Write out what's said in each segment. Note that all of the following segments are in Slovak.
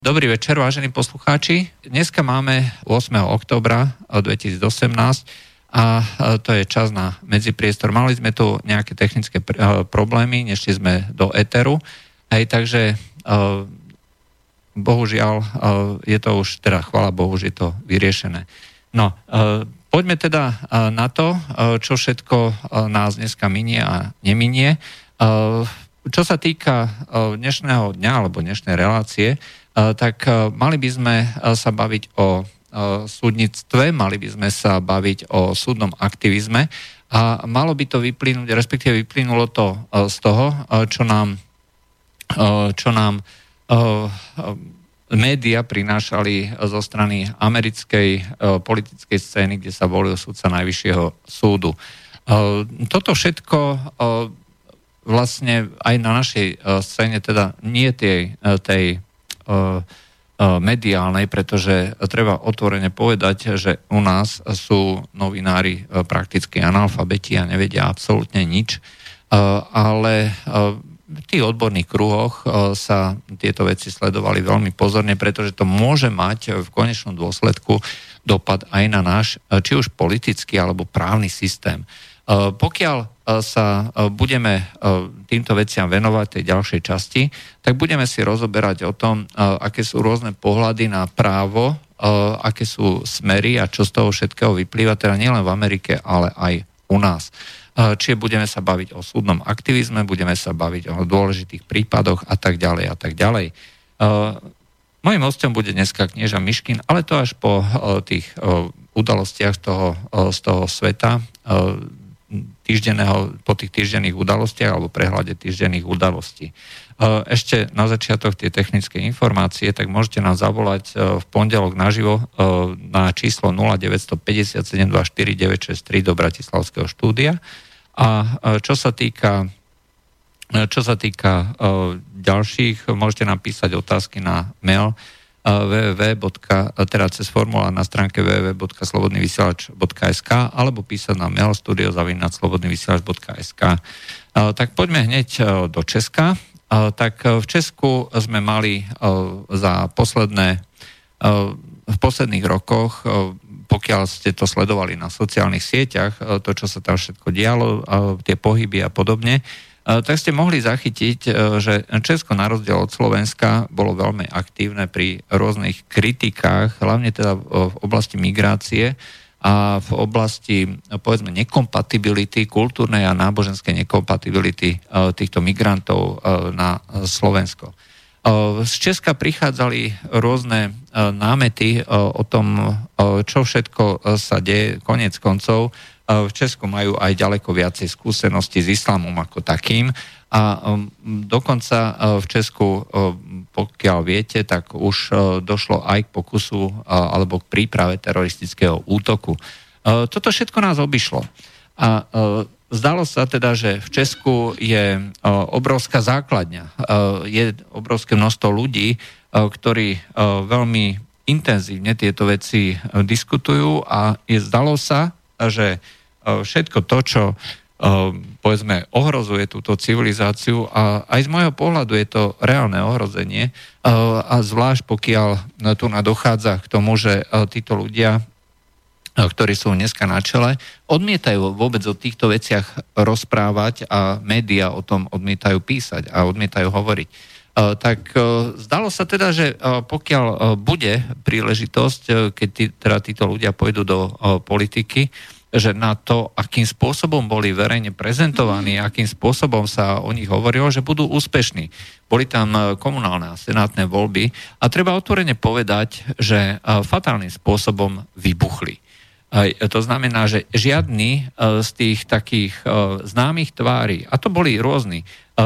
Dobrý večer, vážení poslucháči. Dneska máme 8. októbra 2018 a to je čas na medzipriestor. Mali sme tu nejaké technické problémy, nešli sme do éteru. Takže bohužiaľ je to už, teda chvála Bohu, že je to vyriešené. No, poďme teda na to, čo všetko nás dneska minie a neminie. Čo sa týka dnešného dňa alebo dnešnej relácie, tak mali by sme sa baviť o súdnictve, mali by sme sa baviť o súdnom aktivizme a malo by to vyplynúť, respektíve vyplynulo to z toho, čo nám média prinášali zo strany americkej politickej scény, kde sa volil sudca Najvyššieho súdu. Toto všetko vlastne aj na našej scéne, teda nie tej mediálnej, pretože treba otvorene povedať, že u nás sú novinári prakticky analfabeti a nevedia absolútne nič, ale v tých odborných kruhoch sa tieto veci sledovali veľmi pozorne, pretože to môže mať v konečnom dôsledku dopad aj na náš, či už politický alebo právny systém. Pokiaľ sa budeme týmto veciam venovať tej ďalšej časti, tak budeme si rozoberať o tom, aké sú rôzne pohľady na právo, aké sú smery a čo z toho všetkého vyplýva, teda nielen v Amerike, ale aj u nás. Čiže budeme sa baviť o súdnom aktivizme, budeme sa baviť o dôležitých prípadoch a tak ďalej a tak ďalej. Mojím hosťom bude dneska knieža Miškin, ale to až po tých udalostiach z toho sveta, po tých týždenných udalostiach alebo prehľade týždenných udalostí. Ešte na začiatok tie technické informácie, tak môžete nám zavolať v pondelok naživo na číslo 0957 249 963 do Bratislavského štúdia. A čo sa týka ďalších, môžete nám písať otázky na mail cez formulár na stránke www.slobodnyvysielac.sk alebo písať na mail studio@slobodnyvysielac.sk. Tak poďme hneď do Česka. Tak v Česku sme mali v posledných rokoch, pokiaľ ste to sledovali na sociálnych sieťach, to, čo sa tam všetko dialo, tie pohyby a podobne, tak ste mohli zachytiť, že Česko na rozdiel od Slovenska bolo veľmi aktívne pri rôznych kritikách, hlavne teda v oblasti migrácie a v oblasti, povedzme, nekompatibility, kultúrnej a náboženskej nekompatibility týchto migrantov na Slovensko. Z Česka prichádzali rôzne námety o tom, čo všetko sa deje, koniec koncov. V Česku majú aj ďaleko viacej skúseností s islamom ako takým a dokonca v Česku, pokiaľ viete, tak už došlo aj k pokusu alebo k príprave teroristického útoku. Toto všetko nás obišlo. A zdalo sa teda, že v Česku je obrovská základňa. Je obrovské množstvo ľudí, ktorí veľmi intenzívne tieto veci diskutujú a zdalo sa, že všetko to, čo povedzme ohrozuje túto civilizáciu a aj z môjho pohľadu je to reálne ohrozenie a zvlášť pokiaľ tu dochádza k tomu, že títo ľudia, ktorí sú dneska na čele, odmietajú vôbec o týchto veciach rozprávať a médiá o tom odmietajú písať a odmietajú hovoriť. Tak zdalo sa teda, že pokiaľ bude príležitosť, keď títo ľudia pôjdu do politiky, že na to, akým spôsobom boli verejne prezentovaní, akým spôsobom sa o nich hovorilo, že budú úspešní. Boli tam komunálne a senátne voľby a treba otvorene povedať, že fatálnym spôsobom vybuchli. To znamená, že žiadny z tých takých známych tvári, a to boli rôzni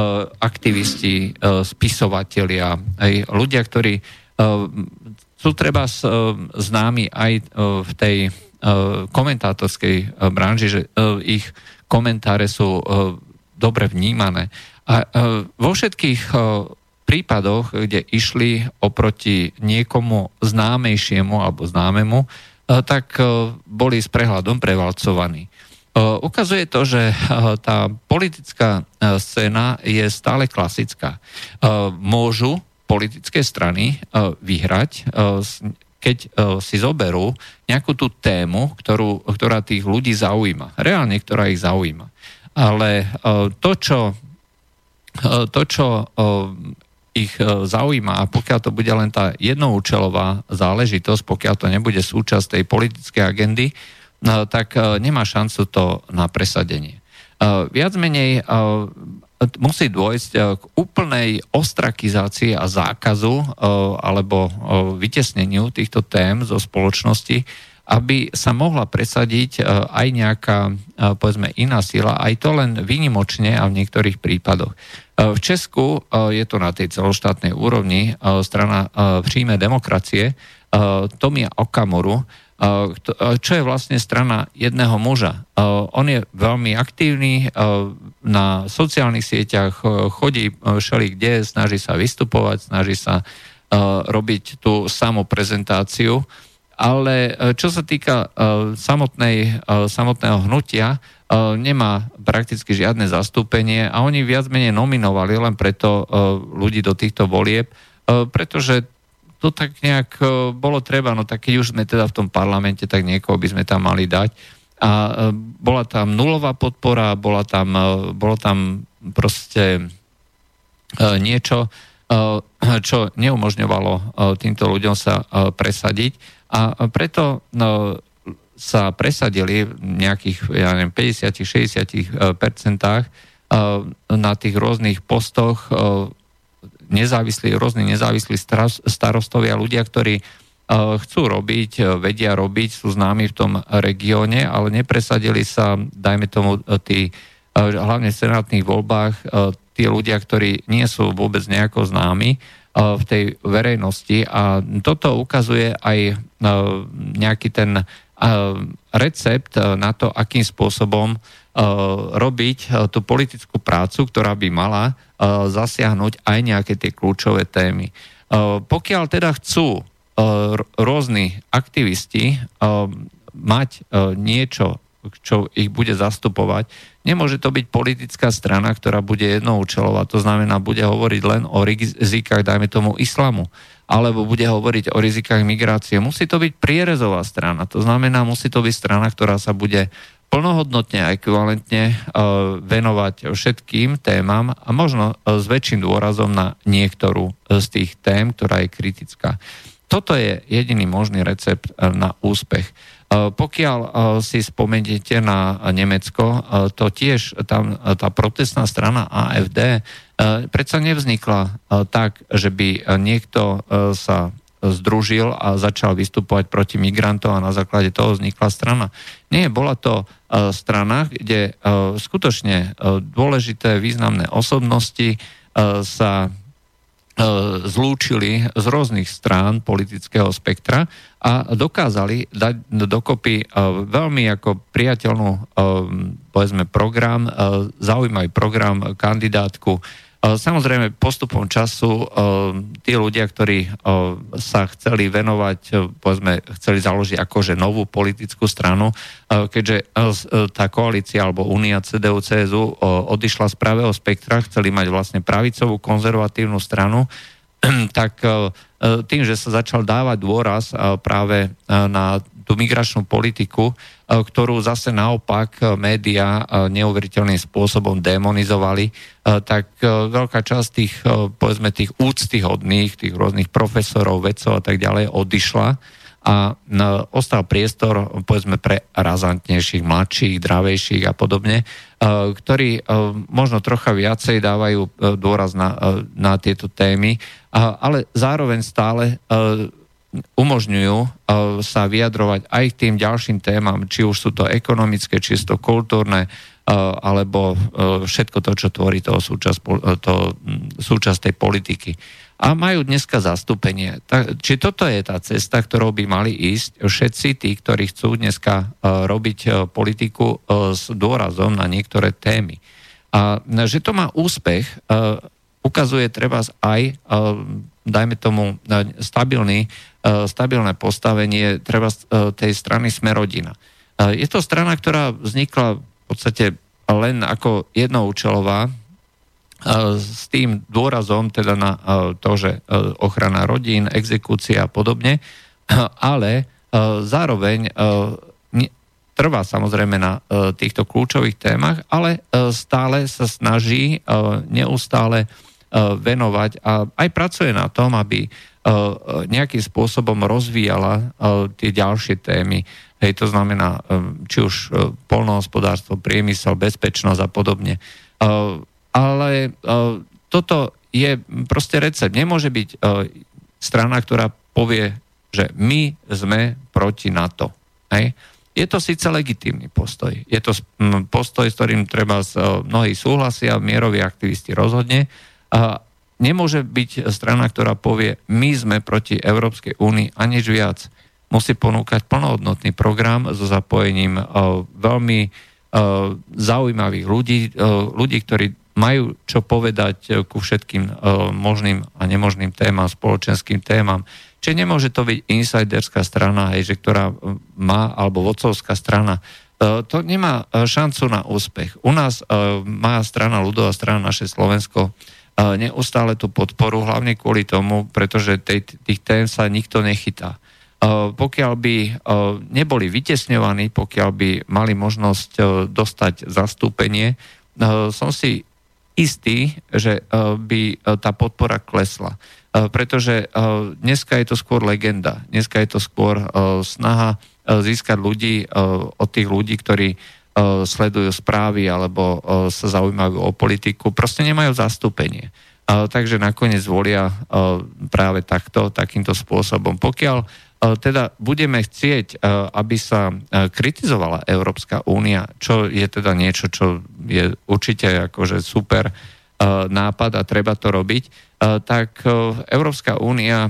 aktivisti, spisovatelia, aj ľudia, ktorí sú treba známi aj v tej komentátorskej branži, že ich komentáre sú dobre vnímané. A vo všetkých prípadoch, kde išli oproti niekomu známejšiemu alebo známemu, tak boli s prehľadom prevalcovaní. Ukazuje to, že tá politická scéna je stále klasická. Môžu politické strany vyhrať, keď si zoberú nejakú tú tému, ktorá tých ľudí zaujíma. Reálne, ktorá ich zaujíma. Ale to, čo ich zaujíma, a pokiaľ to bude len tá jednoúčelová záležitosť, pokiaľ to nebude súčasť tej politickej agendy, tak nemá šancu to na presadenie. Viac menej musí dôjsť k úplnej ostrakizácii a zákazu alebo vytesneniu týchto tém zo spoločnosti, aby sa mohla presadiť aj nejaká, povedzme, iná sila, aj to len výnimočne a v niektorých prípadoch. V Česku je to na tej celoštátnej úrovni strana Přímé demokracie Tomia Okamuru, čo je vlastne strana jedného muža. On je veľmi aktívny na sociálnych sieťach, chodí všelikde, snaží sa vystupovať, snaží sa robiť tú samoprezentáciu, ale čo sa týka samotného hnutia, nemá prakticky žiadne zastúpenie a oni viac menej nominovali len preto ľudí do týchto volieb, pretože to tak nejak bolo treba, no tak keď už sme teda v tom parlamente, tak niekoho by sme tam mali dať. A bola tam nulová podpora, bolo tam proste niečo, čo neumožňovalo týmto ľuďom sa presadiť. A preto sa presadili v nejakých, 50-60% na tých rôznych postoch rôzni nezávislí starostovia, ľudia, ktorí chcú robiť, vedia robiť, sú známi v tom regióne, ale nepresadili sa, dajme tomu, hlavne v senátnych voľbách, tí ľudia, ktorí nie sú vôbec nejako známi v tej verejnosti. A toto ukazuje aj nejaký ten recept na to, akým spôsobom robiť tú politickú prácu, ktorá by mala zasiahnuť aj nejaké tie kľúčové témy. Pokiaľ teda chcú rôzni aktivisti mať niečo, čo ich bude zastupovať, nemôže to byť politická strana, ktorá bude jednoúčelová. To znamená, bude hovoriť len o rizikách, dajme tomu, islamu, alebo bude hovoriť o rizikách migrácie. Musí to byť prierezová strana. To znamená, musí to byť strana, ktorá sa bude plnohodnotne a ekvivalentne venovať všetkým témam a možno s väčším dôrazom na niektorú z tých tém, ktorá je kritická. Toto je jediný možný recept na úspech. Pokiaľ si spomeniete na Nemecko, to tiež tam tá protestná strana AfD predsa nevznikla tak, že by niekto sa združil a začal vystupovať proti migrantom a na základe toho vznikla strana. Nie, bola to strana, kde skutočne dôležité významné osobnosti sa zlúčili z rôznych strán politického spektra a dokázali dať dokopy veľmi ako priateľnú, povedzme, program, zaujímavý program, kandidátku. Samozrejme, postupom času tí ľudia, ktorí sa chceli venovať, povedzme, chceli založiť akože novú politickú stranu, keďže tá koalícia alebo únia CDU-CSU odišla z pravého spektra, chceli mať vlastne pravicovú konzervatívnu stranu, tak tým, že sa začal dávať dôraz práve na tú migračnú politiku, ktorú zase naopak médiá neuveriteľným spôsobom demonizovali, tak veľká časť tých, povedzme, tých úctyhodných, tých rôznych profesorov, vedcov a tak ďalej odišla a ostal priestor, povedzme, pre razantnejších, mladších, dravejších a podobne, ktorí možno trocha viacej dávajú dôraz na tieto témy, ale zároveň stále umožňujú sa vyjadrovať aj k tým ďalším témam, či už sú to ekonomické, či sú to kultúrne, alebo všetko to, čo tvorí súčasť tej politiky. A majú dneska zastúpenie. Či toto je tá cesta, ktorou by mali ísť všetci tí, ktorí chcú dneska robiť politiku s dôrazom na niektoré témy. A že to má úspech, ukazuje treba aj, dajme tomu, stabilné postavenie treba tej strany Smer-rodina. Je to strana, ktorá vznikla v podstate len ako jednoúčelová s tým dôrazom teda na to, že ochrana rodín, exekúcia a podobne, ale zároveň trvá samozrejme na týchto kľúčových témach, ale stále sa snaží neustále venovať a aj pracuje na tom, aby nejakým spôsobom rozvíjala tie ďalšie témy. Hej, to znamená, či už poľnohospodárstvo, priemysel, bezpečnosť a podobne. Ale toto je proste recept. Nemôže byť strana, ktorá povie, že my sme proti NATO. Hej. Je to síce legitímny postoj. Je to postoj, s ktorým treba mnohí súhlasia, mieroví aktivisti rozhodne. Nemôže byť strana, ktorá povie, my sme proti Európskej únii a nič viac. Musí ponúkať plnohodnotný program so zapojením veľmi zaujímavých ľudí, ktorí majú čo povedať ku všetkým možným a nemožným témam, spoločenským témam. Čiže nemôže to byť insiderská strana, hej, že ktorá má, alebo vodcovská strana. To nemá šancu na úspech. U nás má strana ľudová strana Naše Slovensko neustále tú podporu, hlavne kvôli tomu, pretože tých tém sa nikto nechytá. Pokiaľ by neboli vytesňovaní, pokiaľ by mali možnosť dostať zastúpenie, som si istý, že by tá podpora klesla. Pretože dneska je to skôr legenda. Dneska je to skôr snaha získať ľudí od tých ľudí, ktorí sledujú správy alebo sa zaujímajú o politiku. Proste nemajú zastúpenie. Takže nakoniec volia práve takýmto spôsobom. Pokiaľ teda budeme chcieť, aby sa kritizovala Európska únia, čo je teda niečo, čo je určite akože super nápad a treba to robiť, tak Európska únia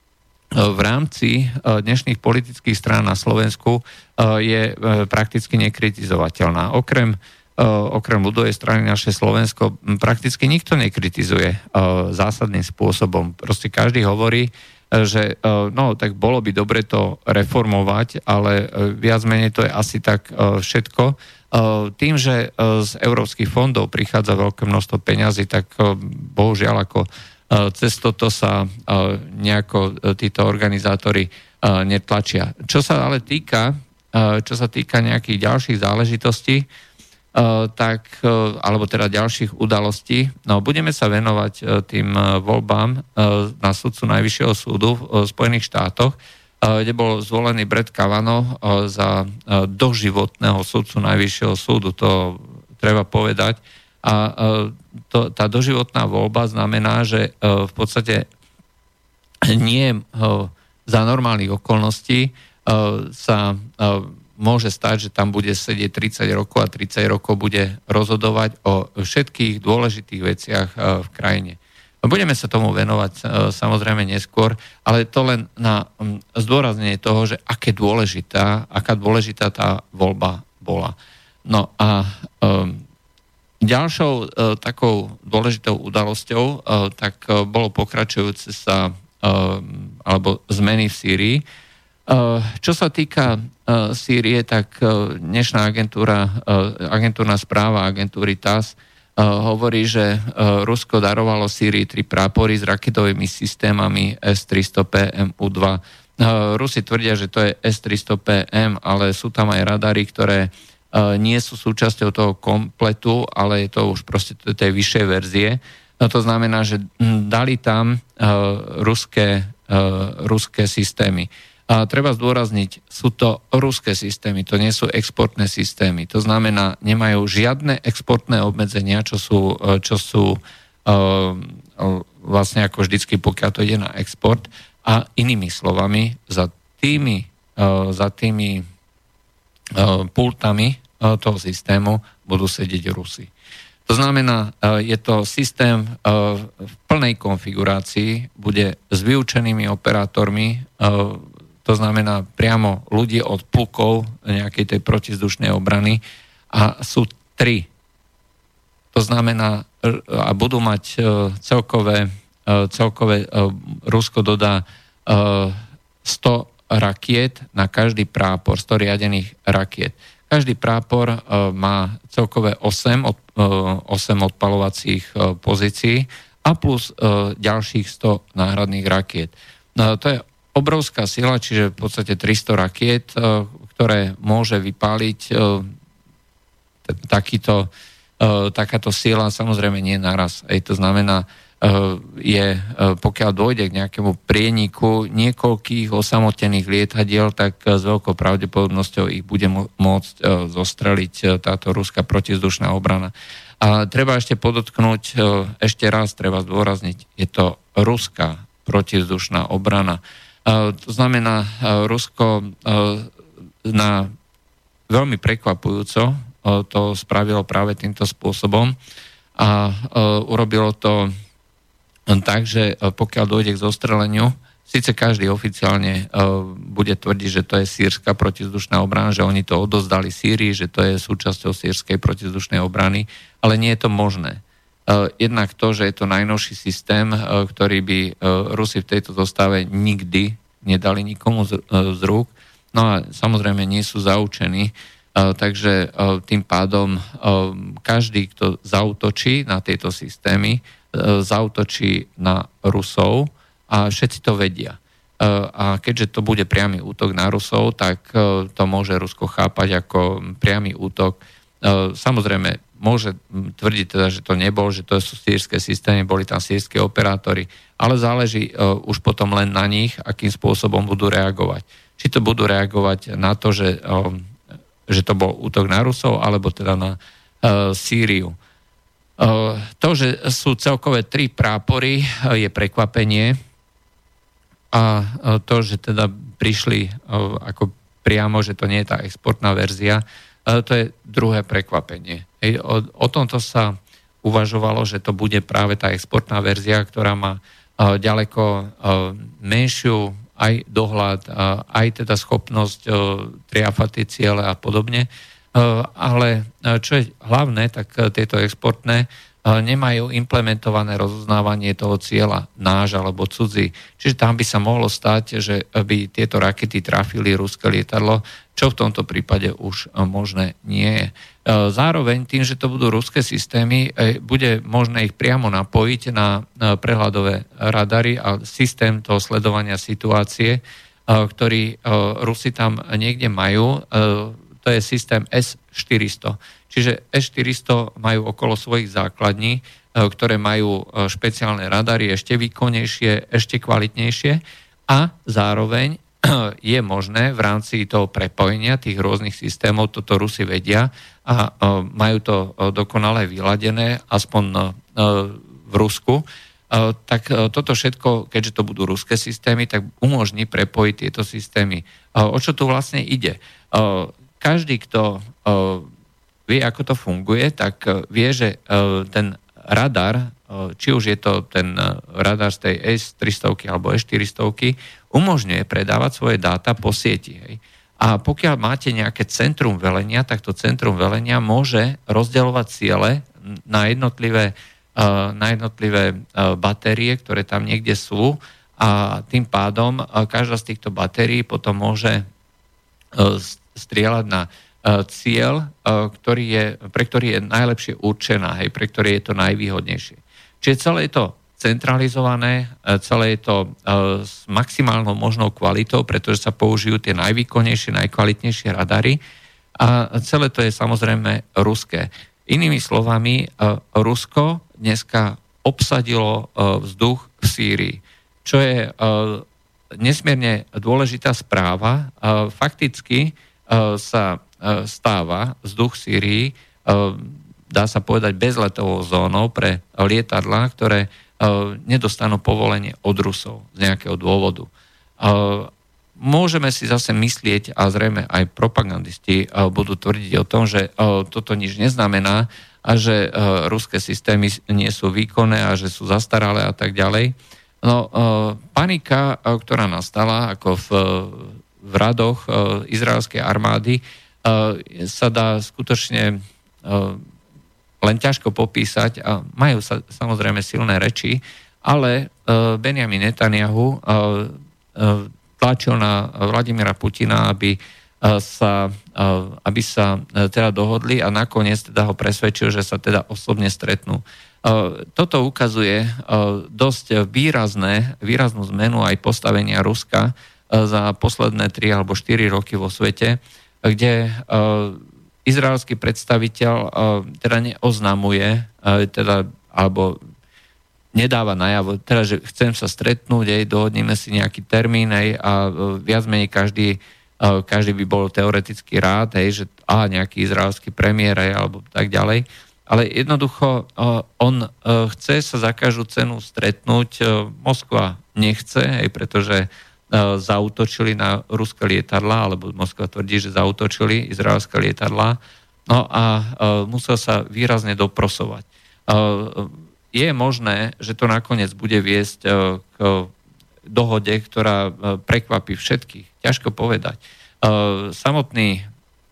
v rámci dnešných politických strán na Slovensku je prakticky nekritizovateľná. Okrem ľudovej strany Naše Slovensko prakticky nikto nekritizuje zásadným spôsobom. Proste každý hovorí, že no, tak bolo by dobre to reformovať, ale viac menej to je asi tak všetko. Tým, že z európskych fondov prichádza veľké množstvo peňazí, tak bohužiaľ ako cez toto sa nejako títo organizátori netlačia. Čo sa ale týka nejakých ďalších záležitostí, alebo teda ďalších udalostí. No, budeme sa venovať tým voľbám na sudcu Najvyššieho súdu v Spojených štátoch, kde bol zvolený Brett Kavanaugh za doživotného sudcu Najvyššieho súdu. To treba povedať. A tá doživotná voľba znamená, že v podstate nie za normálnych okolností sa môže stať, že tam bude sedieť 30 rokov a 30 rokov bude rozhodovať o všetkých dôležitých veciach v krajine. Budeme sa tomu venovať samozrejme neskôr, ale to len na zdôraznenie toho, že aká dôležitá tá voľba bola. No a ďalšou takou dôležitou udalosťou tak bolo pokračujúce sa alebo zmeny v Sýrii. Čo sa týka Sýrie, tak dnešná agentúrna správa agentúry TASS hovorí, že Rusko darovalo Sýrii 3 prápory s raketovými systémami S-300PM-U2. Rusi tvrdia, že to je S-300PM, ale sú tam aj radary, ktoré nie sú súčasťou toho kompletu, ale je to už proste tej vyššej verzie. No to znamená, že dali tam ruské systémy. A treba zdôrazniť, sú to ruské systémy, to nie sú exportné systémy. To znamená, nemajú žiadne exportné obmedzenia, čo sú vlastne ako vždycky, pokiaľ to ide na export. A inými slovami, za tými pultami toho systému budú sedieť Rusi. To znamená, je to systém v plnej konfigurácii, bude s vyučenými operátormi, to znamená priamo ľudí od plukov nejakej tej protizdušnej obrany a sú 3. To znamená, a budú mať celkové Rusko dodá 100 rakiet na každý prápor, 100 riadených rakiet. Každý prápor má celkové 8 odpaľovacích pozícií a plus ďalších 100 náhradných rakiet. To je obrovská sila, čiže v podstate 300 rakiet, ktoré môže vypáliť takáto sila, samozrejme nie naraz. To znamená, pokiaľ dôjde k nejakému prieniku niekoľkých osamotených lietadiel, tak s veľkou pravdepodobnosťou ich bude môcť zostreliť táto ruská protizdušná obrana. A treba ešte podotknúť, ešte raz treba zdôrazniť, je to ruská protizdušná obrana. To znamená, Rusko na veľmi prekvapujúco to spravilo práve týmto spôsobom a urobilo to tak, že pokiaľ dôjde k zostreleniu, síce každý oficiálne bude tvrdiť, že to je sýrska protizdušná obrana, že oni to odozdali Sýrii, že to je súčasťou sýrskej protizdušnej obrany, ale nie je to možné. Jednak to, že je to najnovší systém, ktorý by Rusi v tejto zostave nikdy nedali nikomu z rúk. No a samozrejme nie sú zaučení, takže tým pádom každý, kto zaútočí na tieto systémy, zaútočí na Rusov a všetci to vedia. A keďže to bude priamy útok na Rusov, tak to môže Rusko chápať ako priamy útok. Samozrejme, môže tvrdiť teda, že to nebol, že to sú sýrske systémy, boli tam sýrske operátori, ale záleží už potom len na nich, akým spôsobom budú reagovať. Či to budú reagovať na to, že to bol útok na Rusov, alebo teda na Sýriu. To, že sú celkové 3 prápory, je prekvapenie a to, že teda prišli ako priamo, že to nie je tá exportná verzia, to je druhé prekvapenie. O tomto sa uvažovalo, že to bude práve tá exportná verzia, ktorá má ďaleko menšiu aj dohľad, aj teda schopnosť triafať tie ciele a podobne. Ale čo je hlavné, tak tieto exportné nemajú implementované rozoznávanie toho cieľa náš alebo cudzí. Čiže tam by sa mohlo stať, že by tieto rakety trafili ruské lietadlo, čo v tomto prípade už možné nie je. Zároveň tým, že to budú ruské systémy, bude možné ich priamo napojiť na prehľadové radary a systém toho sledovania situácie, ktorý Rusi tam niekde majú. To je systém S-400. Čiže S-400 majú okolo svojich základní, ktoré majú špeciálne radary ešte výkonnejšie, ešte kvalitnejšie a zároveň je možné v rámci toho prepojenia tých rôznych systémov, toto Rusi vedia a majú to dokonale vyladené, aspoň v Rusku, tak toto všetko, keďže to budú ruské systémy, tak umožní prepojiť tieto systémy. O čo tu vlastne ide? Každý, kto vie, ako to funguje, tak vie, že ten radar, či už je to ten radar z tej S-300 alebo S-400, umožňuje predávať svoje dáta po sieti. Hej. A pokiaľ máte nejaké centrum velenia, tak to centrum velenia môže rozdeľovať ciele na jednotlivé batérie, ktoré tam niekde sú a tým pádom každá z týchto batérií potom môže strieľať na cieľ, pre ktorý je najlepšie určená, hej, pre ktorý je to najvýhodnejšie. Čiže celé je to centralizované, celé je to s maximálnou možnou kvalitou, pretože sa použijú tie najvýkonnejšie, najkvalitnejšie radary a celé to je samozrejme ruské. Inými slovami, Rusko dneska obsadilo vzduch v Sýrii, čo je nesmierne dôležitá správa. Fakticky sa stáva vzduch Sýrii, dá sa povedať, bezletovou zónou pre lietadlá, ktoré nedostanú povolenie od Rusov z nejakého dôvodu. Môžeme si zase myslieť, a zrejme aj propagandisti budú tvrdiť o tom, že toto nič neznamená a že ruské systémy nie sú výkonné a že sú zastaralé a tak ďalej. No, panika, ktorá nastala ako v radoch izraelskej armády, sa dá skutočne len ťažko popísať a majú sa samozrejme silné reči, ale Benjamin Netanyahu tlačil na Vladimíra Putina, aby aby sa teda dohodli a nakoniec teda ho presvedčil, že sa teda osobne stretnú. Toto ukazuje dosť výraznú zmenu aj postavenia Ruska za posledné 3 alebo 4 roky vo svete, kde izraelský predstaviteľ teda neoznamuje, alebo nedáva najavo, teda, že chcem sa stretnúť, dohodneme si nejaký termín a viac menej každý by bol teoreticky rád, že nejaký izraelský premiér alebo tak ďalej. Ale jednoducho on chce sa za každú cenu stretnúť. Moskva nechce, pretože zaútočili na ruské lietadlá, alebo Moskva tvrdí, že zaútočili izraelské lietadlá. No a musel sa výrazne doprosovať. Je možné, že to nakoniec bude viesť k dohode, ktorá prekvapí všetkých. Ťažko povedať. Samotní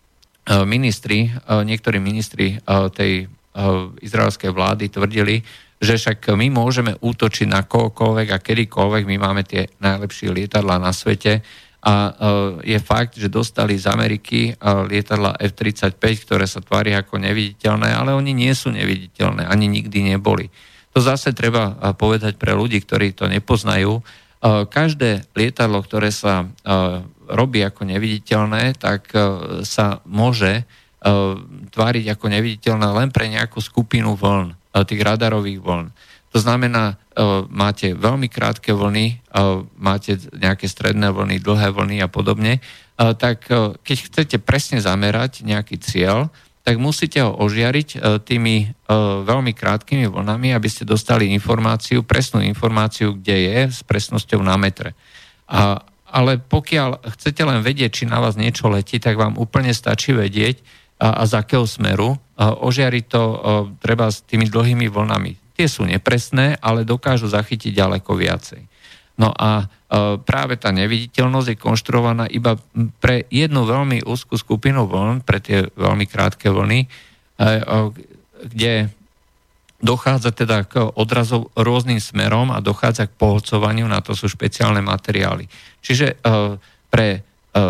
niektorí ministri tej izraelskej vlády tvrdili, že však my môžeme útočiť na kohokoľvek a kedykoľvek, my máme tie najlepšie lietadlá na svete a je fakt, že dostali z Ameriky lietadlá F-35, ktoré sa tvária ako neviditeľné, ale oni nie sú neviditeľné, ani nikdy neboli. To zase treba povedať pre ľudí, ktorí to nepoznajú. Každé lietadlo, ktoré sa robí ako neviditeľné, tak sa môže tváriť ako neviditeľné len pre nejakú skupinu vln, tých radarových vln. To znamená, máte veľmi krátke vlny, máte nejaké stredné vlny, dlhé vlny a podobne, tak keď chcete presne zamerať nejaký cieľ, tak musíte ho ožiariť tými veľmi krátkými vlnami, aby ste dostali presnú informáciu, kde je, s presnosťou na metre. Ale pokiaľ chcete len vedieť, či na vás niečo letí, tak vám úplne stačí vedieť, a z akého smeru. Ožiariť to treba s tými dlhými vlnami. Tie sú nepresné, ale dokážu zachytiť ďaleko viacej. No a práve tá neviditeľnosť je konštruovaná iba pre jednu veľmi úzkú skupinu vln, pre tie veľmi krátke vlny, kde dochádza teda k odrazov rôznym smerom a dochádza k pohlcovaniu, na to sú špeciálne materiály. Čiže pre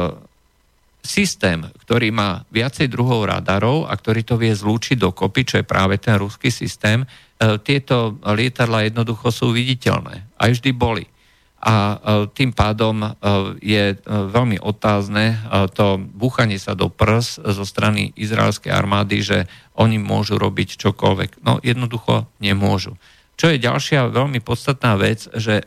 systém, ktorý má viacej druhov radarov a ktorý to vie zlúčiť dokopy, čo je práve ten ruský systém, tieto lietadlá jednoducho sú viditeľné. Aj vždy boli. A tým pádom je veľmi otázne to búchanie sa do prs zo strany izraelskej armády, že oni môžu robiť čokoľvek. No jednoducho nemôžu. Čo je ďalšia veľmi podstatná vec, že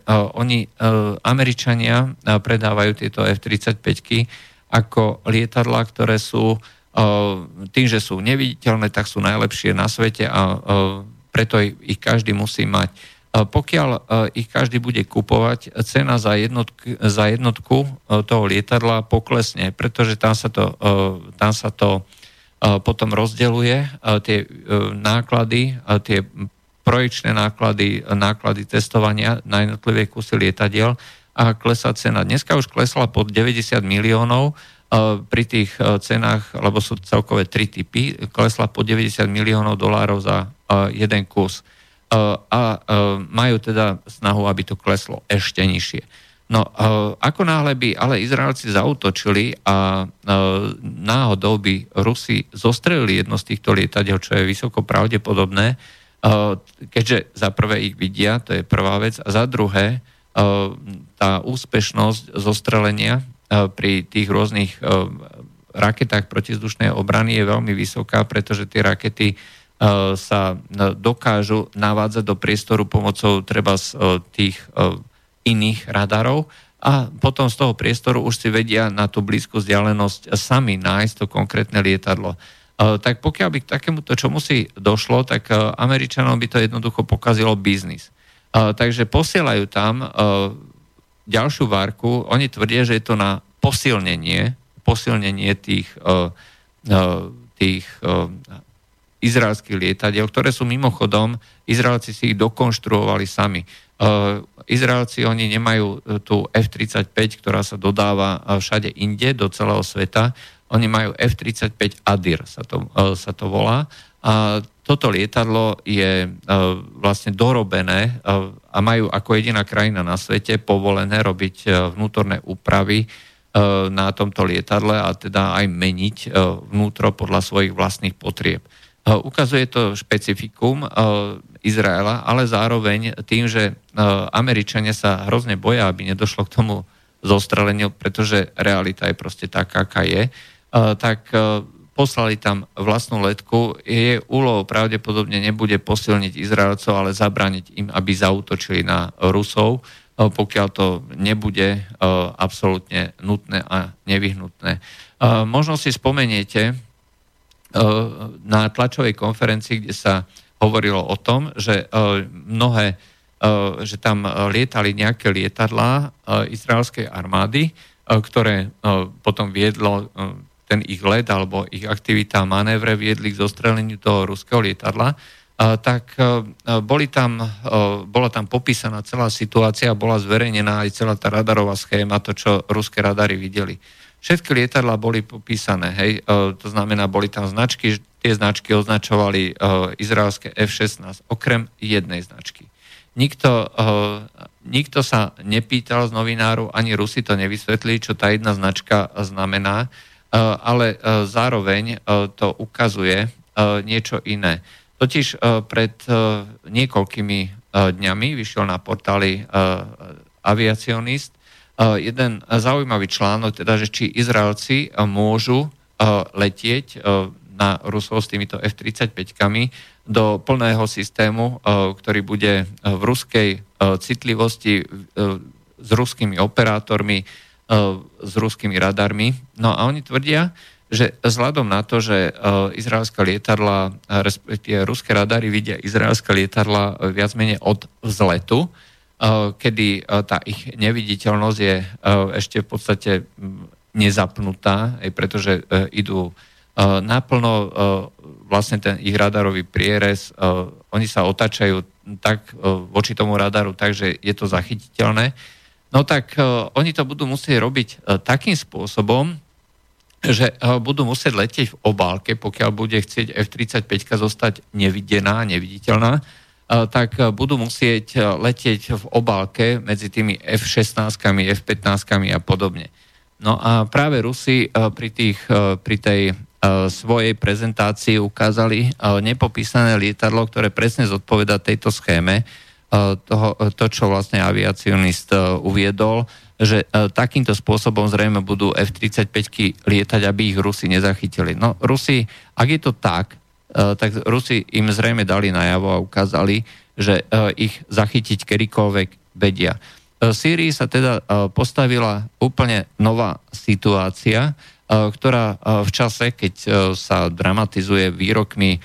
Američania predávajú tieto F-35-ky ako lietadlá, ktoré sú tým, že sú neviditeľné, tak sú najlepšie na svete a preto ich každý musí mať. Pokiaľ ich každý bude kupovať, cena za jednotku toho lietadla poklesne, pretože tam sa to potom rozdeľuje, tie náklady, tie projekčné náklady testovania na jednotlivé kusy lietadiel a klesá cena. Dneska už klesla pod 90 miliónov pri tých cenách, lebo sú celkové 3 typy, klesla pod 90 miliónov dolárov za jeden kus. A majú teda snahu, aby to kleslo ešte nižšie. No, ako náhle by ale Izraelci zaútočili a náhodou by Rusi zostrelili jedno z týchto lietadiel, čo je vysoko pravdepodobné, keďže za prvé ich vidia, to je prvá vec, a za druhé tá úspešnosť zostrelenia pri tých rôznych raketách protizdušnej obrany je veľmi vysoká, pretože tie rakety sa dokážu navádzať do priestoru pomocou treba z tých iných radarov a potom z toho priestoru už si vedia na tú blízku vzdialenosť sami nájsť to konkrétne lietadlo. Tak pokiaľ by k takémuto čomusi došlo, tak Američanom by to jednoducho pokazilo biznis. Takže posielajú tam ďalšiu várku. Oni tvrdia, že je to na posilnenie tých izraelských lietadiel, ktoré sú mimochodom, Izraelci si ich dokonštruovali sami. Izraelci, oni nemajú tú F-35, ktorá sa dodáva všade inde, do celého sveta. Oni majú F-35 Adir, sa to volá. A toto lietadlo je vlastne dorobené a majú ako jediná krajina na svete povolené robiť vnútorné úpravy na tomto lietadle a teda aj meniť vnútro podľa svojich vlastných potrieb. Ukazuje to špecifikum Izraela, ale zároveň tým, že Američania sa hrozne boja, aby nedošlo k tomu zostreleniu, pretože realita je proste taká, aká je, tak poslali tam vlastnú letku. Jej úlohou pravdepodobne nebude posilniť Izraelcov, ale zabrániť im, aby zaútočili na Rusov, pokiaľ to nebude absolútne nutné a nevyhnutné. Možno si spomeniete na tlačovej konferencii, kde sa hovorilo o tom, že že tam lietali nejaké lietadlá izraelskej armády, ktoré potom viedlo ten ich let alebo ich aktivita a manévre viedli k zostreleniu toho ruského lietadla, tak bola tam popísaná celá situácia, bola zverejnená aj celá tá radarová schéma, to, čo ruské radary videli. Všetky lietadlá boli popísané, to znamená, boli tam značky, tie značky označovali izraelské F-16, okrem jednej značky. Nikto sa nepýtal z novinárov, ani Rusi to nevysvetlili, čo tá jedna značka znamená, ale zároveň to ukazuje niečo iné. Totiž pred niekoľkými dňami vyšiel na portáli Aviacionist jeden zaujímavý článok, teda, že či Izraelci môžu letieť na Rusov s týmito F-35-kami do plného systému, ktorý bude v ruskej citlivosti s ruskými operátormi, s ruskými radarmi. No a oni tvrdia, že vzhľadom na to, že izraelské lietadla, respektíve ruské radary vidia izraelské lietadla viac menej od vzletu, kedy tá ich neviditeľnosť je ešte v podstate nezapnutá, pretože idú naplno, vlastne ten ich radarový prierez, oni sa otáčajú tak voči tomu radaru, takže je to zachytiteľné. No tak oni to budú musieť robiť takým spôsobom, že budú musieť letieť v obálke, pokiaľ bude chcieť F-35 zostať nevidená, neviditeľná, tak budú musieť letieť v obálke medzi tými F-16, F-15 a podobne. No a práve Rusi pri tej svojej prezentácii ukázali nepopísané lietadlo, ktoré presne zodpovedá tejto schéme, to, čo vlastne Aviacionist uviedol, že takýmto spôsobom zrejme budú F-35 lietať, aby ich Rusi nezachytili. No Rusi, ak je to tak Rusi im zrejme dali najavo a ukázali, že ich zachytiť kedykoľvek vedia. V Sýrii sa teda postavila úplne nová situácia, ktorá v čase, keď sa dramatizuje výrokmi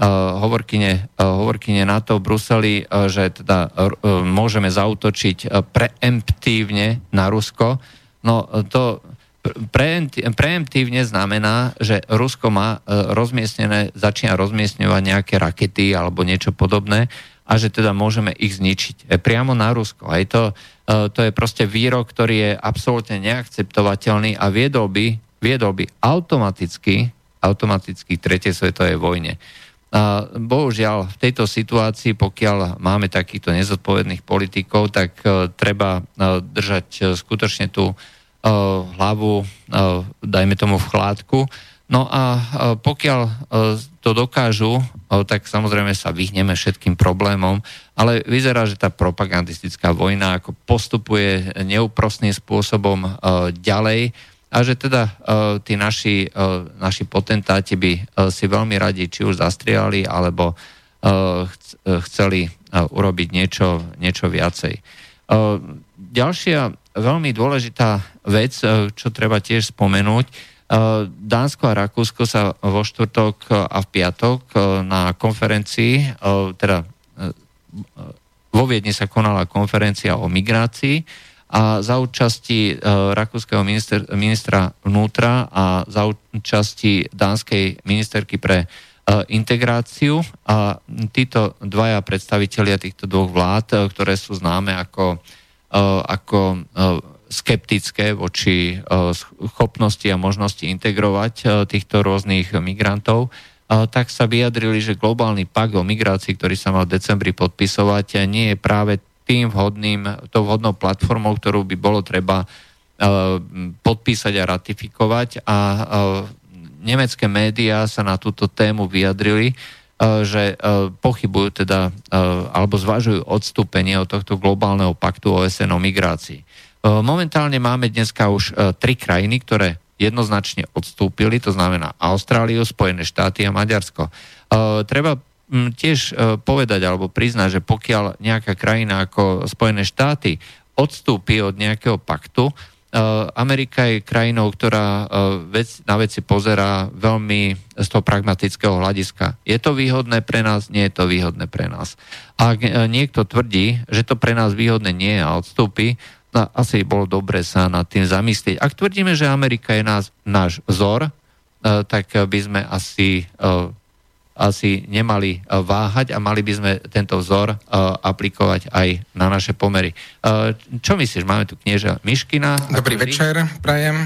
hovorkyne NATO v Bruseli, že teda môžeme zaútočiť preemptívne na Rusko. No to preemptívne znamená, že Rusko má začína rozmiestňovať nejaké rakety alebo niečo podobné a že teda môžeme ich zničiť priamo na Rusko. Aj to je proste výrok, ktorý je absolútne neakceptovateľný a viedol by automaticky k tretej svetovej vojne. A bohužiaľ v tejto situácii, pokiaľ máme takýchto nezodpovedných politikov, tak treba držať skutočne tú hlavu, dajme tomu v chládku. No a pokiaľ to dokážu, tak samozrejme sa vyhneme všetkým problémom, ale vyzerá, že tá propagandistická vojna ako postupuje neúprosným spôsobom ďalej a že teda tí naši potentáti by si veľmi radi či už zastrieľali, alebo chceli urobiť niečo viacej. Ďalšia veľmi dôležitá vec, čo treba tiež spomenúť, Dánsko a Rakúsko sa vo štvrtok a v piatok na konferencii, teda vo Viedni sa konala konferencia o migrácii a za účasti rakúskeho ministra vnútra a za účasti dánskej ministerky pre integráciu a títo dvaja predstavitelia týchto dvoch vlád, ktoré sú známe ako skeptické voči schopnosti a možnosti integrovať týchto rôznych migrantov, tak sa vyjadrili, že globálny pakt o migrácii, ktorý sa mal v decembri podpisovať, nie je práve tou vhodnou platformou, ktorú by bolo treba podpísať a ratifikovať a nemecké médiá sa na túto tému vyjadrili, že pochybujú teda alebo zvažujú odstúpenie od tohto globálneho paktu OSN o migrácii. Momentálne máme dneska už 3 krajiny, ktoré jednoznačne odstúpili, to znamená Austráliu, Spojené štáty a Maďarsko. Treba tiež povedať alebo priznať, že pokiaľ nejaká krajina ako Spojené štáty odstúpi od nejakého paktu, Amerika je krajinou, ktorá na veci pozerá veľmi z toho pragmatického hľadiska. Je to výhodné pre nás? Nie je to výhodné pre nás. Ak niekto tvrdí, že to pre nás výhodné nie je a odstúpi, no, asi bolo dobre sa nad tým zamyslieť. Ak tvrdíme, že Amerika je náš vzor, tak by sme asi nemali váhať a mali by sme tento vzor aplikovať aj na naše pomery. Čo myslíš? Máme tu knieža Miškina. Dobrý večer, prajem.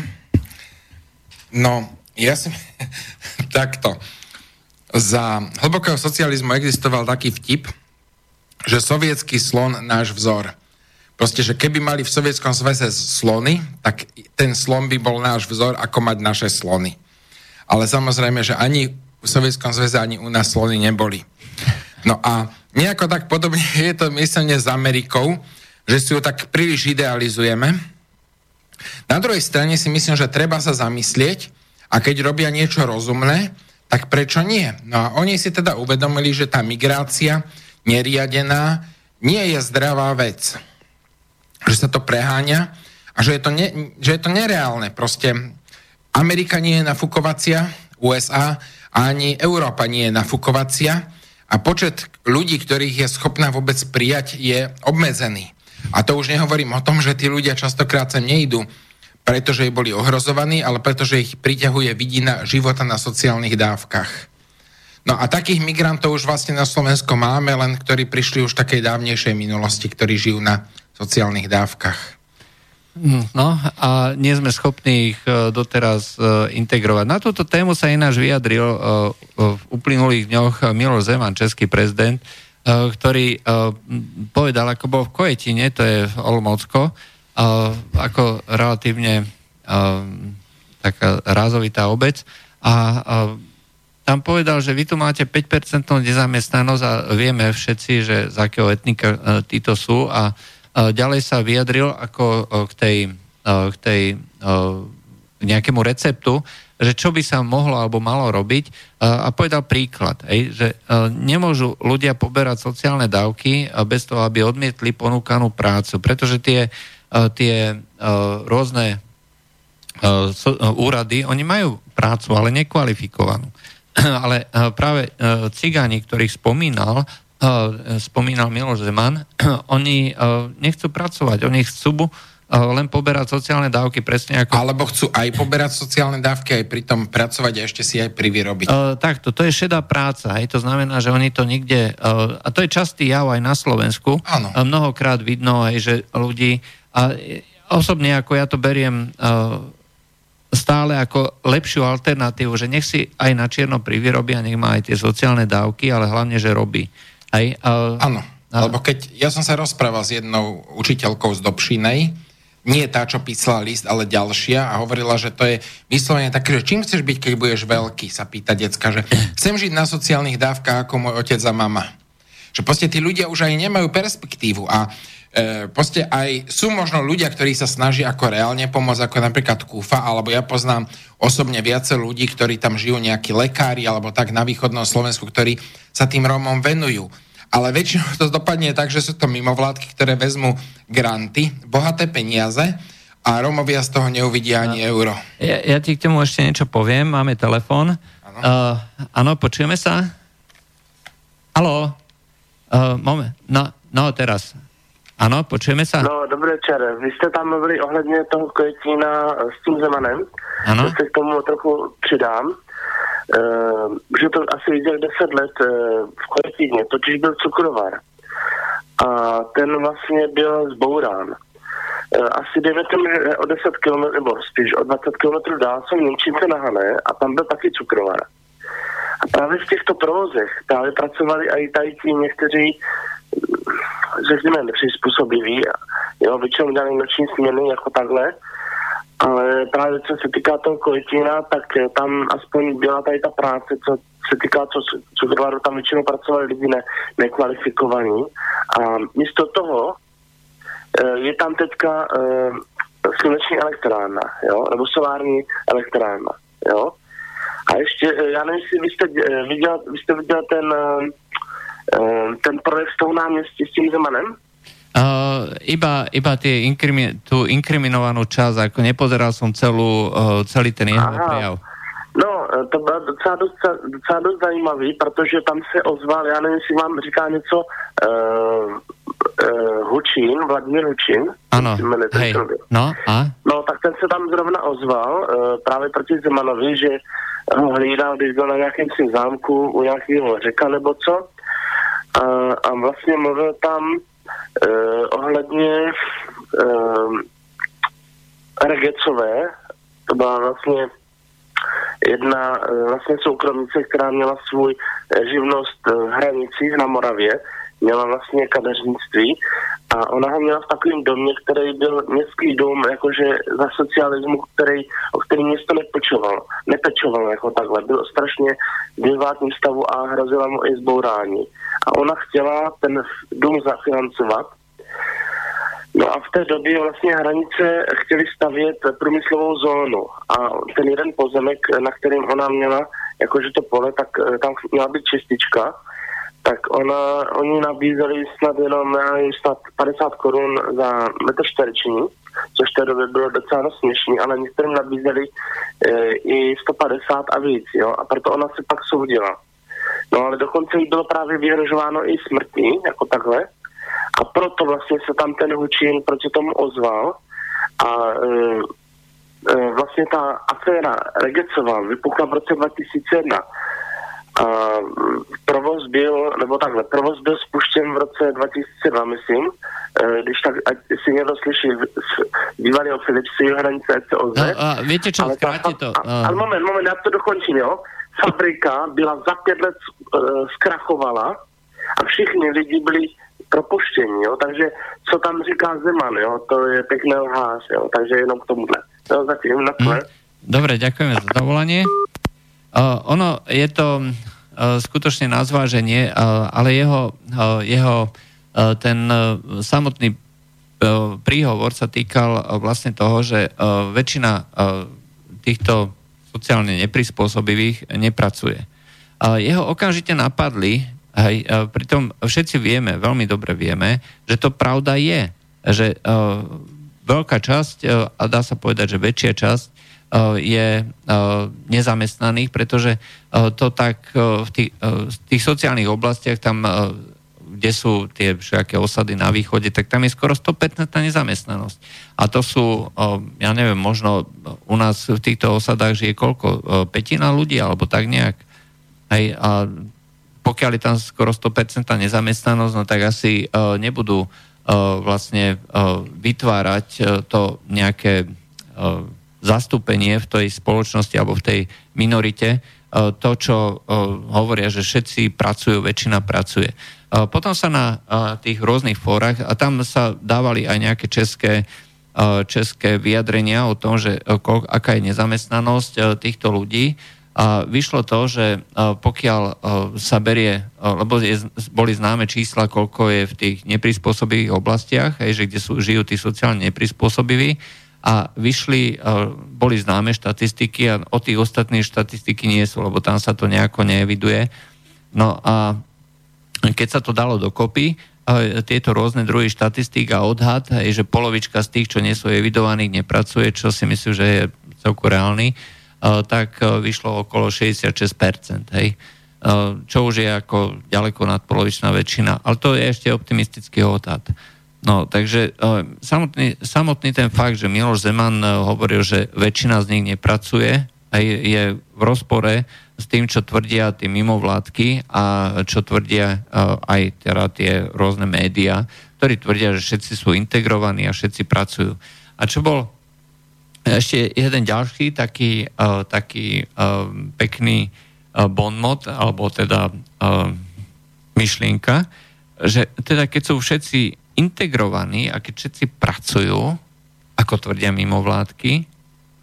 No, ja si... Takto. Za hlbokého socializmu existoval taký vtip, že sovietský slon náš vzor. Proste, že keby mali v sovietskom svete slony, tak ten slon by bol náš vzor, ako mať naše slony. Ale samozrejme, že ani v Sovietskom zväze ani u nás slony neboli. No a nejako tak podobne je to myslenie s Amerikou, že si ju tak príliš idealizujeme. Na druhej strane si myslím, že treba sa zamyslieť a keď robia niečo rozumné, tak prečo nie? No a oni si teda uvedomili, že tá migrácia neriadená nie je zdravá vec. Že sa to preháňa a že je to nereálne. Proste Amerika nie je nafúkovacia, USA ani Európa nie je nafúkovacia a počet ľudí, ktorých je schopná vôbec prijať, je obmedzený. A to už nehovorím o tom, že tí ľudia častokrát sem nejdú, pretože boli ohrozovaní, ale pretože ich priťahuje vidina života na sociálnych dávkach. No a takých migrantov už vlastne na Slovensku máme, len ktorí prišli už v takej dávnejšej minulosti, ktorí žijú na sociálnych dávkach. No a nie sme schopní ich doteraz integrovať. Na túto tému sa ináč vyjadril v uplynulých dňoch Miloš Zeman, český prezident, ktorý povedal, ako bol v Kojetine, to je Olomoucko, ako relatívne taká rázovitá obec a tam povedal, že vy tu máte 5% nezamestnanosť a vieme všetci, že z akého etnika títo sú a ďalej sa vyjadril ako k tej nejakému receptu, že čo by sa mohlo alebo malo robiť a povedal príklad, že nemôžu ľudia poberať sociálne dávky bez toho, aby odmietli ponúkanú prácu, pretože tie rôzne úrady, oni majú prácu, ale nekvalifikovanú. Ale práve cigáni, ktorých spomínal Miloš Zeman, oni nechcú pracovať, oni chcú len poberať sociálne dávky presne ako... Alebo chcú aj poberať sociálne dávky, aj pritom pracovať a ešte si aj privyrobiť. Takto, to je šedá práca, to znamená, že oni to nikde... a to je častý jav aj na Slovensku. Áno. Mnohokrát vidno aj, že ľudí... A osobne, ako ja to beriem stále ako lepšiu alternatívu, že nech si aj na čierno privyrobí a nech má aj tie sociálne dávky, ale hlavne, že robí. Áno, lebo keď ja som sa rozprával s jednou učiteľkou z Dobšinej, nie tá, čo písala list, ale ďalšia a hovorila, že to je vyslovene také, že čím chceš byť, keď budeš veľký, sa pýta decka, že chcem žiť na sociálnych dávkach ako môj otec a mama. Že proste tí ľudia už aj nemajú perspektívu a proste aj sú možno ľudia, ktorí sa snažia ako reálne pomôcť, ako napríklad Kúfa, alebo ja poznám osobne viacej ľudí, ktorí tam žijú, nejakí lekári alebo tak na východnom Slovensku, ktorí sa tým Rómom venujú. Ale väčšinou to dopadne tak, že sú to mimovládky, ktoré vezmú granty, bohaté peniaze a Rómovia z toho neuvidia ani euro. Ja ti k tomu ešte niečo poviem. Máme telefón. Áno, počujeme sa? Haló? Moment. No, teraz. Ano, počujeme sa? No, dobrý večer. Vy jste tam mluvili ohledně toho Kojetína s tím Zemanem. Ano. Já se k tomu trochu přidám. Že to asi viděl 10 let v Kojetíně, totiž byl cukrovar. A ten vlastně byl zbourán. Asi dejme tomu, že o 10 km, nebo spíš o 20 km dál jsou Němčince na Hané a tam byl taky cukrovar. A právě v těchto provozech právě pracovali i tady ti někteří, řekněme, nepřizpůsobiví. Jo, většinou dělali noční směny jako takhle. právě co se týká toho Kojetína, tak tam aspoň byla tady ta práce, co se týká cukrovaru, tam většinou pracovali lidi nekvalifikovaní. A místo toho je tam teďka sluneční elektrárna, jo, nebo solární elektrárna, jo. A ještě, já nevím, jestli vy jste viděl ten projekt s tou náměstí s tím Zemanem? Iba tú inkriminovanú časť, ako nepozeral som celý ten jeho prejav. No, to bylo docela dost zajímavý, protože tam se ozval, já nevím, jestli vám říká něco Hučín, Vladimír Hučín. Ano, hej, no a? No, tak ten se tam zrovna ozval právě proti Zemanovi, že ho hlídal, když byl na nějakém svým zámku u nějakého řeka nebo co. A vlastně mluvil tam ohledně Regecové, to byla vlastně jedna vlastně soukromnice, která měla svůj živnost v Hranicích na Moravě, měla vlastně kadeřnictví a ona ho měla v takovém domě, který byl městský dům, jakože za socialismu, o který město nepečovalo jako takhle. Byl strašně v devátním stavu a hrozila mu i zbourání. A ona chtěla ten dům zafinancovat. No a v té době vlastně Hranice chtěli stavět průmyslovou zónu a ten jeden pozemek, na kterým ona měla jakože to pole, tak tam měla být čistička, tak oni nabízeli snad jenom, já nevím, snad 50 korun za metr čtvereční, což v té době bylo docela směšný, ale některým nabízeli i 150 a víc, jo, a proto ona se pak soudila. No ale dokonce jí bylo právě vyhrožováno i smrtí, jako takhle, a proto vlastně se tam ten Hučín proti tomu ozval a vlastně ta aféra Regecová vypukla v roce 2001. A provoz byl spuštěn v roce 2002, myslím, když tak, ať si někdo slyší bývalého Philipsy, Hranice, ať se ozve. A viete čo, skráti to. Ale moment, já to dokončím, jo. Fabrika byla za 5 let zkrachovala a všichni lidi byli propuštění, jo, takže co tam říká Zeman, jo, to je pekné lhář, jo, takže jenom k tomuhle. To zatím na tvoje. Dobre, ďakujeme za zavolanie. Ono je to skutočne na zváženie, ale jeho ten samotný príhovor sa týkal vlastne toho, že väčšina týchto sociálne neprispôsobivých nepracuje. Jeho okamžite napadli, pritom všetci vieme, veľmi dobre vieme, že to pravda je, že veľká časť, a dá sa povedať, že väčšia časť je nezamestnaných, pretože to tak v tých sociálnych oblastiach tam, kde sú tie všaké osady na východe, tak tam je skoro 100% nezamestnanosť. A to sú, ja neviem, možno u nás v týchto osadách žije koľko? 1/5 ľudí, alebo tak nejak. A pokiaľ je tam skoro 100% nezamestnanosť, no tak asi nebudú vlastne vytvárať to nejaké zastúpenie v tej spoločnosti alebo v tej minorite, to, čo hovoria, že všetci pracujú, väčšina pracuje. Potom sa na tých rôznych fórach, a tam sa dávali aj nejaké české vyjadrenia o tom, že aká je nezamestnanosť týchto ľudí, a vyšlo to, že pokiaľ sa berie, lebo boli známe čísla, koľko je v tých neprispôsobivých oblastiach, že kde žijú tí sociálne neprispôsobiví, a boli známe štatistiky a o tých ostatných štatistiky nie sú, lebo tam sa to nejako neeviduje. No a keď sa to dalo dokopy, tieto rôzne druhy štatistík a odhad, že polovička z tých, čo nie sú evidovaných, nepracuje, čo si myslím, že je celku reálny, tak vyšlo okolo 66%, hej. Čo už je ako ďaleko nadpolovičná väčšina. Ale to je ešte optimistický odhad. No, takže samotný ten fakt, že Miloš Zeman hovoril, že väčšina z nich nepracuje, je v rozpore s tým, čo tvrdia tie mimovládky a čo tvrdia aj teda tie rôzne médiá, ktorí tvrdia, že všetci sú integrovaní a všetci pracujú. A čo bol ešte jeden ďalší taký pekný bonmot, alebo teda myšlienka, že teda keď sú všetci integrovaní a keď všetci pracujú, ako tvrdia mimovládky,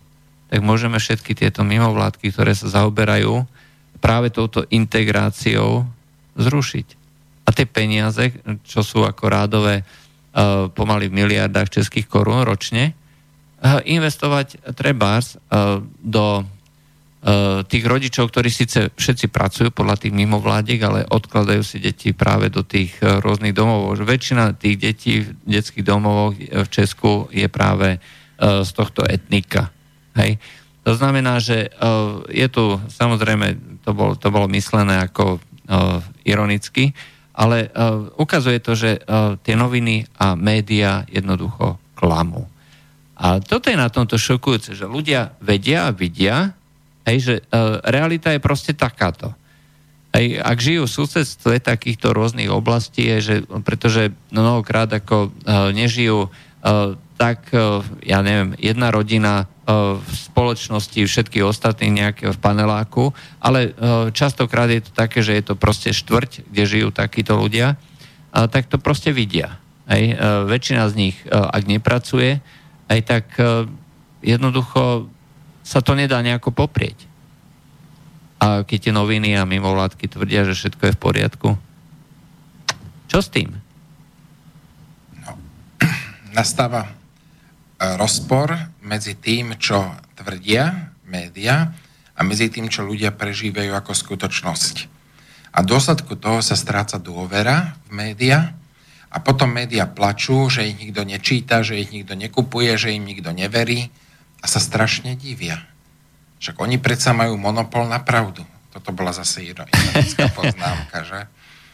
tak môžeme všetky tieto mimovládky, ktoré sa zaoberajú práve touto integráciou, zrušiť. A tie peniaze, čo sú ako rádové pomaly v miliardách českých korún ročne, investovať trebárs do tých rodičov, ktorí síce všetci pracujú podľa tých mimovládiek, ale odkladajú si deti práve do tých rôznych domov. Väčšina tých detí v detských domovoch v Česku je práve z tohto etnika. Hej. To znamená, že je tu, samozrejme, to bolo myslené ako ironicky, ale ukazuje to, že tie noviny a médiá jednoducho klamú. A toto je na tomto šokujúce, že ľudia vedia a vidia, že realita je proste takáto. Ak žijú v susedstve takýchto rôznych oblastí, pretože mnohokrát ako nežijú tak, ja neviem, jedna rodina v spoločnosti všetkých ostatných nejakého v paneláku, ale častokrát je to také, že je to proste štvrť, kde žijú takíto ľudia, tak to proste vidia. Väčšina z nich, ak nepracuje, tak jednoducho sa to nedá nejako poprieť. A keď tie noviny a mimovládky tvrdia, že všetko je v poriadku, čo s tým? No, nastáva rozpor medzi tým, čo tvrdia médiá a medzi tým, čo ľudia prežívajú ako skutočnosť. A v dôsledku toho sa stráca dôvera v médiá a potom médiá plačú, že ich nikto nečíta, že ich nikto nekupuje, že im nikto neverí a sa strašne divia. Však oni predsa majú monopol na pravdu. Toto bola zase ironická poznámka, že?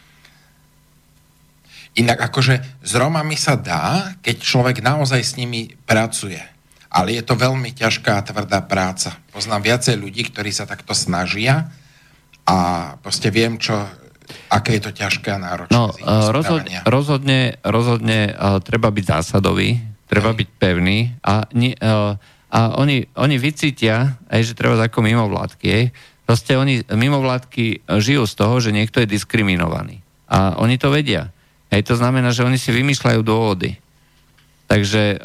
Inak akože s Romami sa dá, keď človek naozaj s nimi pracuje. Ale je to veľmi ťažká a tvrdá práca. Poznám viacej ľudí, ktorí sa takto snažia a proste viem, aké je to ťažké a náročné. No, rozhodne treba byť zásadový, treba byť pevný a oni vycítia, že treba ako mimovládky. Proste mimovládky žijú z toho, že niekto je diskriminovaný. A oni to vedia. To znamená, že oni si vymýšľajú dôvody. Takže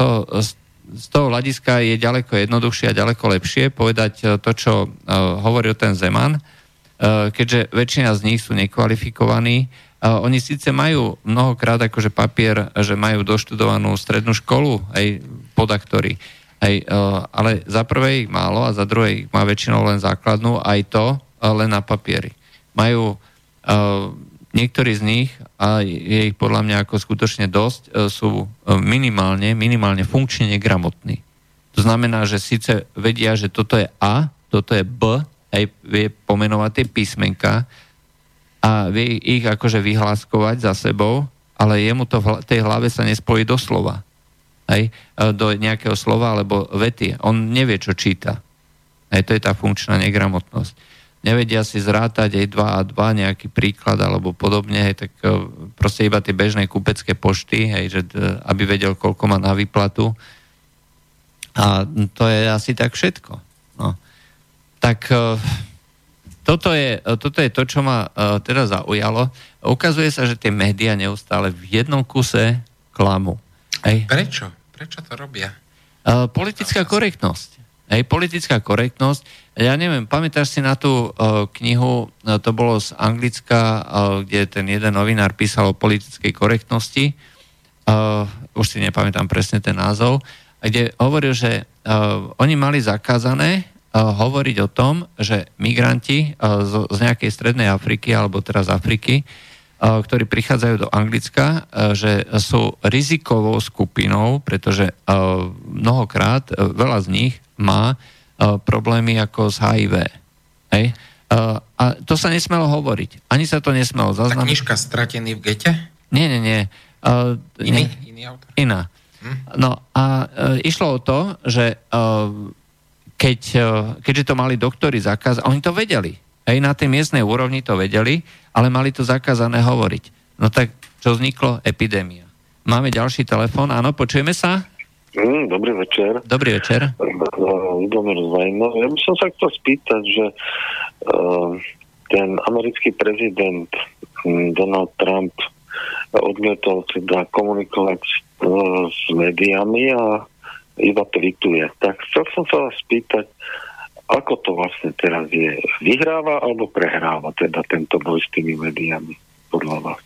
z toho hľadiska je ďaleko jednoduchšie a ďaleko lepšie povedať to, čo hovoril ten Zeman, keďže väčšina z nich sú nekvalifikovaní. Oni síce majú mnohokrát akože papier, že majú doštudovanú strednú školu, aj podaktory. Ale za prvé ich málo a za druhé ich má väčšinou len základnú, aj to len na papieri. Majú niektorí z nich, a je ich podľa mňa ako skutočne dosť, sú minimálne funkčne negramotní. To znamená, že síce vedia, že toto je A, toto je B, aj vie pomenovať tie písmenka a vie ich akože vyhláskovať za sebou, ale jemu to v tej hlave sa nespojí do slova. Do nejakého slova alebo vety. On nevie, čo číta. To je tá funkčná negramotnosť. Nevedia si zrátať aj 2 a 2, nejaký príklad alebo podobne, tak proste iba tie bežné kupecké pošty, aby vedel, koľko má na výplatu. A to je asi tak všetko. No. Tak toto je to, čo ma teda zaujalo. Ukazuje sa, že tie médiá neustále v jednom kuse klamu. Prečo? Prečo to robia? Politická korektnosť. Politická korektnosť. Ja neviem, pamätáš si na tú knihu, to bolo z Anglicka, kde ten jeden novinár písal o politickej korektnosti. Už si nepamätám presne ten názov. Kde hovoril, že oni mali zakázané hovoriť o tom, že migranti z nejakej strednej Afriky, alebo teraz Afriky, ktorí prichádzajú do Anglicka, že sú rizikovou skupinou, pretože mnohokrát veľa z nich má problémy ako s HIV. A to sa nesmelo hovoriť. Ani sa to nesmelo zaznamenať. Tá knižka Stratený v gete? Nie. Iný autor? Iná. No a išlo o to, že keďže to mali doktori zakázať, oni to vedeli. Na tej miestnej úrovni to vedeli, ale mali to zakázané hovoriť. No tak, čo vzniklo? Epidémia. Máme ďalší telefón. Áno, počujeme sa? Dobrý večer. Dobrý večer. Ľudomír Zajno. Ja by som sa chcel spýtať, že ten americký prezident Donald Trump odmietol teda komunikovať s médiami a iba tweetuje. Tak chcel som sa vás spýtať, ako to vlastne teraz je? Vyhráva alebo prehráva teda tento boj s tými médiami podľa vás?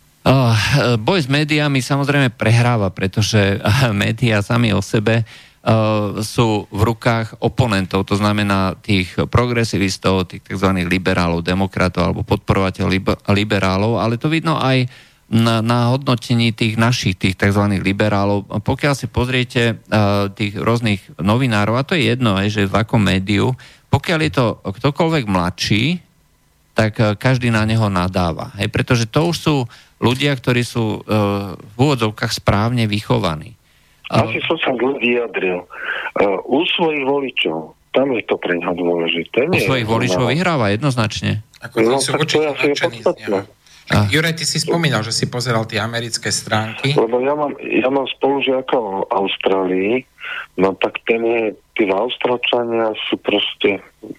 Boj s médiami samozrejme prehráva, pretože médiá sami o sebe sú v rukách oponentov, to znamená tých progresivistov, tých tzv. Liberálov, demokratov alebo podporovateľov liberálov, ale to vidno aj na hodnotení tých našich, tých tzv. Liberálov. Pokiaľ si pozriete tých rôznych novinárov, a to je jedno, že v akom médiu, pokiaľ je to ktokoľvek mladší, tak každý na neho nadáva. Pretože to už sú ľudia, ktorí sú v úvodzovkách správne vychovaní. Asi som sa vyjadril. U svojich voličov, tam je to pre ňa dôležité. U svojich voličov vyhráva jednoznačne. Ako tí sú určite nadšení z neho. Juraj, ty si spomínal, že si pozeral tie americké stránky. Lebo ja mám spolužiaka v Austrálii, no tak tí Austrálčania sú proste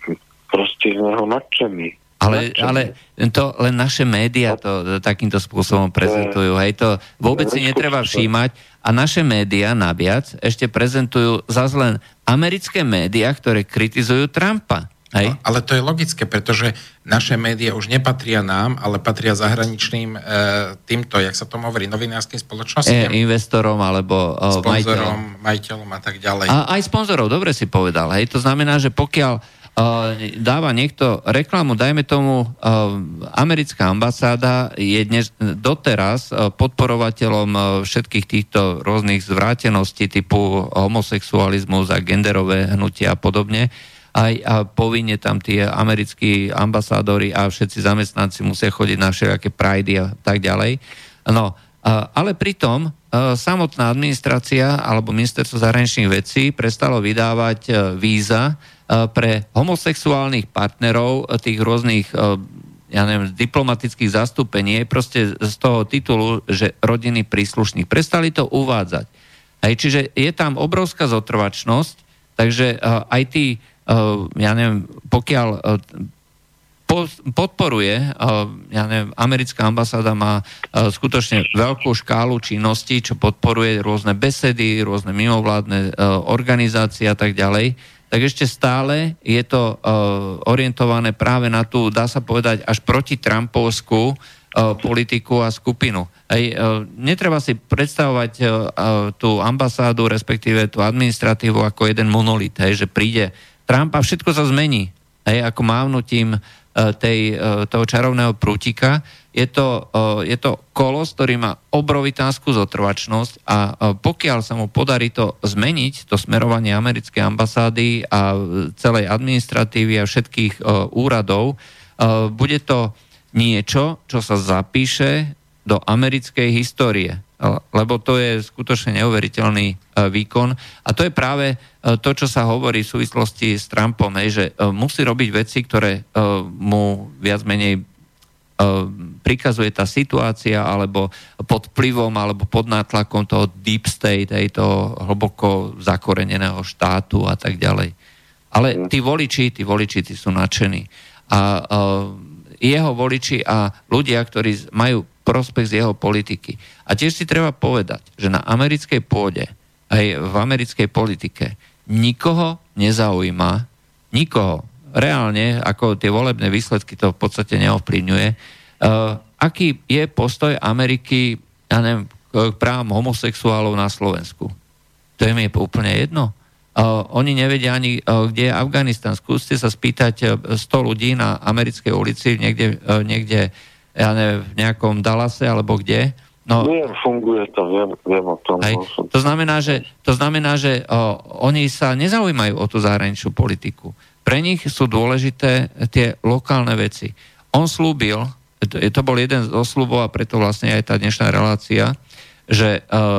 z neho nadšení. Ale to len naše médiá to takýmto spôsobom prezentujú. Hej, to vôbec si netreba všímať. A naše médiá naviac ešte prezentujú zase len americké médiá, ktoré kritizujú Trumpa. Hej? No, ale to je logické, pretože naše médiá už nepatria nám, ale patria zahraničným týmto, jak sa tomu hovorí, novinárskym spoločnostiam. Investorom alebo sponzorom, majiteľom a tak ďalej. A aj sponzorov, dobre si povedal. Hej? To znamená, že pokiaľ dáva niekto reklamu, dajme tomu, americká ambasáda je dnes doteraz podporovateľom všetkých týchto rôznych zvráteností typu homosexualizmus a genderové hnutia a podobne. A povinne tam tie americkí ambasádori a všetci zamestnanci musia chodiť na všelijaké pridey a tak ďalej. No, ale pritom samotná administrácia alebo ministerstvo zahraničných vecí prestalo vydávať víza pre homosexuálnych partnerov tých rôznych diplomatických zastúpení, proste z toho titulu, že rodinný príslušník. Prestali to uvádzať. Čiže je tam obrovská zotrvačnosť, takže aj tí, pokiaľ podporuje, americká ambasáda má skutočne veľkú škálu činností, čo podporuje rôzne besedy, rôzne mimovládne organizácie a tak ďalej, tak ešte stále je to orientované práve na tú, dá sa povedať, až proti Trumpovskú politiku a skupinu. Netreba si predstavovať tú ambasádu, respektíve tú administratívu ako jeden monolit, že príde Trump a všetko sa zmení. Ako mávnutím toho čarovného prútika. Je to kolos, ktorý má obrovitánsku zotrvačnosť a pokiaľ sa mu podarí to zmeniť, to smerovanie americkej ambasády a celej administratívy a všetkých úradov, bude to niečo, čo sa zapíše do americkej histórie. Lebo to je skutočne neuveriteľný výkon. A to je práve to, čo sa hovorí v súvislosti s Trumpom, že musí robiť veci, ktoré mu viac menej prikazuje tá situácia, alebo pod vplyvom, alebo pod nátlakom toho deep state, toho hlboko zakoreneného štátu a tak ďalej. Ale tí voliči sú nadšení. A jeho voliči a ľudia, ktorí majú prospekt z jeho politiky. A tiež si treba povedať, že na americkej pôde, aj v americkej politike, nikoho nezaujíma, reálne, ako tie volebné výsledky to v podstate neovplyvňuje, aký je postoj Ameriky, k právam homosexuálov na Slovensku. To je mi úplne jedno. Oni nevedia ani, kde je Afganistan. Skúste sa spýtať 100 ľudí na americkej ulici, niekde v nejakom Dallase, alebo kde. No, nie, funguje to, viem o tom. To znamená, že oni sa nezaujímajú o tú zahraničnú politiku. Pre nich sú dôležité tie lokálne veci. On slúbil, to bol jeden z osľubov a preto vlastne aj tá dnešná relácia, že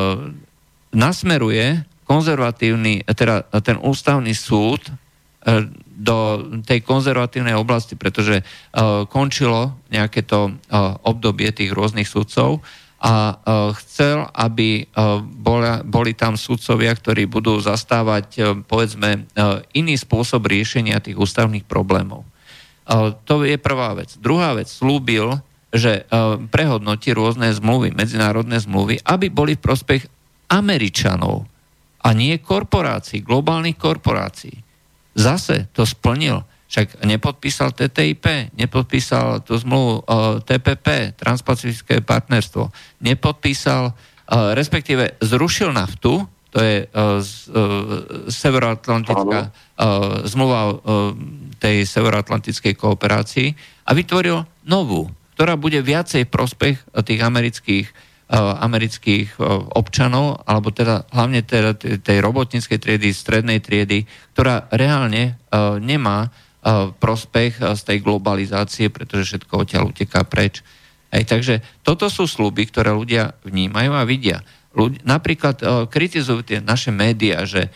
nasmeruje konzervatívny, teda ten ústavný súd do tej konzervatívnej oblasti, pretože končilo nejaké to obdobie tých rôznych sudcov a chcel, aby boli tam sudcovia, ktorí budú zastávať, povedzme, iný spôsob riešenia tých ústavných problémov. To je prvá vec. Druhá vec, slúbil, že prehodnotí rôzne zmluvy, medzinárodné zmluvy, aby boli v prospech Američanov. a nie korporácií, globálnych korporácií. Zase to splnil. Však nepodpísal TTIP, nepodpísal tú zmluvu TPP, Transpacifické partnerstvo, nepodpísal, respektíve zrušil NAFTU, to je severoatlantická zmluva tej severoatlantickej kooperácii a vytvoril novú, ktorá bude viacej prospech tých amerických občanov, alebo teda hlavne teda tej robotníckej triedy, strednej triedy, ktorá reálne nemá prospech z tej globalizácie, pretože všetko odtiaľ uteká preč. Takže toto sú sľuby, ktoré ľudia vnímajú a vidia. Napríklad kritizujú tie naše médiá, že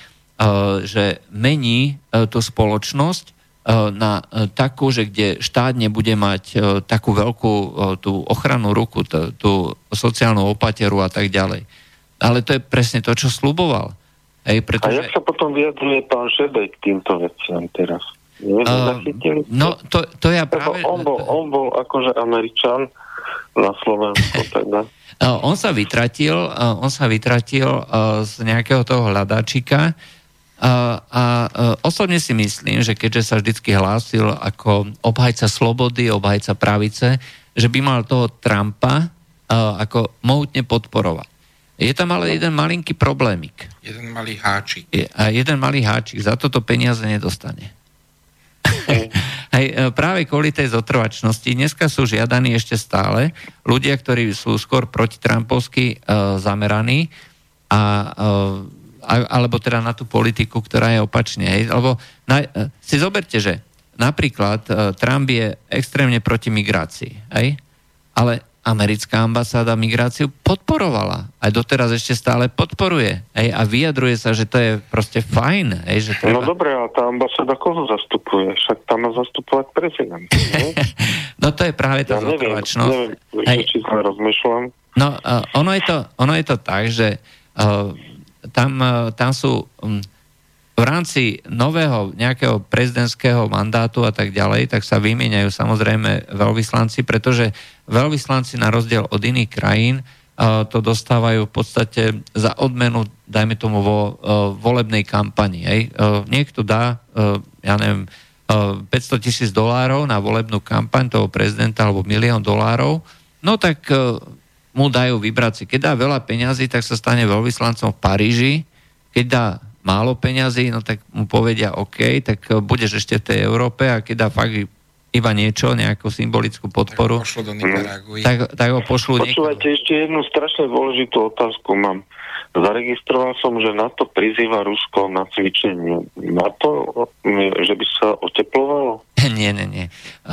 mení tú spoločnosť na takú, že kde štát nebude mať takú veľkú tú ochrannú ruku, tú sociálnu opateru a tak ďalej. Ale to je presne to, čo sľuboval. Pretože... A jak sa potom vyjadruje pán Šebej k týmto veciam teraz? No, to ja práve... On bol akože Američan na Slovensku teda. On sa vytratil z nejakého toho hľadáčika a osobne si myslím, že keďže sa vždycky hlásil ako obhajca slobody, obhajca pravice, že by mal toho Trumpa ako mohutne podporovať. Je tam ale jeden malinký problémik. Jeden malý háčik. Jeden malý háčik, za toto peniaze nedostane. Práve kvôli tej zotrvačnosti dneska sú žiadaní ešte stále ľudia, ktorí sú skôr protitrampovsky zameraní alebo teda na tú politiku, ktorá je opačne. Lebo si zoberte, že napríklad Trump je extrémne proti migrácii, ale americká ambasáda migráciu podporovala. Aj doteraz ešte stále podporuje. A vyjadruje sa, že to je proste fajn. Že treba... No dobre, ale tá ambasáda koho zastupuje? Však tam má zastupovať prezident. No to je práve tá zotrvačnosť. Neviem, či sa rozmýšľam. No, ono je to tak, že tam sú v rámci nového nejakého prezidentského mandátu a tak ďalej, tak sa vymieňajú samozrejme veľvyslanci, pretože veľvyslanci na rozdiel od iných krajín to dostávajú v podstate za odmenu, dajme tomu vo volebnej kampani. Niekto dá, ja neviem, $500,000 na volebnú kampaň toho prezidenta alebo $1 000 000, no tak mu dajú vybrať si. Keď dá veľa peňazí, tak sa stane veľvyslancom v Paríži. Keď dá málo peňazí, no tak mu povedia OK, tak budeš ešte v tej Európe a keď dá fakt iba niečo, nejakú symbolickú podporu, tak ho pošlú niekto. Počúvajte, ešte jednu strašne dôležitú otázku mám. Zaregistroval som, že NATO prizýva Rusko na cvičenie. NATO, že by sa oteplovalo? Nie. Nie?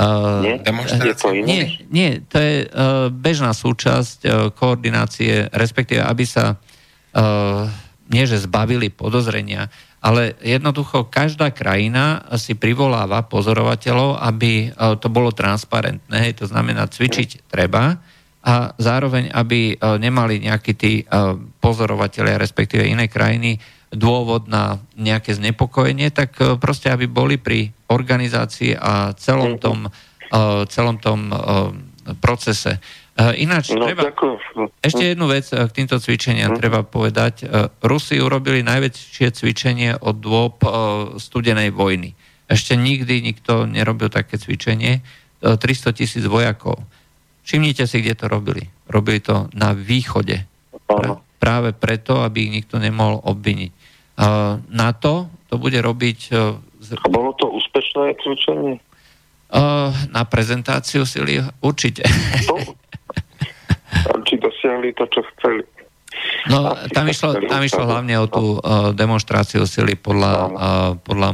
Nie, to je bežná súčasť koordinácie, respektíve aby sa nie že zbavili podozrenia, ale jednoducho každá krajina si privoláva pozorovateľov, aby to bolo transparentné, to znamená cvičiť treba a zároveň, aby nemali nejakí tí pozorovatelia, respektíve iné krajiny, dôvod na nejaké znepokojenie, tak proste, aby boli pri organizácii a celom tom procese. Ináč, ešte jednu vec k týmto cvičeniam treba povedať. Rusi urobili najväčšie cvičenie od dôb studenej vojny. Ešte nikdy nikto nerobil také cvičenie. 300,000 vojakov. Všimnite si, kde to robili. Robili to na východe. Práve preto, aby ich nikto nemohol obviniť. NATO to bude robiť... A bolo to úspešné cvičenie? Na prezentáciu sily určite. Či dosiahli to, čo chceli? No, tam išlo hlavne o tú demonstráciu sily podľa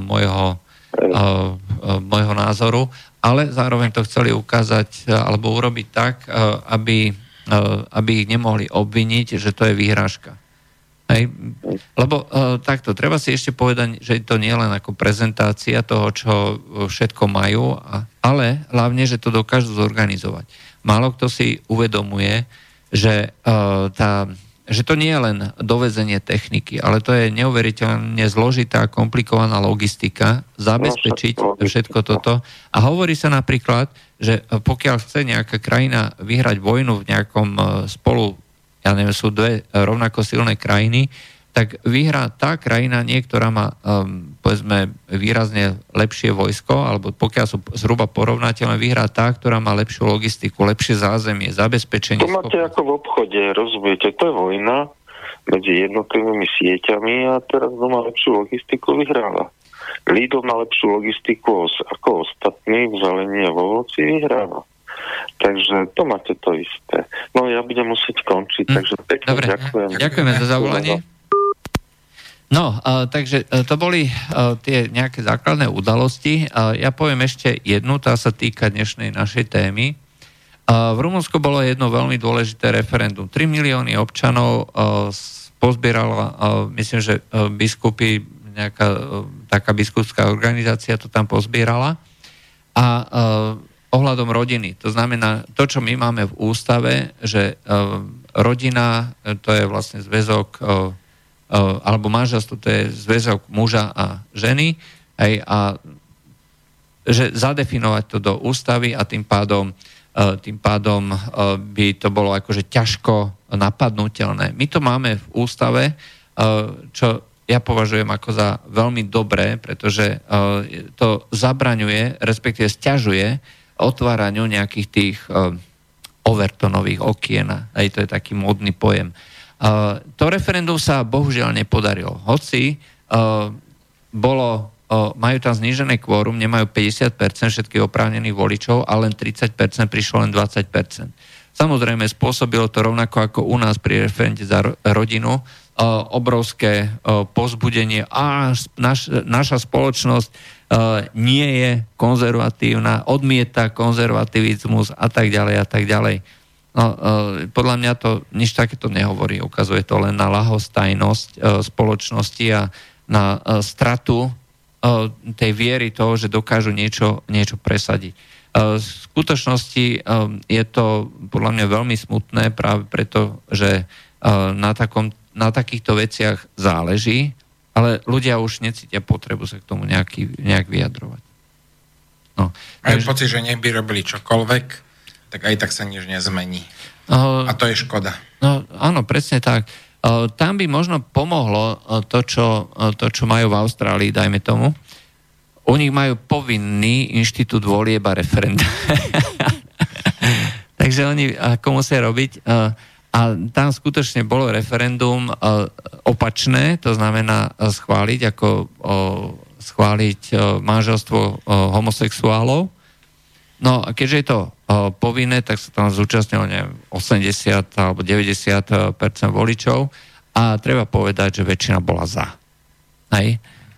môjho názoru, ale zároveň to chceli ukázať alebo urobiť tak, aby ich nemohli obviniť, že to je výhrážka. Lebo takto, treba si ešte povedať, že to nie je len ako prezentácia toho, čo všetko majú, ale hlavne, že to dokážu zorganizovať. Málo kto si uvedomuje, že to nie je len dovezenie techniky, ale to je neuveriteľne zložitá, komplikovaná logistika, zabezpečiť všetko toto. A hovorí sa napríklad, že pokiaľ chce nejaká krajina vyhrať vojnu v nejakom spolu, ja neviem, sú dve rovnako silné krajiny, tak vyhrá tá krajina, ktorá má, povedzme, výrazne lepšie vojsko, alebo pokiaľ sú zhruba porovnateľné, vyhrá tá, ktorá má lepšiu logistiku, lepšie zázemie, zabezpečenie. To máte ako v obchode, rozumiete, to je vojna medzi jednotlivými sieťami a teraz kto má lepšiu logistiku, vyhráva. Lidl má lepšiu logistiku ako ostatní v zelení a v ovoci, vyhráva. Takže to máte to isté. No ja budem musieť končiť, takže pekne dobre, ďakujem. Ďakujeme za zavolanie. No, takže to boli tie nejaké základné udalosti. Ja poviem ešte jednu, tá sa týka dnešnej našej témy. V Rumunsku bolo jedno veľmi dôležité referendum. 3 milióny občanov pozbierala, myslím, že biskupy, nejaká taká biskupská organizácia to tam pozbierala. A ohľadom rodiny. To znamená, to, čo my máme v ústave, že rodina, to je vlastne zväzok, alebo manželstvo, to je zväzok muža a ženy, a že zadefinovať to do ústavy a tým pádom by to bolo akože ťažko napadnutelné. My to máme v ústave, čo ja považujem ako za veľmi dobré, pretože to zabraňuje, respektíve sťažuje otváraniu nejakých tých Overtonových okien. Aj to je taký módny pojem. To referendum sa bohužiaľ nepodarilo. Hoci majú tam znížené kvórum, nemajú 50% všetkých oprávnených voličov a len 30% prišlo len 20%. Samozrejme, spôsobilo to rovnako ako u nás pri referende za rodinu, obrovské povzbudenie a naša spoločnosť nie je konzervatívna, odmieta konzervativizmus a tak ďalej a tak ďalej. No, podľa mňa to nič takéto nehovorí. Ukazuje to len na ľahostajnosť spoločnosti a na stratu tej viery toho, že dokážu niečo presadiť. V skutočnosti je to podľa mňa veľmi smutné práve preto, že na takýchto veciach záleží, ale ľudia už necítia potrebu sa k tomu nejak vyjadrovať. No, majú pocit, že nech by robili čokoľvek, tak aj tak sa nič nezmení. A to je škoda. No, áno, presne tak. Tam by možno pomohlo to, čo majú v Austrálii, dajme tomu. U nich majú povinný inštitút volieb a referenda. Takže oni ako musia robiť. A tam skutočne bolo referendum opačné, to znamená schváliť manželstvo homosexuálov. No a keďže je to povinné, tak sa tam zúčastnilo 80 alebo 90% voličov a treba povedať, že väčšina bola za. Hej?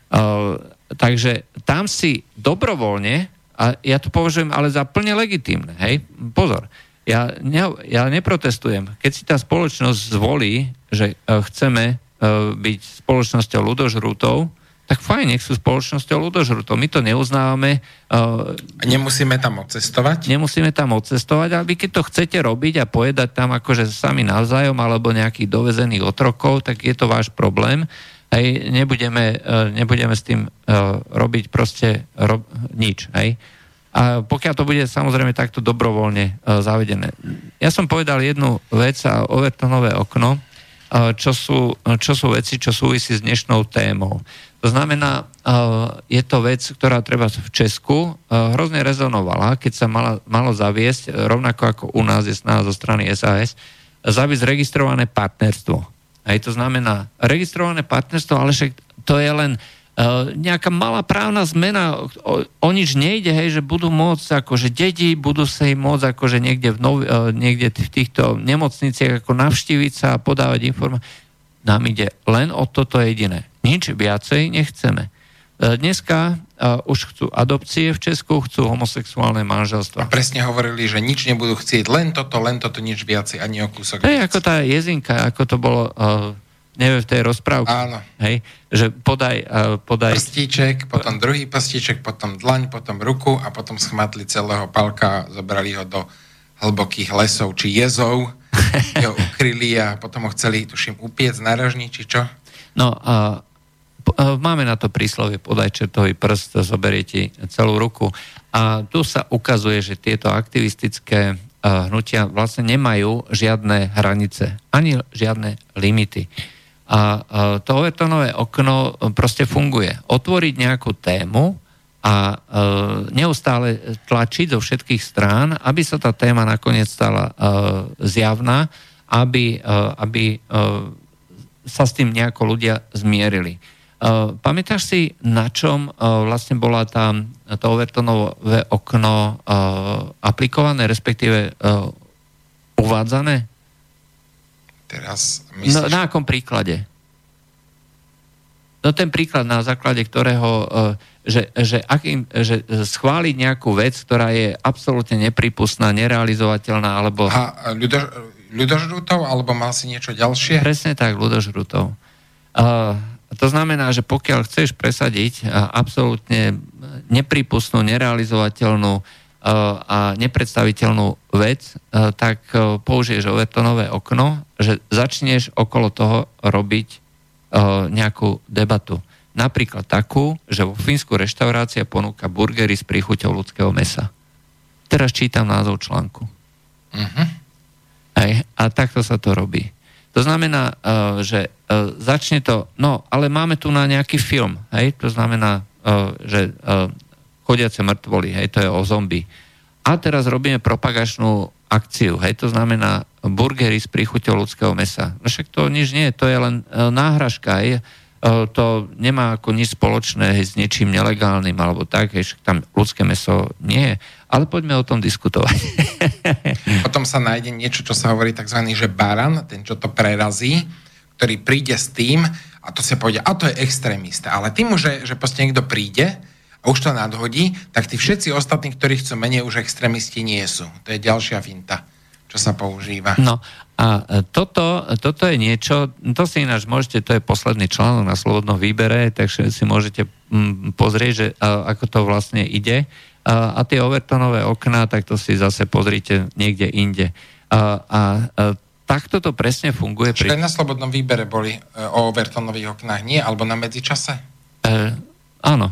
Takže tam si dobrovoľne, a ja to považujem ale za plne legitímne, hej, pozor, ja neprotestujem. Keď si tá spoločnosť zvolí, že chceme byť spoločnosťou ľudožrútov, tak fajn, nech sú spoločnosťou ľudožrútov. My to neuznávame. Nemusíme tam odcestovať? Nemusíme tam odcestovať, ale vy keď to chcete robiť a pojedať tam akože sami navzájom alebo nejakých dovezených otrokov, tak je to váš problém. Hej, nebudeme s tým robiť proste nič. Hej. A pokiaľ to bude samozrejme takto dobrovoľne zavedené. Ja som povedal jednu vec a Overtonové okno, čo sú veci, čo súvisí s dnešnou témou. To znamená, je to vec, ktorá treba v Česku hrozne rezonovala, keď sa malo zaviesť, rovnako ako u nás je snaha zo strany SAS, zaviesť registrované partnerstvo. Aj to znamená registrované partnerstvo, ale však to je len nejaká malá právna zmena, o nič nejde, hej, že budú môcť akože deti, budú sa im môcť akože niekde v týchto nemocniciach ako navštíviť sa a podávať informácie. Nám ide len o toto jediné. Nič viacej nechceme. Dneska už chcú adopcie v Česku, chcú homosexuálne manželstva. A presne hovorili, že nič nebudú chcieť, len toto, nič viacej, ani o kúsok. To je ako tá jezinka, ako to bolo neviem, v tej rozprávke. Áno. Hej, že podaj... Prstíček, potom druhý prstíček, potom dlaň, potom ruku a potom schmatli celého palka, zobrali ho do hlbokých lesov či jezov, ho ukryli a potom ho chceli, tuším, upiec na ražni, či čo? No, máme na to príslovie podaj čertový prst, zoberiete celú ruku. A tu sa ukazuje, že tieto aktivistické hnutia vlastne nemajú žiadne hranice, ani žiadne limity. A to Overtonové okno proste funguje. Otvoriť nejakú tému a neustále tlačiť zo všetkých strán, aby sa tá téma nakoniec stala zjavná, aby sa s tým nejako ľudia zmierili. Pamätáš si, na čom vlastne bola to Overtonové okno aplikované, respektíve uvádzané? Teraz myslíš... Na akom príklade? No ten príklad, na základe ktorého že schváliť nejakú vec, ktorá je absolútne nepripustná, nerealizovateľná, alebo... ľudožrutov, alebo mal si niečo ďalšie? Presne tak, ľudožrutov. To znamená, že pokiaľ chceš presadiť absolútne nepripustnú, nerealizovateľnú a nepredstaviteľnú vec, tak použiješ Overtonové okno, že začneš okolo toho robiť nejakú debatu. Napríklad takú, že vo Fínsku reštaurácia ponúka burgery s príchuťou ľudského mäsa. Teraz čítam názov článku. Uh-huh. A takto sa to robí. To znamená, že začne to, no, ale máme tu na nejaký film, hej, to znamená, že chodiace mŕtvoly, hej, to je o zombie. A teraz robíme propagačnú akciu, hej, to znamená burgery s príchuťou ľudského mäsa. No však to nič nie, to je len náhražka, hej, to nemá ako nič spoločné s niečím nelegálnym, alebo tak, hej, tam ľudské mäso nie je. Ale poďme o tom diskutovať. Potom sa nájde niečo, čo sa hovorí takzvaný, že baran, ten, čo to prerazí, ktorý príde s tým a to sa povie, a to je extrémista. Ale tým, že proste niekto príde a už to nadhodí, tak tí všetci ostatní, ktorí chcú menej, už extrémisti nie sú. To je ďalšia finta, čo sa používa. No a toto je niečo, to si ináč môžete, to je posledný článok na Slobodnom výbere, takže si môžete pozrieť, že ako to vlastne ide. A tie Overtonové okná, tak to si zase pozrite niekde inde. Takto to presne funguje. Aj na Slobodnom výbere boli o Overtonových oknách, nie? Alebo na medzičase? Áno.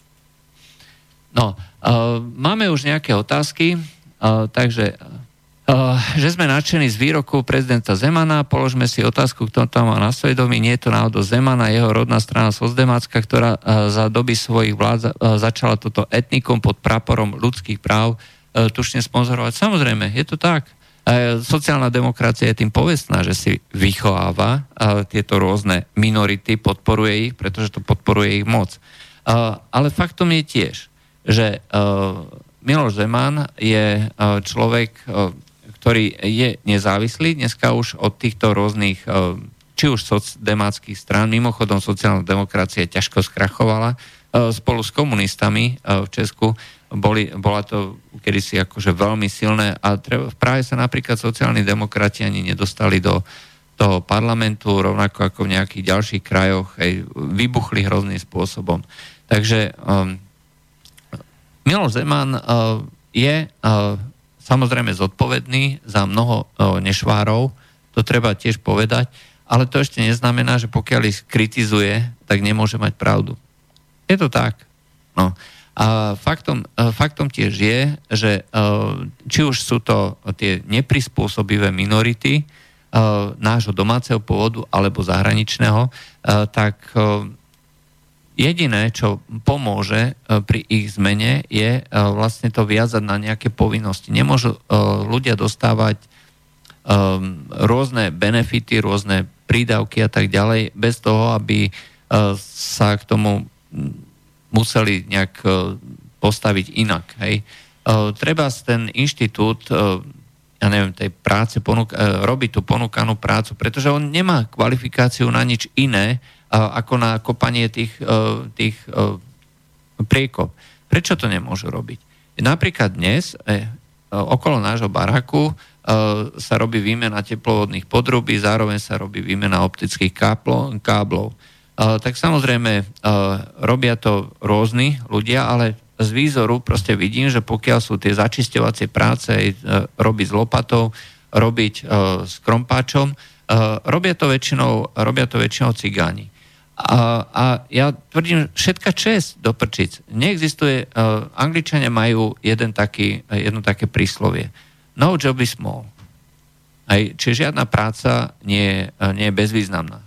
No, máme už nejaké otázky, takže že sme nadšení z výroku prezidenta Zemana, položme si otázku, kto tam má na svedomí, nie je to náhodou Zemana, jeho rodná strana Sosdemácka, ktorá za doby svojich vlád začala toto etnikum pod praporom ľudských práv tušne sponzorovať. Samozrejme, je to tak. Sociálna demokracia je tým povestná, že si vychováva tieto rôzne minority, podporuje ich, pretože to podporuje ich moc. Ale faktom je tiež, že Miloš Zeman je človek, ktorý je nezávislý dneska už od týchto rôznych, či už socdemáckých strán, mimochodom sociálna demokracia ťažko skrachovala, spolu s komunistami v Česku bola to kedysi akože veľmi silné a v Prahe sa napríklad sociálni demokrati ani nedostali do toho parlamentu, rovnako ako v nejakých ďalších krajoch, vybuchli hrozným spôsobom. Takže Miloš Zeman je samozrejme zodpovedný za mnoho nešvárov, to treba tiež povedať, ale to ešte neznamená, že pokiaľ ich kritizuje, tak nemôže mať pravdu. Je to tak. No. A faktom tiež je, že či už sú to tie neprispôsobivé minority nášho domáceho pôvodu alebo zahraničného, tak jediné, čo pomôže pri ich zmene, je vlastne to viazať na nejaké povinnosti. Nemôžu ľudia dostávať rôzne benefity, rôzne prídavky a tak ďalej, bez toho, aby sa k tomu museli nejak postaviť inak. Hej. Treba ten inštitút, ja neviem, tej práce robiť tú ponúkanú prácu, pretože on nemá kvalifikáciu na nič iné, ako na kopanie tých priekop. Prečo to nemôžu robiť? Napríklad dnes okolo nášho baraku sa robí výmena teplovodných podrubí, zároveň sa robí výmena optických káblov. Tak samozrejme robia to rôzni ľudia, ale z výzoru proste vidím, že pokiaľ sú tie začisťovacie práce robiť s lopatou, robiť s krompáčom, robia to väčšinou cigáni. A ja tvrdím, všetka česť do prčic. Neexistuje, Angličania majú jedno také príslovie. No job is small. Čiže žiadna práca nie je bezvýznamná.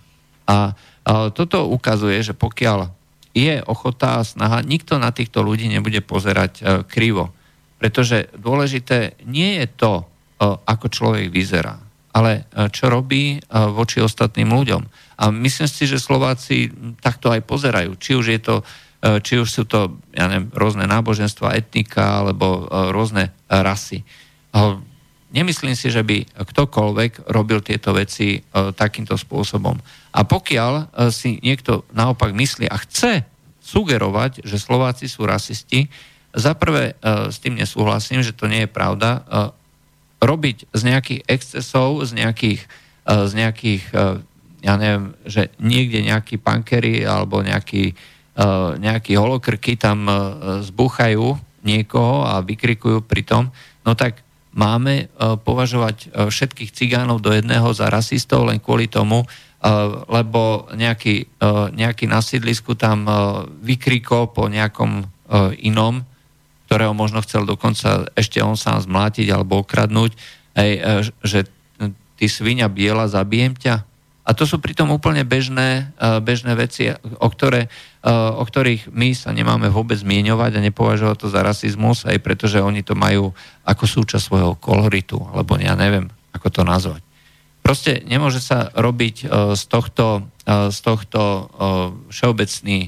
A toto ukazuje, že pokiaľ je ochota a snaha, nikto na týchto ľudí nebude pozerať krivo. Pretože dôležité nie je to, ako človek vyzerá, ale čo robí voči ostatným ľuďom. A myslím si, že Slováci takto aj pozerajú. Či už sú to rôzne náboženstva, etnika alebo rôzne rasy. Nemyslím si, že by ktokoľvek robil tieto veci takýmto spôsobom. A pokiaľ si niekto naopak myslí a chce sugerovať, že Slováci sú rasisti, za prvé s tým nesúhlasím, že to nie je pravda. Robiť z nejakých excesov, z nejakých ja neviem, že niekde nejakí pankeri alebo nejakí holokrky tam zbúchajú niekoho a vykrikujú pri tom, no tak máme považovať všetkých cigánov do jedného za rasistov len kvôli tomu, lebo nejaký na sídlisku tam vykrikol po nejakom inom, ktorého možno chcel dokonca ešte on sám zmlátiť alebo okradnúť, že ty svinia biela, zabijem ťa. A to sú pritom úplne bežné veci, o ktorých my sa nemáme vôbec zmieňovať a nepovažovať to za rasizmus, aj pretože oni to majú ako súčasť svojho koloritu, alebo ja neviem, ako to nazvať. Proste nemôže sa robiť z tohto všeobecný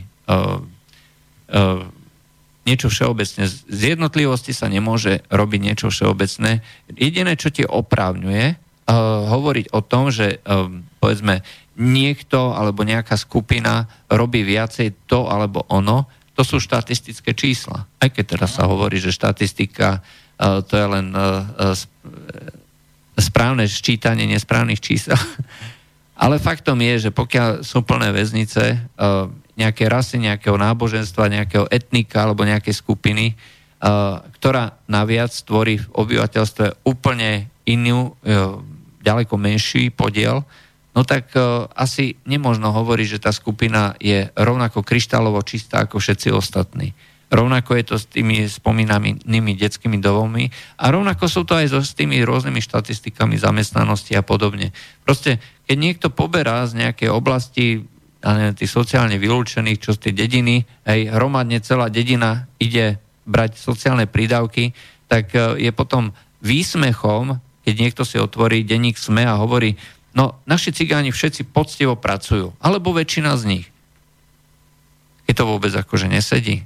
niečo všeobecné. Z jednotlivosti sa nemôže robiť niečo všeobecné. Jediné, čo ti oprávňuje, hovoriť o tom, že povedzme niekto alebo nejaká skupina robí viacej to alebo ono, to sú štatistické čísla. Aj keď teraz sa hovorí, že štatistika to je len správne sčítanie nesprávnych čísel. Ale faktom je, že pokiaľ sú plné väznice nejaké rasy, nejakého náboženstva, nejakého etnika alebo nejaké skupiny, ktorá naviac tvorí v obyvateľstve úplne inú, ďaleko menší podiel, no tak asi nemožno hovoriť, že tá skupina je rovnako kryštálovo čistá ako všetci ostatní. Rovnako je to s tými spomínanými detskými domovmi a rovnako sú to aj s tými rôznymi štatistikami zamestnanosti a podobne. Proste, keď niekto poberá z nejakej oblasti tých sociálne vylúčených, čo z tej dediny, hromadne celá dedina ide brať sociálne prídavky, tak je potom výsmechom, keď niekto si otvorí denník SME a hovorí, no naši cigáni všetci poctivo pracujú, alebo väčšina z nich. Je to vôbec akože nesedí?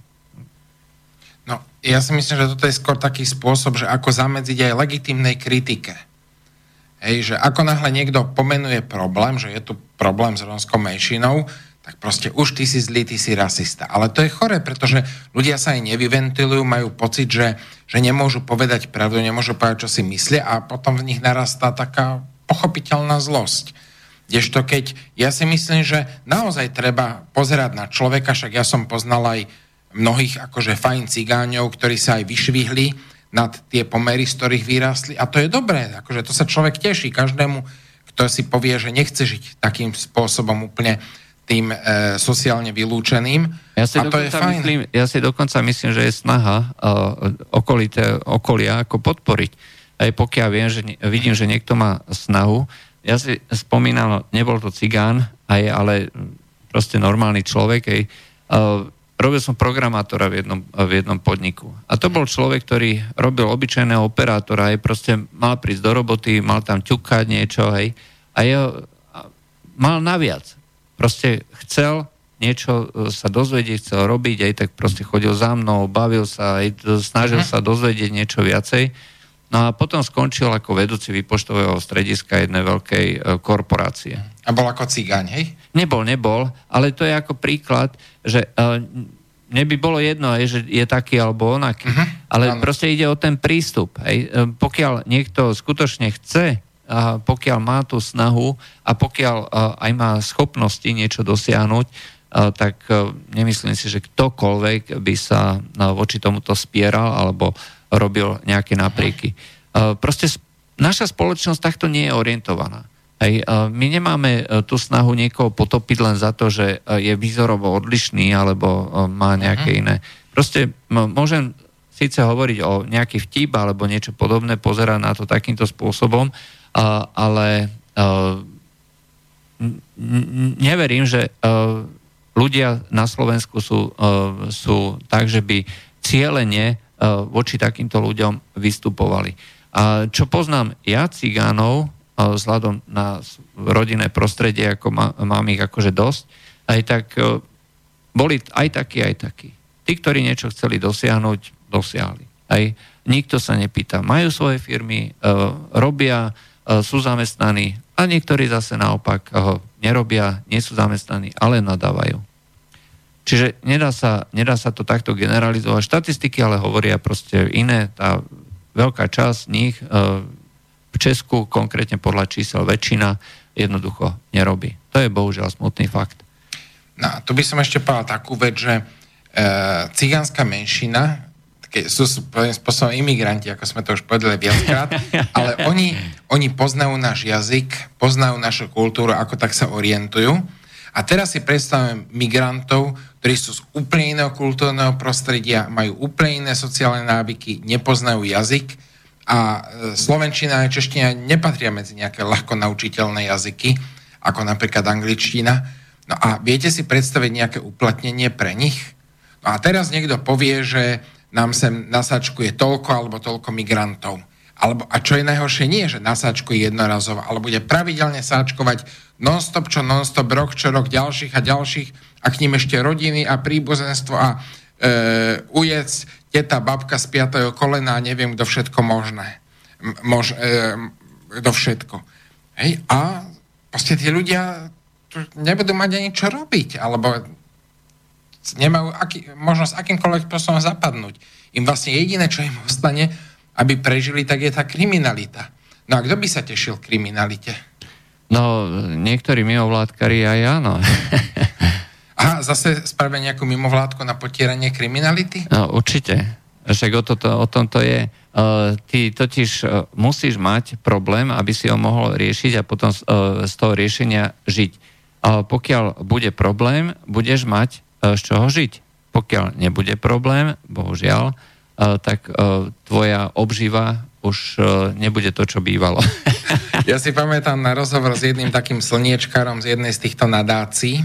No, ja si myslím, že toto je skôr taký spôsob, že ako zamedziť aj legitímnej kritike. Hej, že ako náhle niekto pomenuje problém, že je tu problém s rómskou menšinou, tak proste už ty si zlý, ty si rasista. Ale to je choré, pretože ľudia sa aj nevyventilujú, majú pocit, že nemôžu povedať pravdu, nemôžu povedať, čo si myslia a potom v nich narastá taká pochopiteľná zlosť. Kdežto keď ja si myslím, že naozaj treba pozerať na človeka, však ja som poznal aj mnohých akože fajn cigáňov, ktorí sa aj vyšvihli nad tie pomery, z ktorých vyrástli. A to je dobré, akože to sa človek teší každému, kto si povie, že nechce žiť takým spôsobom úplne tým sociálne vylúčeným. Ja si dokonca myslím, že je snaha okolia ako podporiť. Aj pokiaľ vidím, že niekto má snahu. Ja si spomínam, nebol to cigán, ale proste normálny človek. Robil som programátora v jednom podniku. A to bol človek, ktorý robil obyčajného operátora, proste mal prísť do roboty, mal tam ťukať niečo, a mal naviac. Proste chcel niečo sa dozvedieť, chcel robiť, tak proste chodil za mnou, bavil sa, snažil sa dozvedieť niečo viacej. No a potom skončil ako vedúci výpočtového strediska jednej veľkej korporácie. A bol ako cigáň, hej? Nebol, ale to je ako príklad, že mne by bolo jedno, že je taký alebo onaký, ale proste ide o ten prístup. Pokiaľ niekto skutočne chce, a pokiaľ má tú snahu a pokiaľ aj má schopnosti niečo dosiahnuť, tak nemyslím si, že ktokoľvek by sa voči tomuto spieral alebo robil nejaké naprieky. Proste naša spoločnosť takto nie je orientovaná. My nemáme tú snahu niekoho potopiť len za to, že je výzorovo odlišný alebo má nejaké iné. Proste môžem síce hovoriť o nejaký vtip alebo niečo podobné, pozerať na to takýmto spôsobom, ale neverím, že ľudia na Slovensku sú tak, že by cielene voči takýmto ľuďom vystupovali. A čo poznám ja cigánov, vzhľadom na rodinné prostredie, ako mám ich akože dosť, aj tak boli aj takí. Tí, ktorí niečo chceli dosiahnuť, dosiahli. Aj nikto sa nepýta. Majú svoje firmy, robia, sú zamestnaní a niektorí zase naopak nerobia, nie sú zamestnaní, ale nadávajú. Čiže nedá sa to takto generalizovať. Štatistiky ale hovoria proste iné. Tá veľká časť z nich v Česku, konkrétne podľa čísel väčšina, jednoducho nerobí. To je bohužiaľ smutný fakt. No, tu by som ešte povedal takú vec, že cigánska menšina sú svojím spôsobom imigranti, ako sme to už povedali viackrát, ale oni poznajú náš jazyk, poznajú našu kultúru, ako tak sa orientujú. A teraz si predstavujem migrantov, ktorí sú z úplne iného kultúrneho prostredia, majú úplne iné sociálne návyky, nepoznajú jazyk a slovenčina a čeština nepatria medzi nejaké ľahko naučiteľné jazyky, ako napríklad angličtina. No a viete si predstaviť nejaké uplatnenie pre nich? No a teraz niekto povie, že nám sem nasáčkuje toľko alebo toľko migrantov. A čo je najhoršie, nie, že nasáčkuje jednorazovo, ale bude pravidelne sáčkovať non-stop rok čo rok ďalších a ďalších a k ním ešte rodiny a príbuzenstvo a ujec, teta, babka z 5. kolena a neviem, kto všetko možné. Kto všetko. Hej? A proste tí ľudia nebudú mať ani čo robiť, alebo nemajú možnosť akýmkoľvek spôsobom zapadnúť. Im vlastne jediné, čo im ostane, aby prežili, tak je tá kriminalita. No a kto by sa tešil kriminalite? No, niektorí mimovládkari aj áno. Aha, zase spravia nejakú mimovládku na potieranie kriminality? No, určite. Však o tom to je. Ty totiž musíš mať problém, aby si ho mohol riešiť a potom z toho riešenia žiť. Pokiaľ bude problém, budeš mať z čoho žiť. Pokiaľ nebude problém, bohužiaľ, tak tvoja obživa už nebude to, čo bývalo. Ja si pamätám na rozhovor s jedným takým slniečkarom z jednej z týchto nadácií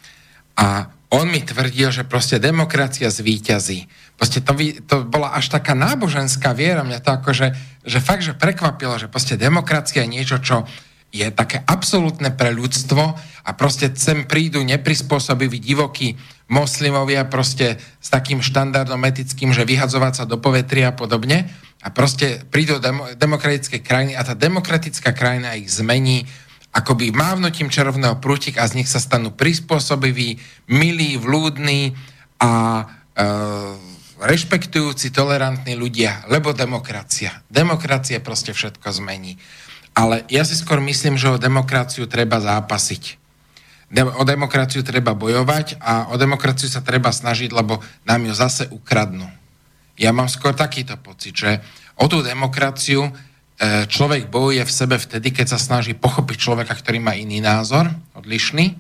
a on mi tvrdil, že proste demokracia zvíťazí. Proste to bola až taká náboženská viera. Mňa to akože, že fakt, že prekvapilo, že proste demokracia je niečo, čo je také absolútne pre ľudstvo a proste sem prídu neprispôsobiví divokí moslimovia proste s takým štandardom etickým, že vyhadzovať sa do povetria a podobne a proste prídu demokratické krajiny a tá demokratická krajina ich zmení akoby mávnutím červeného prútika a z nich sa stanú prispôsobiví, milí, vľúdni a rešpektujúci, tolerantní ľudia, lebo demokracia proste všetko zmení. Ale ja si skôr myslím, že o demokraciu treba zápasiť. O demokraciu treba bojovať a o demokraciu sa treba snažiť, lebo nám ju zase ukradnú. Ja mám skôr takýto pocit, že o tú demokraciu človek bojuje v sebe vtedy, keď sa snaží pochopiť človeka, ktorý má iný názor, odlišný.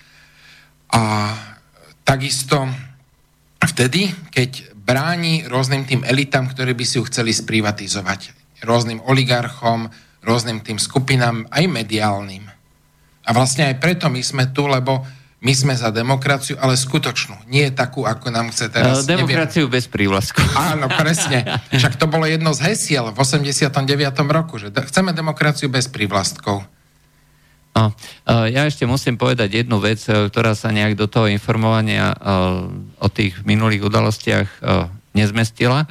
A takisto vtedy, keď bráni rôznym tým elitám, ktorí by si ju chceli sprivatizovať. Rôznym oligarchom, rôznym tým skupinám, aj mediálnym. A vlastne aj preto my sme tu, lebo my sme za demokraciu, ale skutočnú. Nie takú, ako nám chce teraz... Demokraciu bez prívlasku. Áno, presne. Však to bolo jedno z hesiel v 89. roku, že chceme demokraciu bez prívlastkov. No, ja ešte musím povedať jednu vec, ktorá sa nejak do toho informovania o tých minulých udalostiach nezmestila.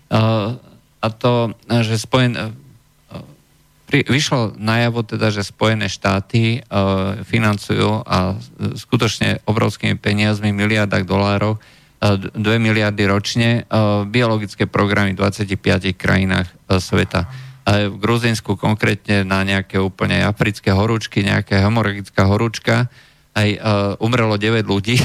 A to, že vyšlo najavo teda, že Spojené štáty financujú a skutočne obrovskými peniazmi, miliardách dolárov, 2 miliardy ročne, biologické programy v 25 krajinách sveta. V Gruzínsku konkrétne na nejaké úplne africké horúčky, nejaká hemoragická horúčka, aj umrelo 9 ľudí.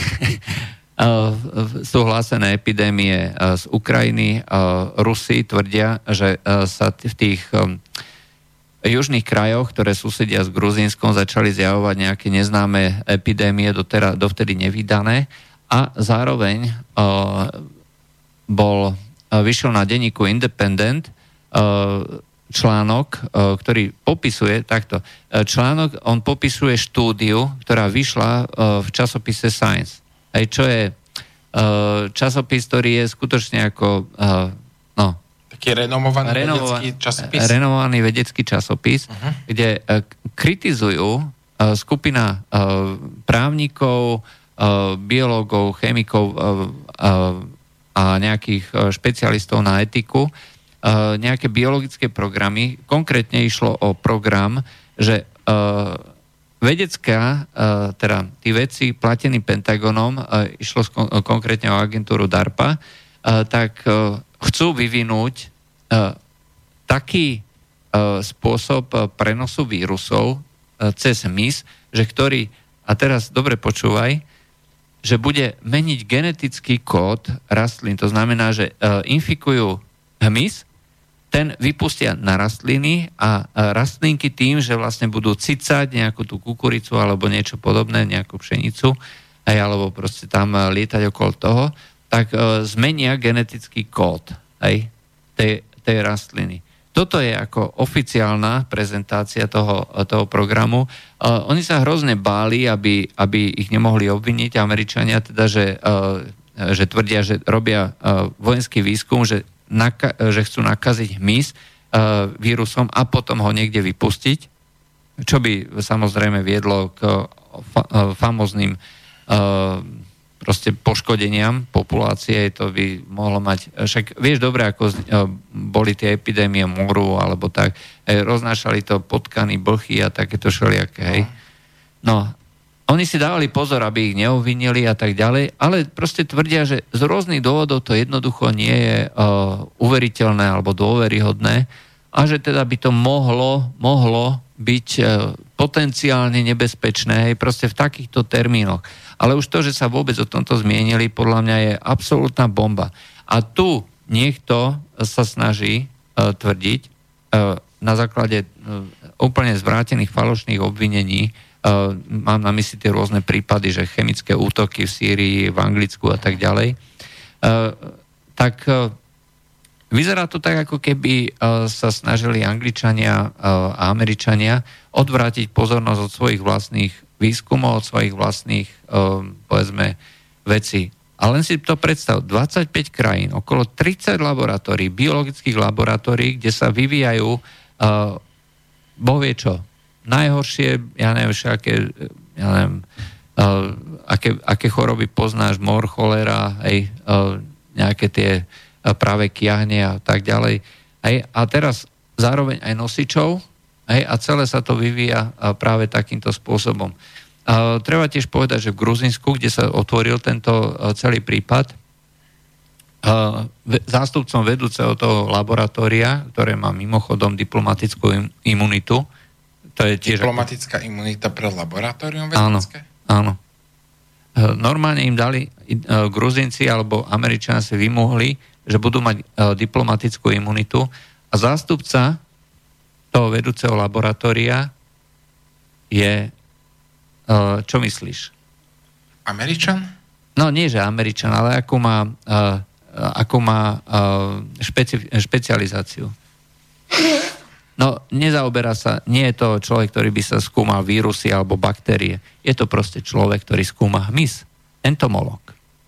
Sú hlásené epidémie z Ukrajiny. Rusi tvrdia, že sa v tých južných krajoch, ktoré susedia s Gruzínskom, začali zjavovať nejaké neznáme epidémie, dovtedy nevídané a zároveň vyšiel na denníku Independent článok, ktorý popisuje takto. Článok, on popisuje štúdiu, ktorá vyšla v časopise Science. Aj čo je časopis, ktorý je skutočne ako taký renomovaný vedecký časopis, kde kritizujú skupina právnikov, biológov, chemikov a nejakých špecialistov na etiku nejaké biologické programy. Konkrétne išlo o program, že vedecká, teda tí vedci platení Pentagonom, išlo konkrétne o agentúru DARPA, tak chcú vyvinúť taký spôsob prenosu vírusov cez hmyz, že ktorý, a teraz dobre počúvaj, že bude meniť genetický kód rastlín. To znamená, že infikujú hmyz, ten vypustia na rastliny a rastlinky tým, že vlastne budú cicať nejakú tú kukuricu alebo niečo podobné, nejakú pšenicu, alebo proste tam lietať okolo toho, tak zmenia genetický kód tej rastliny. Toto je ako oficiálna prezentácia toho programu. Oni sa hrozne báli, aby ich nemohli obviniť, Američania, teda, že tvrdia, že robia vojenský výskum, že chcú nakaziť hmyz vírusom a potom ho niekde vypustiť, čo by samozrejme viedlo k famozným proste poškodeniam populácie, to by mohlo mať, však vieš dobre, ako boli tie epidémie moru, alebo tak, roznášali to potkany, blchy a takéto všelijaké, hej. No, oni si dávali pozor, aby ich neobvinili a tak ďalej, ale proste tvrdia, že z rôznych dôvodov to jednoducho nie je uveriteľné alebo dôveryhodné a že teda by to mohlo byť potenciálne nebezpečné, proste v takýchto termínoch. Ale už to, že sa vôbec o tomto zmienili, podľa mňa je absolútna bomba. A tu niekto sa snaží tvrdiť na základe úplne zvrátených falošných obvinení, mám na mysli tie rôzne prípady, že chemické útoky v Sýrii, v Anglicku a tak ďalej, tak vyzerá to tak, ako keby sa snažili Angličania a Američania odvrátiť pozornosť od svojich vlastných výskumov, od svojich vlastných, povedzme, vecí. A len si to predstav, 25 krajín, okolo 30 laboratórií, biologických laboratórií, kde sa vyvíjajú bohvie čo, najhoršie, aké choroby poznáš, mor, cholera, nejaké tie práve kiahne a tak ďalej. A teraz zároveň aj nosičov, a celé sa to vyvíja práve takýmto spôsobom. Treba tiež povedať, že v Gruzínsku, kde sa otvoril tento celý prípad, zástupcom vedúceho toho laboratória, ktoré má mimochodom diplomatickú imunitu, to je tiež... Diplomatická imunita pre laboratórium vedecké? Áno. Normálne im dali Gruzínci alebo Američania si vymohli, že budú mať diplomatickú imunitu a zástupca toho vedúceho laboratória je, čo myslíš? Američan? No nie, že Američan, ale akú má špecializáciu. No nezaoberá sa, nie je to človek, ktorý by sa skúmal vírusy alebo baktérie. Je to proste človek, ktorý skúma hmyz. Entomolog.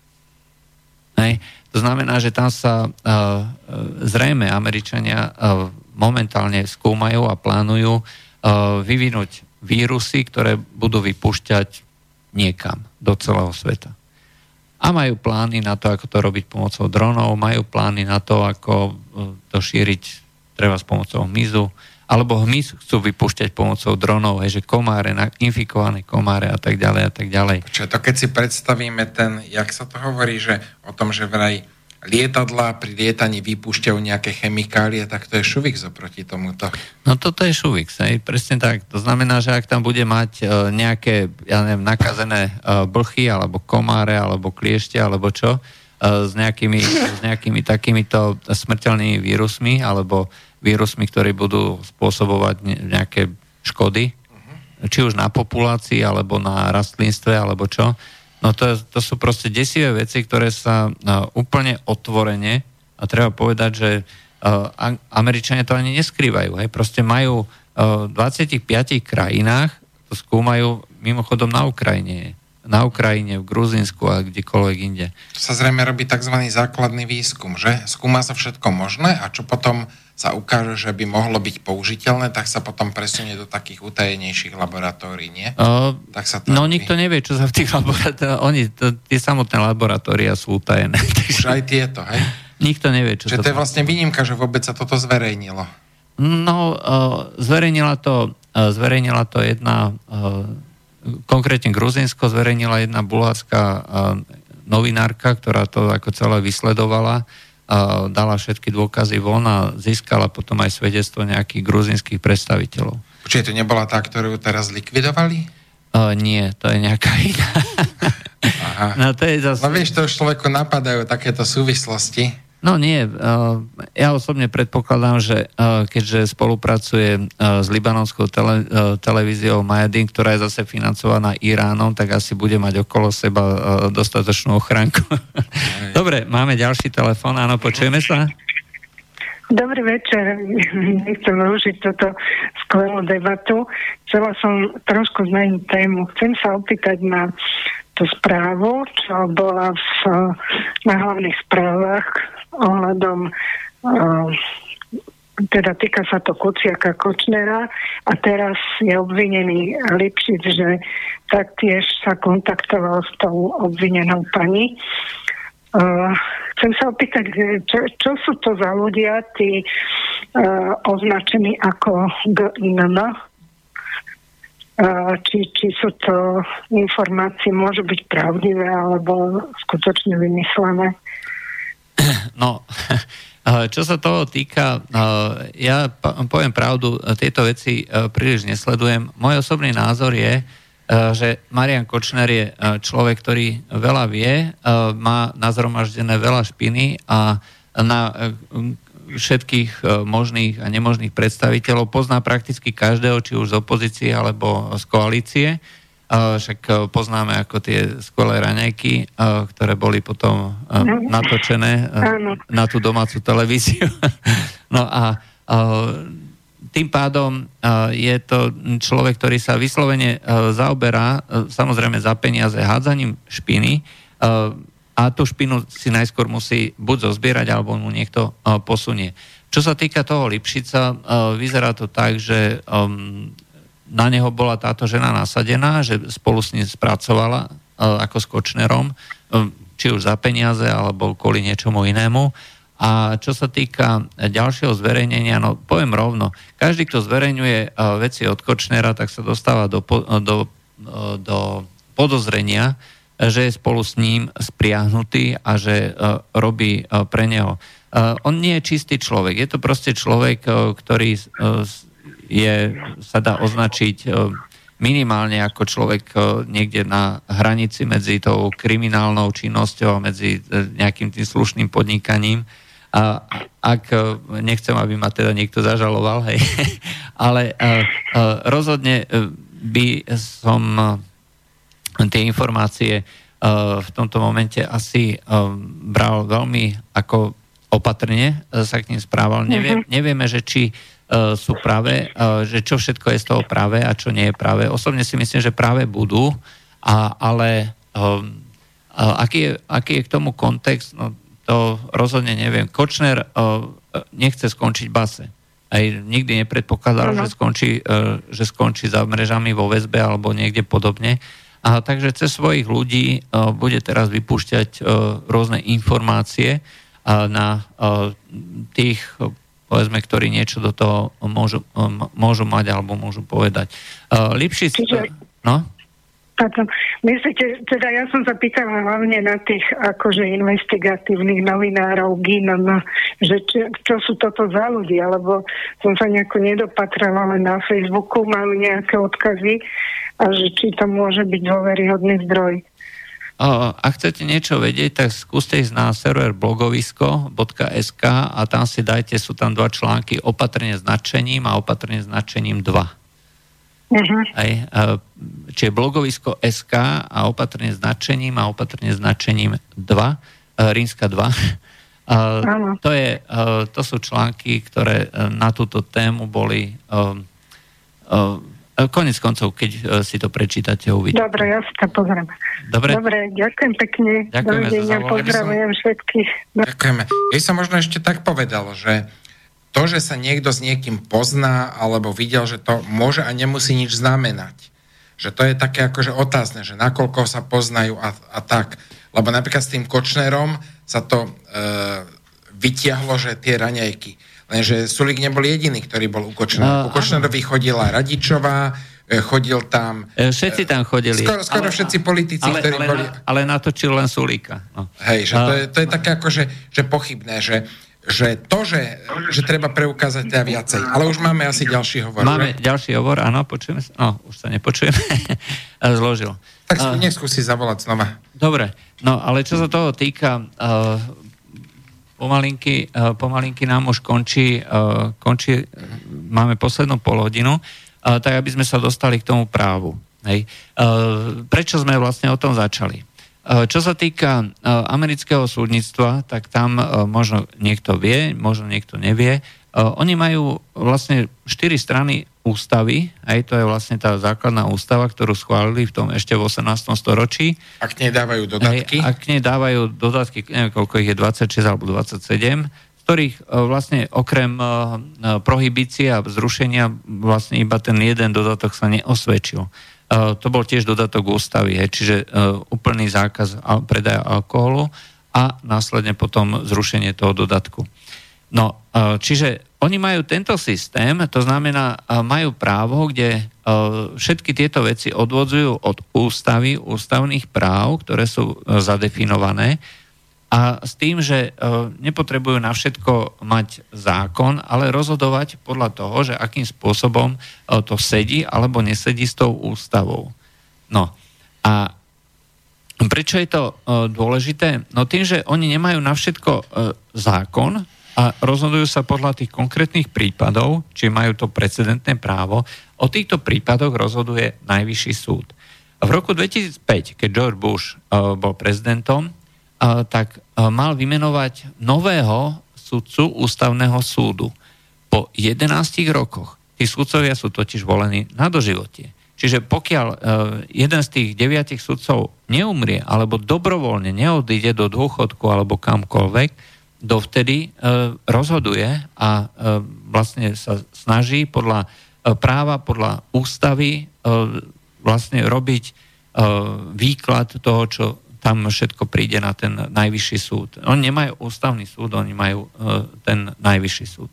To znamená, že tam sa zrejme Američania momentálne skúmajú a plánujú vyvinúť vírusy, ktoré budú vypúšťať niekam do celého sveta. A majú plány na to, ako to robiť pomocou dronov, majú plány na to, ako to šíriť treba s pomocou hmyzu, alebo hmyz chcú vypúšťať pomocou dronov, že komáre, infikované komáre a tak ďalej a tak ďalej. Čiže to keď si predstavíme jak sa to hovorí, že o tom, že vraj lietadlá pri lietaní vypúšťajú nejaké chemikálie, tak to je šuvix oproti tomuto. No toto je šuvix, presne tak. To znamená, že ak tam bude mať nejaké, nakazené blchy, alebo komáre, alebo kliešte, alebo čo, s nejakými takýmito smrteľnými vírusmi, alebo vírusmi, ktorí budú spôsobovať nejaké škody, či už na populácii, alebo na rastlinstve, alebo čo. No to sú proste desivé veci, ktoré sa úplne otvorene, a treba povedať, že Američania to ani neskrývajú. Hej. Proste majú v 25 krajinách, to skúmajú mimochodom na Ukrajine, v Gruzínsku a kdekoľvek inde. To sa zrejme robí tzv. Základný výskum, že? Skúma sa všetko možné a čo potom sa ukáže, že by mohlo byť použiteľné, tak sa potom presunie do takých utajenejších laboratórií, nie? Tak sa to robí. Nikto nevie, čo sa v tých laboratóriách... Tie samotné laboratória sú utajené. Už aj tieto, hej? Nikto nevie, čo to je vlastne výnimka, že vôbec sa toto zverejnilo. No, zverejnila to jedna... Konkrétne Gruzínsko zverejnila jedna bulharská novinárka, ktorá to ako celé vysledovala, dala všetky dôkazy von a získala potom aj svedectvo nejakých gruzínskych predstaviteľov. Čiže to nebola tá, ktorú teraz likvidovali? Nie, to je nejaká iná. Aha. No, to je zase... No vieš, to už človeku napadajú takéto súvislosti. No nie, ja osobne predpokladám, že keďže spolupracuje s libanonskou televíziou Mayadin, ktorá je zase financovaná Iránom, tak asi bude mať okolo seba dostatočnú ochránku. Dobre, máme ďalší telefón, áno, počujeme sa? Dobrý večer, nechcem rušiť túto skvelú debatu. Chcela som trošku zmeniť tému. Chcem sa opýtať na tú správu, čo bola na hlavných správach ohľadom, teda týka sa to Kuciaka, Kočnera a teraz je obvinený Lipšic, že taktiež sa kontaktoval s tou obvinenou pani. Chcem sa opýtať, čo sú to za ľudia, tí označení ako GNN? Či sú to informácie, môžu byť pravdivé alebo skutočne vymyslené? No, čo sa toho týka, ja poviem pravdu, tieto veci príliš nesledujem. Môj osobný názor je, že Marian Kočner je človek, ktorý veľa vie, má nazhromaždené veľa špiny a na všetkých možných a nemožných predstaviteľov pozná prakticky každého, či už z opozície alebo z koalície. Však poznáme ako tie skvelé raňajky, ktoré boli potom natočené na tú domácu televíziu. No a tým pádom je to človek, ktorý sa vyslovene zaoberá samozrejme za peniaze hádzaním špiny a tú špinu si najskôr musí buď zozbierať, alebo mu niekto posunie. Čo sa týka toho Lipšica, vyzerá to tak, že na neho bola táto žena nasadená, že spolu s ním spracovala ako s Kočnerom, či už za peniaze, alebo kvôli niečomu inému. A čo sa týka ďalšieho zverejnenia, no poviem rovno, každý, kto zverejňuje veci od Kočnera, tak sa dostáva do podozrenia, že je spolu s ním spriahnutý a že robí pre neho. On nie je čistý človek, je to proste človek, ktorý sa dá označiť minimálne ako človek niekde na hranici medzi tou kriminálnou činnosťou a medzi nejakým tým slušným podnikaním. A ak nechcem, aby ma teda niekto zažaloval, hej, ale rozhodne by som tie informácie v tomto momente asi bral veľmi ako opatrne sa k ním správal. Nevieme, že či sú práve, že čo všetko je z toho práve a čo nie je práve. Osobne si myslím, že práve budú, ale aký je k tomu kontext, no to rozhodne neviem. Kočner nechce skončiť base. Aj nikdy nepredpokladal, že skončí za mrežami vo väzbe alebo niekde podobne. A takže cez svojich ľudí bude teraz vypúšťať rôzne informácie na tých, povedzme, ktorí niečo do toho môžu mať alebo môžu povedať. Lipšic... No? Myslíte, teda ja som sa pýtala hlavne na tých akože investigatívnych novinárov GINN, že čo sú toto za ľudí, alebo som sa nejako nedopatrala, ale na Facebooku mám nejaké odkazy a že či to môže byť dôveryhodný zdroj. Ak chcete niečo vedieť, tak skúste ísť na server blogovisko.sk a tam si dajte, sú tam 2 články, opatrne značením a opatrne značením 2. Čiže blogovisko.sk a opatrne značením a opatrne značením 2, rímska 2. To sú články, ktoré na túto tému boli konec koncov, keď si to prečítate, uvidíte. Dobre, ja si to pozriem. Dobre, ďakujem pekne. Dovidenia, pozdravujem všetkých. Ďakujeme. Ja som možno ešte tak povedal, že to, že sa niekto s niekým pozná, alebo videl, že to môže a nemusí nič znamenať. Že to je také akože otázne, že nakoľko sa poznajú a tak. Lebo napríklad s tým Kočnerom sa to vytiahlo, že tie raňajky. Lenže Sulík nebol jediný, ktorý bol u Kočnera. U Kočnerovi chodila Radičová, chodil tam... Všetci tam chodili. Skoro všetci politici, ktorí boli... Ale natočil len Sulíka. No. Hej, že to je také akože že pochybné, že treba preukázať teda viacej. Ale už máme asi ďalší hovor. Máme ďalší hovor, áno, počujeme sa. No, už sa nepočujeme. Zložil. Tak neskúsi zavolať znova. Dobre, no ale čo sa toho týka... Pomalinky nám už končí, máme poslednú polhodinu, tak aby sme sa dostali k tomu právu. Hej. Prečo sme vlastne o tom začali? Čo sa týka amerického súdnictva, tak tam možno niekto vie, možno niekto nevie. Oni majú vlastne 4 strany ústavy, aj to je vlastne tá základná ústava, ktorú schválili v tom ešte v 18. storočí. A k nej dávajú dodatky? A k nej dávajú dodatky, neviem koľko ich je, 26 alebo 27, z ktorých vlastne okrem prohibície a zrušenia vlastne iba ten jeden dodatok sa neosvedčil. To bol tiež dodatok ústavy, čiže úplný zákaz predaja alkoholu a následne potom zrušenie toho dodatku. No, čiže oni majú tento systém, to znamená, majú právo, kde všetky tieto veci odvodzujú od ústavy, ústavných práv, ktoré sú zadefinované a s tým, že nepotrebujú na všetko mať zákon, ale rozhodovať podľa toho, že akým spôsobom to sedí alebo nesedí s tou ústavou. No a prečo je to dôležité? No tým, že oni nemajú na všetko zákon, a rozhodujú sa podľa tých konkrétnych prípadov, či majú to precedentné právo. O týchto prípadoch rozhoduje Najvyšší súd. V roku 2005, keď George Bush bol prezidentom, tak mal vymenovať nového sudcu ústavného súdu. Po 11 rokoch. Tí sudcovia sú totiž volení na doživotie. Čiže pokiaľ jeden z tých 9 sudcov neumrie alebo dobrovoľne neodíde do dôchodku alebo kamkoľvek, dovtedy rozhoduje a vlastne sa snaží podľa práva, podľa ústavy vlastne robiť výklad toho, čo tam všetko príde na ten Najvyšší súd. Oni nemajú ústavný súd, oni majú ten Najvyšší súd.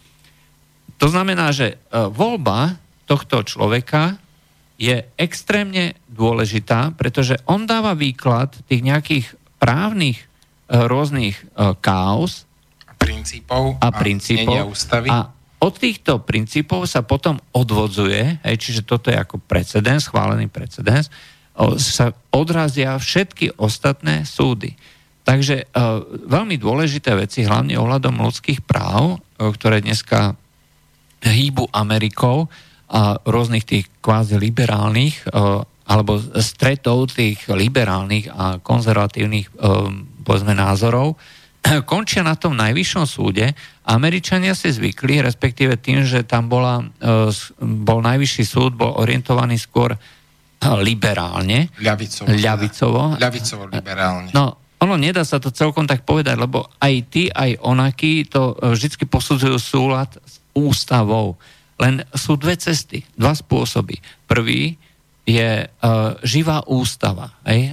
To znamená, že voľba tohto človeka je extrémne dôležitá, pretože on dáva výklad tých nejakých právnych rôznych káuz a princípov a od týchto princípov sa potom odvodzuje, čiže toto je ako precedens, schválený precedens, sa odrazia všetky ostatné súdy. Takže veľmi dôležité veci, hlavne ohľadom ľudských práv, ktoré dneska hýbu Amerikou a rôznych tých kvázi liberálnych alebo stretov tých liberálnych a konzervatívnych povedzme názorov, končia na tom Najvyššom súde. Američania si zvykli, respektíve tým, že tam bol Najvyšší súd, bol orientovaný skôr liberálne. Ľavicovo-liberálne. No, ono nedá sa to celkom tak povedať, lebo aj tí, aj onakí to vždy posudzujú súlad s ústavou. Len sú dve cesty, dva spôsoby. Prvý je živá ústava.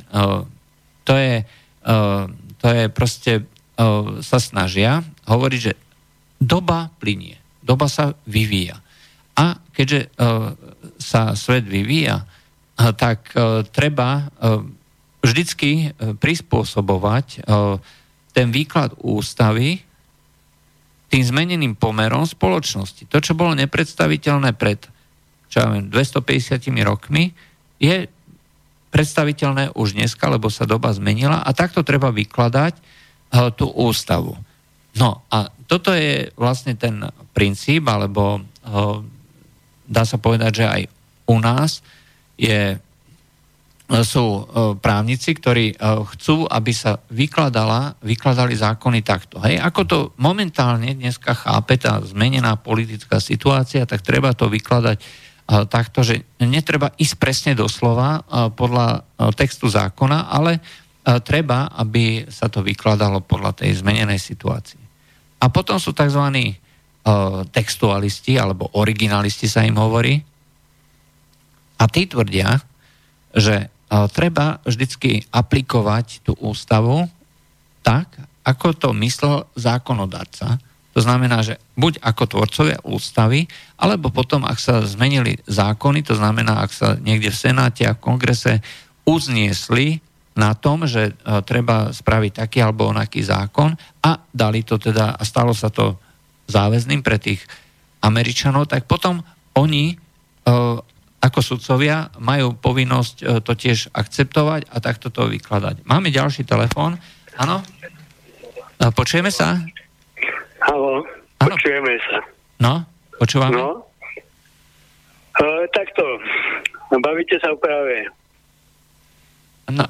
To je proste, sa snažia hovoriť, že doba plynie, doba sa vyvíja. A keďže sa svet vyvíja, tak treba vždycky prispôsobovať ten výklad ústavy tým zmeneným pomerom spoločnosti. To, čo bolo nepredstaviteľné pred 250 rokmi, je predstaviteľné už dneska, lebo sa doba zmenila a takto treba vykladať tú ústavu. No a toto je vlastne ten princíp, alebo dá sa povedať, že aj u nás je sú právnici, ktorí chcú, aby sa vykladali zákony takto. Hej? Ako to momentálne dneska chápe tá zmenená politická situácia, tak treba to vykladať takto, že netreba ísť presne doslova podľa textu zákona, ale treba, aby sa to vykladalo podľa tej zmenenej situácie. A potom sú tzv. Textualisti, alebo originalisti sa im hovorí. A tí tvrdia, že treba vždycky aplikovať tú ústavu tak, ako to myslel zákonodarca. To znamená, že buď ako tvorcovia ústavy, alebo potom, ak sa zmenili zákony, to znamená, ak sa niekde v Senáte a v Kongrese uzniesli na tom, že treba spraviť taký alebo onaký zákon a dali to teda, a stalo sa to záväzným pre tých Američanov, tak potom oni ako sudcovia majú povinnosť to tiež akceptovať a takto to vykladať. Máme ďalší telefón. Áno? Počujeme sa? Haló, počujeme sa. No, počúvame? No. Takto, bavíte sa o práve. No.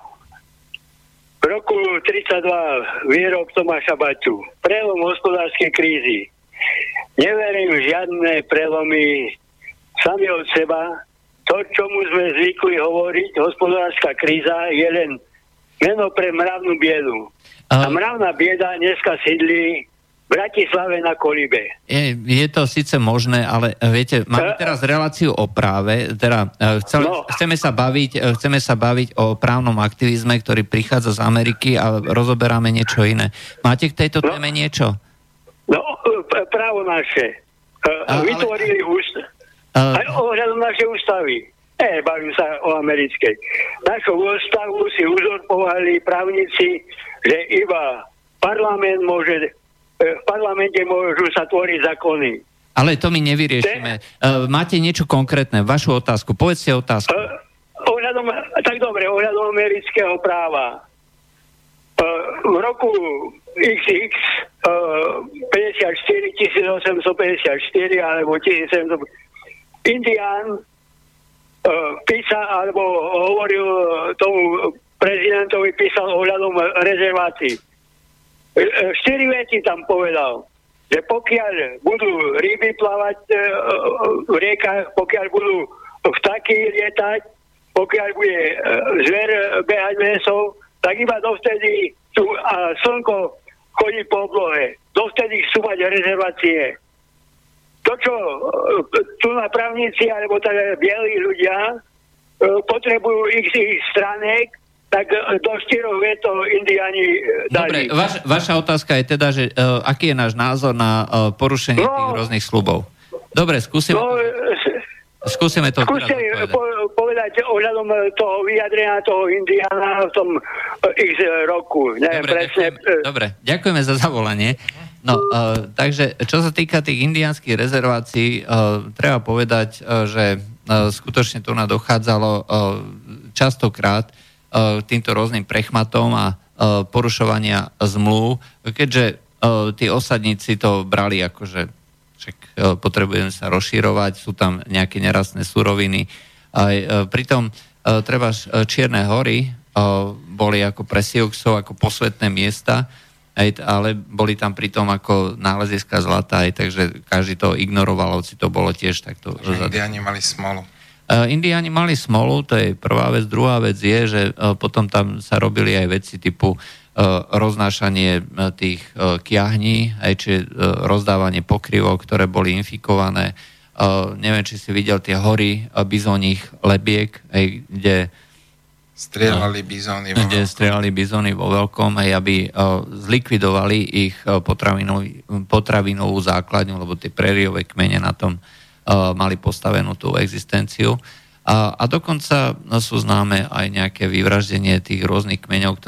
V roku 32 výrok Tomáša Baťu. Prelom hospodárskej krízy. Neverím v žiadne prelomy sami od seba. To, čomu sme zvykli hovoriť, hospodárska kríza, je len meno pre mravnú biedu. A mravná bieda dneska sídli v Bratislave na Kolibe. Je to síce možné, ale viete, máme teraz reláciu o práve, teda chceme sa baviť o právnom aktivizme, ktorý prichádza z Ameriky a rozoberáme niečo iné. Máte k tejto téme niečo? No, právo naše. Vytvorili aj ohľadom našej ústavy. Bavím sa o americkej. Našu ústavu si uzurpovali právnici, že iba v parlamente môžu sa tvoriť zákony. Ale to my nevyriešime. Máte niečo konkrétne? Vašu otázku. Povedzte otázku. Ohľadom amerického práva. V roku XX 1854 alebo 1700 Indián písal, alebo hovoril tomu prezidentovi, písal ohľadom rezervácií. 4 veci tam povedal, že pokiaľ budú ryby plávať v riekach, pokiaľ budú vtáky lietať, pokiaľ bude zver behať lesov, tak iba dovtedy a slnko chodí po oblohe. Dovtedy chcú mať rezervácie. To, čo tu na právnici, alebo teda bielí ľudia potrebujú ich stranek, tak do 4 vetov Indiáni dali. Dobre, vaša otázka je teda, že aký je náš názor na porušenie tých rôznych sľubov. Dobre, skúsime to povedať ohľadom toho vyjadrenia toho Indiána v tom x roku. Dobre, ďakujeme za zavolanie. No, takže čo sa týka tých indiánskych rezervácií, treba povedať, že skutočne tu dochádzalo častokrát týmto rôznym prechmatom a porušovania zmluv, keďže tí osadníci to brali ako, že však potrebujeme sa rozširovať, sú tam nejaké nerastné suroviny. Pritom treba Čierne hory boli ako pre Siouxov, ako posvetné miesta, ale boli tam pritom ako náleziska zlata, takže každý to ignoroval, hoci to bolo tiež takto. Indiáni mali smolu. Indiáni mali smolu, to je prvá vec. Druhá vec je, že potom tam sa robili aj veci typu roznášanie tých kiahní, čiže rozdávanie pokrývok, ktoré boli infikované. Neviem, či si videl tie hory bizónnych lebiek, kde strieľali bizóny vo veľkom, aby zlikvidovali ich potravinovú základňu, lebo tie prériové kmene na tom mali postavenú tú existenciu. A dokonca sú známe aj nejaké vyvraždenie tých rôznych kmeňov,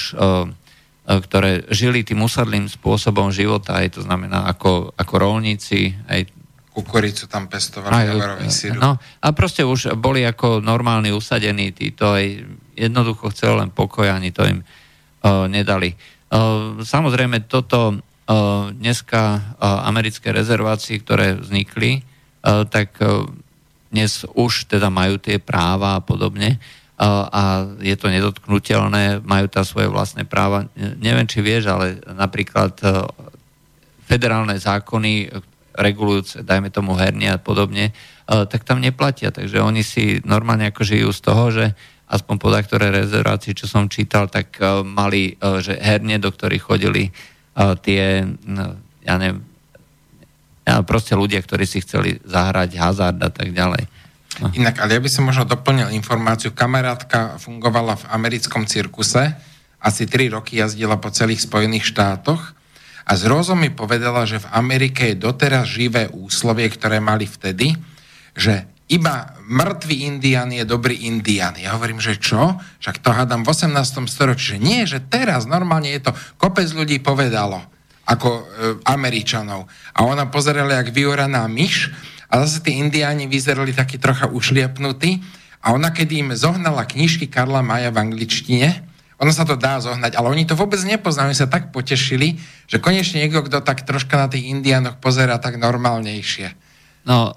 ktoré žili tým usadlým spôsobom života, to znamená ako roľníci, kukuricu tam pestovali, javarový syrup. No, a proste už boli ako normálni usadení, títo jednoducho chceli len pokoj, ani to im nedali. Samozrejme, toto dneska americké rezervácie, ktoré vznikli, tak dnes už teda majú tie práva a podobne, a je to nedotknutelné, majú tam svoje vlastné práva. Neviem, či vieš, ale napríklad federálne zákony regulujúce, dajme tomu hernie a podobne, tak tam neplatia. Takže oni si normálne ako žijú z toho, že aspoň podľa ktoré rezervácie, čo som čítal, tak mali, že hernie, do ktorých chodili tie, ja neviem, proste ľudia, ktorí si chceli zahrať hazard a tak ďalej. No. Inak, ale ja by som možno doplnil informáciu. Kamarátka fungovala v americkom cirkuse, asi 3 roky jazdila po celých Spojených štátoch a z rozum mi povedala, že v Amerike je doteraz živé úslovie, ktoré mali vtedy, že iba mŕtvý indián je dobrý indián. Ja hovorím, že čo? Však to hádam v 18. storočí, že nie, že teraz normálne je to, kopec ľudí povedalo, ako Američanov. A ona pozerala, jak vyoraná myš, a zase tí indiáni vyzerali takí trocha ušliapnutí a ona, keď im zohnala knižky Karla Maja v angličtine, ono sa to dá zohnať, ale oni to vôbec nepoznajú, oni sa tak potešili, že konečne niekto, kto tak troška na tých indiánoch pozerá tak normálnejšie. No,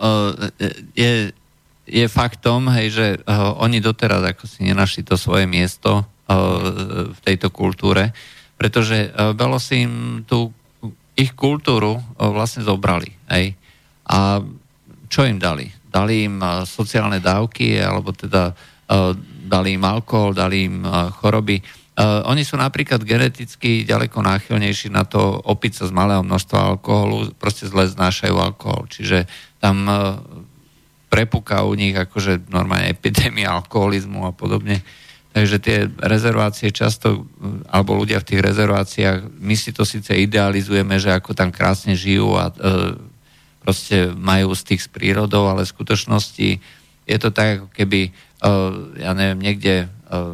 je faktom, hej, že oni doteraz ako si nenašli to svoje miesto v tejto kultúre, pretože Belosi im tú ich kultúru vlastne zobrali, hej. A čo im dali? Dali im sociálne dávky, alebo teda dali im alkohol, dali im choroby. Oni sú napríklad geneticky ďaleko náchylnejší na to opiť sa z malého množstva alkoholu, proste zle znášajú alkohol. Čiže tam prepúka u nich akože normálne epidémia alkoholizmu a podobne. Takže tie rezervácie často, alebo ľudia v tých rezerváciách, my si to síce idealizujeme, že ako tam krásne žijú a proste majú styk s prírodou, ale v skutočnosti je to tak, ako keby, ja neviem, niekde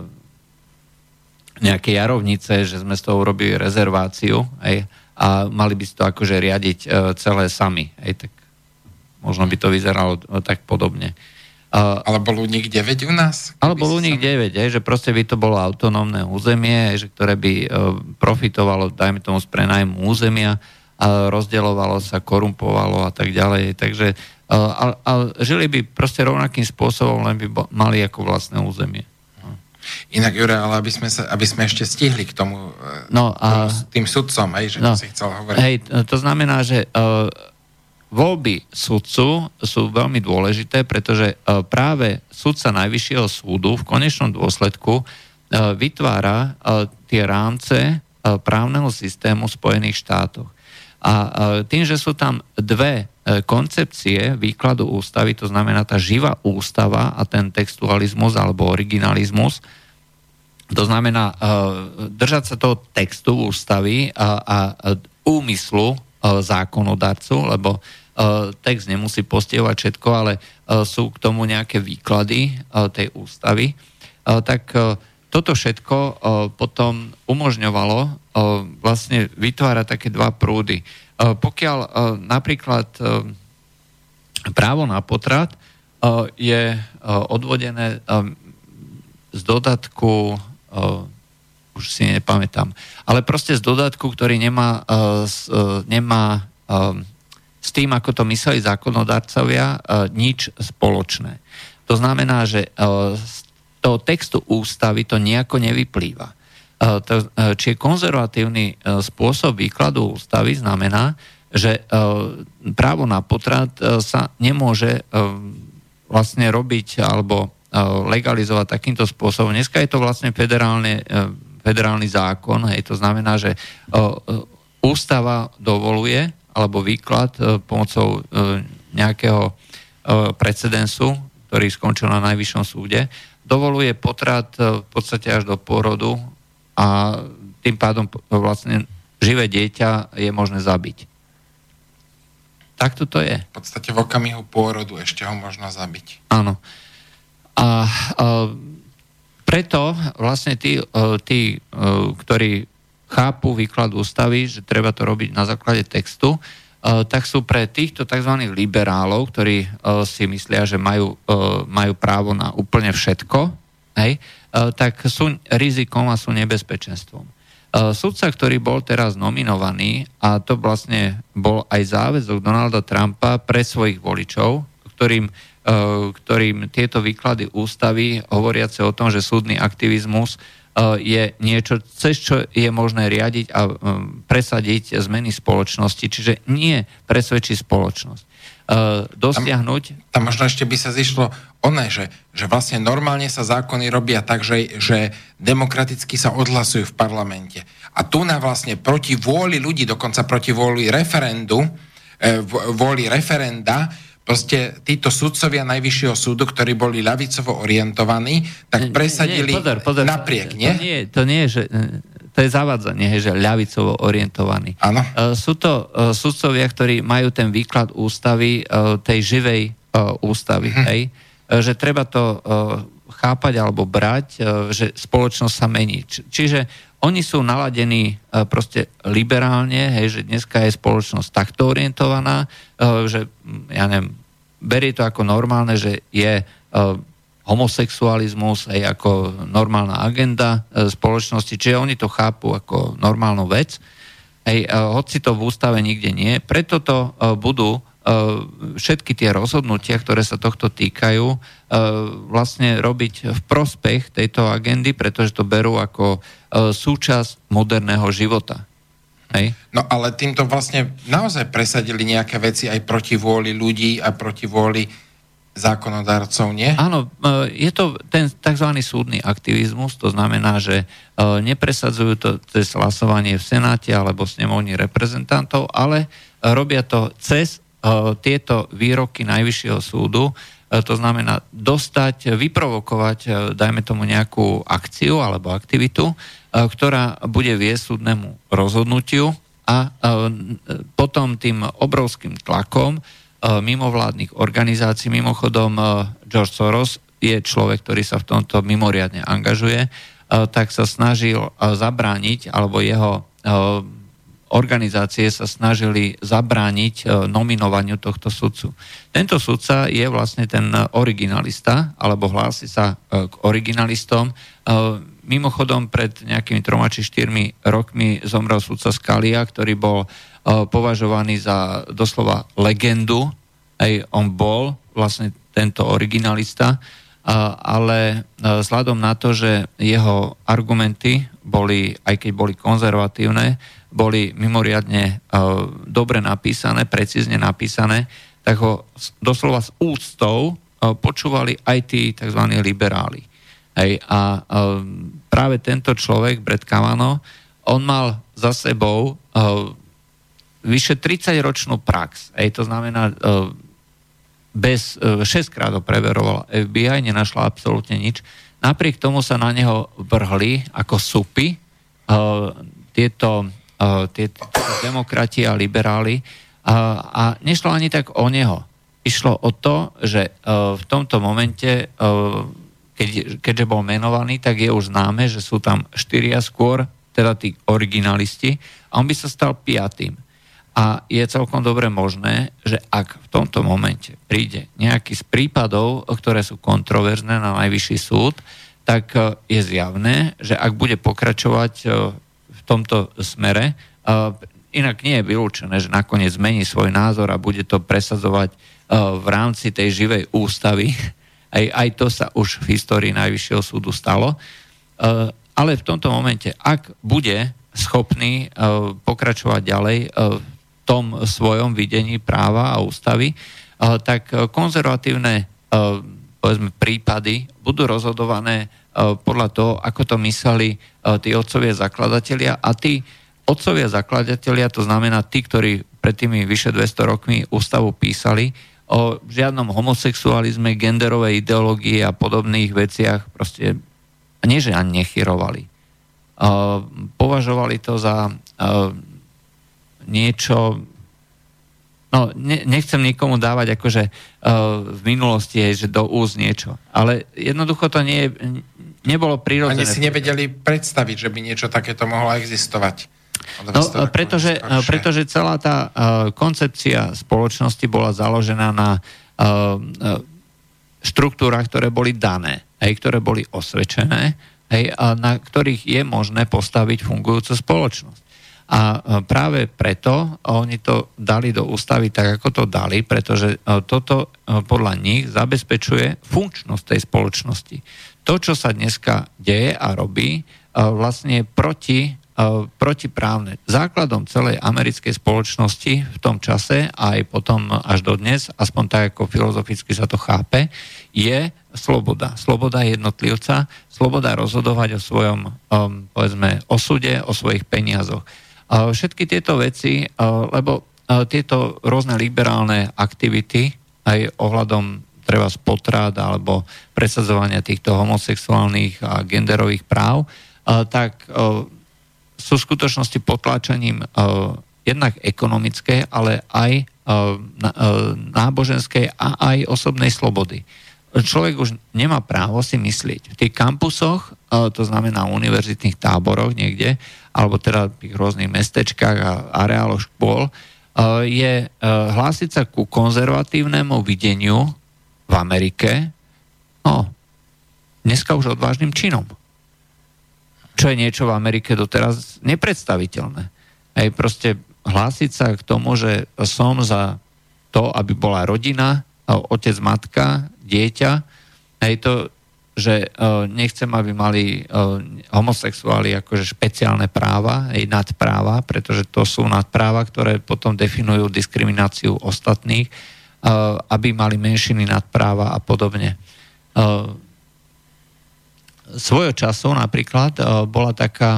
nejaké jarovnice, že sme z toho urobili rezerváciu, hej, a mali by si to akože riadiť celé sami. Hej, tak možno by to vyzeralo tak podobne. Alebo Luník 9 u nás? Alebo Luník 9, že proste by to bolo autonómne územie, že ktoré by profitovalo, dajme tomu z prenajmu územia, a rozdeľovalo sa, korumpovalo a tak ďalej. Takže a žili by proste rovnakým spôsobom, len by mali ako vlastné územie. Inak, Jure, ale aby sme ešte stihli k tomu tým sudcom, že to si chcel hovoriť. Hej, to znamená, že voľby sudcu sú veľmi dôležité, pretože práve sudca Najvyššieho súdu v konečnom dôsledku vytvára tie rámce právneho systému v Spojených štátoch. A tým, že sú tam dve koncepcie výkladu ústavy, to znamená tá živá ústava a ten textualizmus alebo originalizmus, to znamená držať sa toho textu ústavy a úmyslu zákonodarcu, lebo text nemusí postihovať všetko, ale sú k tomu nejaké výklady tej ústavy, tak toto všetko potom umožňovalo vlastne vytvárať také dva prúdy. Pokiaľ napríklad právo na potrat je odvodené z dodatku, už si nepamätám, ale proste z dodatku, ktorý nemá s tým, ako to mysleli zákonodarcovia, nič spoločné. To znamená, že z toho textu ústavy to nejako nevyplýva. Či je konzervatívny spôsob výkladu ústavy znamená, že právo na potrat sa nemôže vlastne robiť alebo legalizovať takýmto spôsobom. Dneska je to vlastne federálny zákon, hej, to znamená, že ústava dovoluje alebo výklad pomocou nejakého precedensu, ktorý skončil na Najvyššom súde, dovoluje potrat v podstate až do pôrodu a tým pádom vlastne živé dieťa je možné zabiť. Tak to je. V podstate v okamihu pôrodu ešte ho možno zabiť. Áno. A preto vlastne tí, ktorí chápu výklad ústavy, že treba to robiť na základe textu, tak sú pre týchto tzv. Liberálov, ktorí si myslia, že majú právo na úplne všetko, hej, tak sú rizikom a sú nebezpečenstvom. Sudca, ktorý bol teraz nominovaný, a to vlastne bol aj záväzok Donalda Trumpa pre svojich voličov, ktorým ktorým tieto výklady ústavy hovoriace o tom, že súdny aktivizmus je niečo, cez čo je možné riadiť a presadiť zmeny spoločnosti, čiže nie presvedčiť spoločnosť. Dosiahnuť... Tam možno ešte by sa zišlo že vlastne normálne sa zákony robia tak, že demokraticky sa odhlasujú v parlamente. A tu na vlastne proti vôli ľudí, dokonca proti vôli referenda, proste títo sudcovia Najvyššieho súdu, ktorí boli ľavicovo orientovaní, tak presadili napriek, nie? To nie je, že... To je zavádzanie, že ľavicovo orientovaní. Áno. Sú to sudcovia, ktorí majú ten výklad ústavy, tej živej ústavy. Hej? Že treba to chápať alebo brať, že spoločnosť sa mení. Čiže oni sú naladení proste liberálne, hej, že dneska je spoločnosť takto orientovaná, že ja neviem, berie to ako normálne, že je homosexualizmus aj ako normálna agenda spoločnosti, čiže oni to chápu ako normálnu vec. Hoci to v ústave nikde nie, preto to budú všetky tie rozhodnutia, ktoré sa tohto týkajú, vlastne robiť v prospech tejto agendy, pretože to berú ako súčasť moderného života. Hej. No ale týmto vlastne naozaj presadili nejaké veci aj proti vôli ľudí a proti vôli zákonodarcov, nie? Áno, je to ten tzv. Súdny aktivizmus, to znamená, že nepresadzujú to cez hlasovanie v Senáte alebo snemovni reprezentantov, ale robia to cez tieto výroky Najvyššieho súdu, to znamená dostať, vyprovokovať, dajme tomu nejakú akciu alebo aktivitu, ktorá bude viesť súdnemu rozhodnutiu a potom tým obrovským tlakom mimovládnych organizácií. Mimochodom, George Soros je človek, ktorý sa v tomto mimoriadne angažuje, tak sa snažil zabrániť, alebo jeho organizácie sa snažili zabrániť nominovaniu tohto sudcu. Tento sudca je vlastne ten originalista, alebo hlási sa k originalistom. Mimochodom, pred nejakými 3 či 4 rokmi zomrel sudca Scalia, ktorý bol považovaný za doslova legendu. Aj on bol vlastne tento originalista, ale vzhľadom na to, že jeho argumenty boli, aj keď boli konzervatívne, boli mimoriadne dobre napísané, precízne napísané, tak ho doslova s úctou počúvali aj tí tzv. Liberáli. A práve tento človek, Brett Kavanaugh, on mal za sebou vyše 30-ročnú prax. To znamená, 6-krát ho preverovala FBI, nenašla absolútne nič. Napriek tomu sa na neho vrhli ako supy tieto demokrati a liberáli a nešlo ani tak o neho. Išlo o to, že v tomto momente, keďže bol menovaný, tak je už známe, že sú tam 4 skôr, teda tí originalisti, a on by sa stal 5. A je celkom dobre možné, že ak v tomto momente príde nejaký z prípadov, ktoré sú kontroverzné na Najvyšší súd, tak je zjavné, že ak bude pokračovať v tomto smere, inak nie je vylúčené, že nakoniec zmení svoj názor a bude to presadzovať v rámci tej živej ústavy. Aj to sa už v histórii Najvyššieho súdu stalo. Ale v tomto momente, ak bude schopný pokračovať ďalej v tom svojom videní práva a ústavy, tak konzervatívne povedzme, prípady budú rozhodované podľa toho, ako to mysleli tí otcovia zakladatelia, a tí otcovia zakladatelia, to znamená tí, ktorí pred tými vyše 200 rokmi ústavu písali, o žiadnom homosexualizme, genderovej ideológii a podobných veciach proste nie, že ani nechyrovali. Považovali to za niečo, no nechcem nikomu dávať akože v minulosti je, že do úst niečo, ale jednoducho to nebolo prirodzené. Ani si nevedeli predstaviť, že by niečo takéto mohlo existovať. No, pretože celá tá koncepcia spoločnosti bola založená na štruktúrach, ktoré boli dané, ktoré boli osvedčené, a na ktorých je možné postaviť fungujúcu spoločnosť. A práve preto oni to dali do ústavy tak, ako to dali, pretože toto podľa nich zabezpečuje funkčnosť tej spoločnosti. To, čo sa dneska deje a robí, vlastne protiprávne. Základom celej americkej spoločnosti v tom čase a aj potom až do dnes, aspoň tak, ako filozoficky sa to chápe, je sloboda. Sloboda jednotlivca, sloboda rozhodovať o svojom, povedzme, osude, o svojich peniazoch. Všetky tieto veci, lebo tieto rôzne liberálne aktivity aj ohľadom treba spotrát alebo presadzovania týchto homosexuálnych a genderových práv, tak sú v skutočnosti potláčaním jednak ekonomickej, ale aj náboženskej a aj osobnej slobody. Človek už nemá právo si myslieť. V tých kampusoch, to znamená univerzitných táboroch niekde, alebo teda v tých rôznych mestečkách a areáloch škôl, je hlásiť sa ku konzervatívnemu videniu v Amerike, dneska už odvážnym činom. Čo je niečo v Amerike doteraz nepredstaviteľné. Aj proste hlásiť sa k tomu, že som za to, aby bola rodina, otec, matka, dieťa, aj to, že nechcem, aby mali homosexuáli akože špeciálne práva, aj nadpráva, pretože to sú nadpráva, ktoré potom definujú diskrimináciu ostatných, aby mali menšiny nadpráva a podobne. Svojho času napríklad bola taká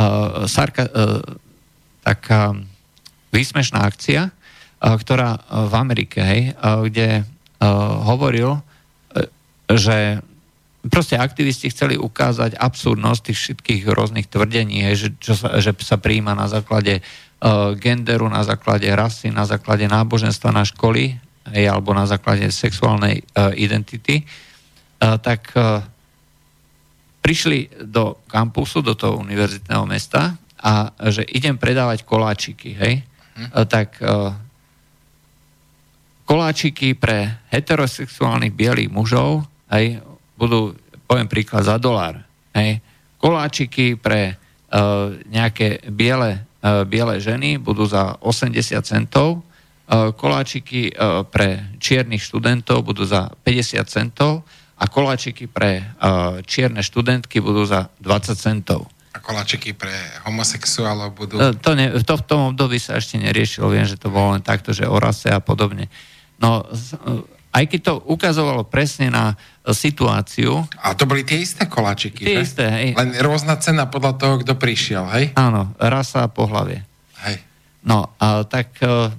výsmešná akcia, ktorá v Amerike, kde hovoril, že proste aktivisti chceli ukázať absurdnosť tých všetkých rôznych tvrdení, že sa prijíma na základe genderu, na základe rasy, na základe náboženstva na školy, alebo na základe sexuálnej identity, tak prišli do kampusu, do toho univerzitného mesta a že idem predávať koláčiky, hej? Tak koláčiky pre heterosexuálnych bielých mužov, hej, budú, poviem príklad, za $1. Hej. Koláčiky pre nejaké biele ženy budú za 80 centov, koláčiky pre čiernych študentov budú za 50 centov a koláčiky pre čierne študentky budú za 20 centov. A koláčiky pre homosexuálov budú... To v tom období sa ešte neriešilo, viem, že to bolo len takto, že o rase a podobne. No, aj keď to ukazovalo presne na situáciu... A to boli tie isté koláčiky, tie isté, hej. Len rôzna cena podľa toho, kto prišiel, hej? Áno, rasa a pohlavie. Hej. No, tak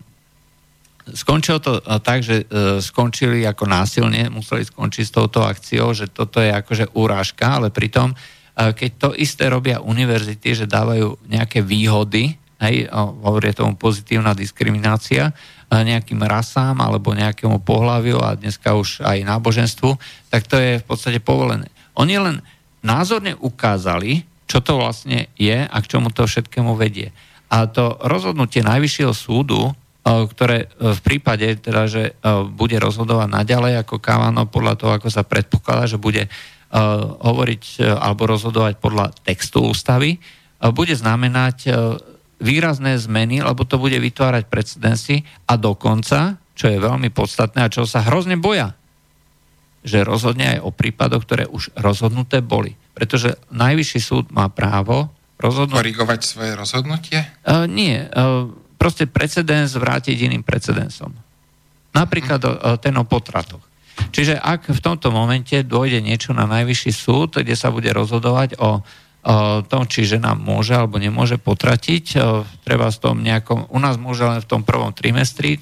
skončilo to tak, že skončili ako násilne, museli skončiť s touto akciou, že toto je akože urážka, ale pritom, keď to isté robia univerzity, že dávajú nejaké výhody, hej, hovorí tomu pozitívna diskriminácia, nejakým rasám alebo nejakému pohľaviu a dneska už aj náboženstvu, tak to je v podstate povolené. Oni len názorne ukázali, čo to vlastne je a k čomu to všetkému vedie. A to rozhodnutie Najvyššieho súdu, ktoré v prípade, teda, že bude rozhodovať naďalej ako Kavanaugh podľa toho, ako sa predpokladá, že bude hovoriť alebo rozhodovať podľa textu ústavy, bude znamenať výrazné zmeny, lebo to bude vytvárať precedensy a dokonca, čo je veľmi podstatné a čo sa hrozne boja, že rozhodne aj o prípadoch, ktoré už rozhodnuté boli. Pretože Najvyšší súd má právo rozhodnúť... Korigovať svoje rozhodnutie? Nie. Proste precedens vrátiť iným precedensom. Napríklad ten o potratoch. Čiže ak v tomto momente dôjde niečo na Najvyšší súd, kde sa bude rozhodovať o tom, či žena môže alebo nemôže potratiť, treba v tom nejakom, u nás môže len v tom prvom trimestri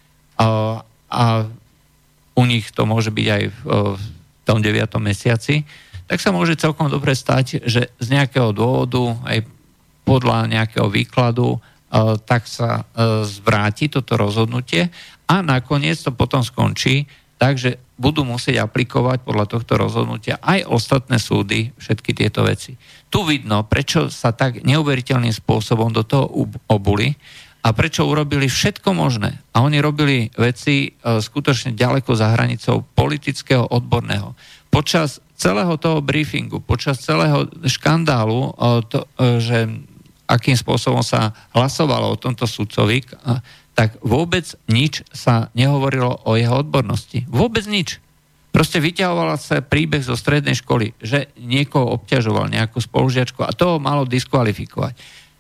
a u nich to môže byť aj v tom 9. mesiaci, tak sa môže celkom dobre stať, že z nejakého dôvodu, aj podľa nejakého výkladu, tak sa zvráti toto rozhodnutie a nakoniec to potom skončí, takže budú musieť aplikovať podľa tohto rozhodnutia aj ostatné súdy všetky tieto veci. Tu vidno, prečo sa tak neuveriteľným spôsobom do toho obuli a prečo urobili všetko možné. A oni robili veci skutočne ďaleko za hranicou politického, odborného. Počas celého toho briefingu, počas celého škandálu, že akým spôsobom sa hlasovalo o tomto sudcovi, tak vôbec nič sa nehovorilo o jeho odbornosti. Vôbec nič. Proste vyťahovala sa príbeh zo strednej školy, že niekoho obťažoval, nejakú spolužiačku a toho malo diskvalifikovať.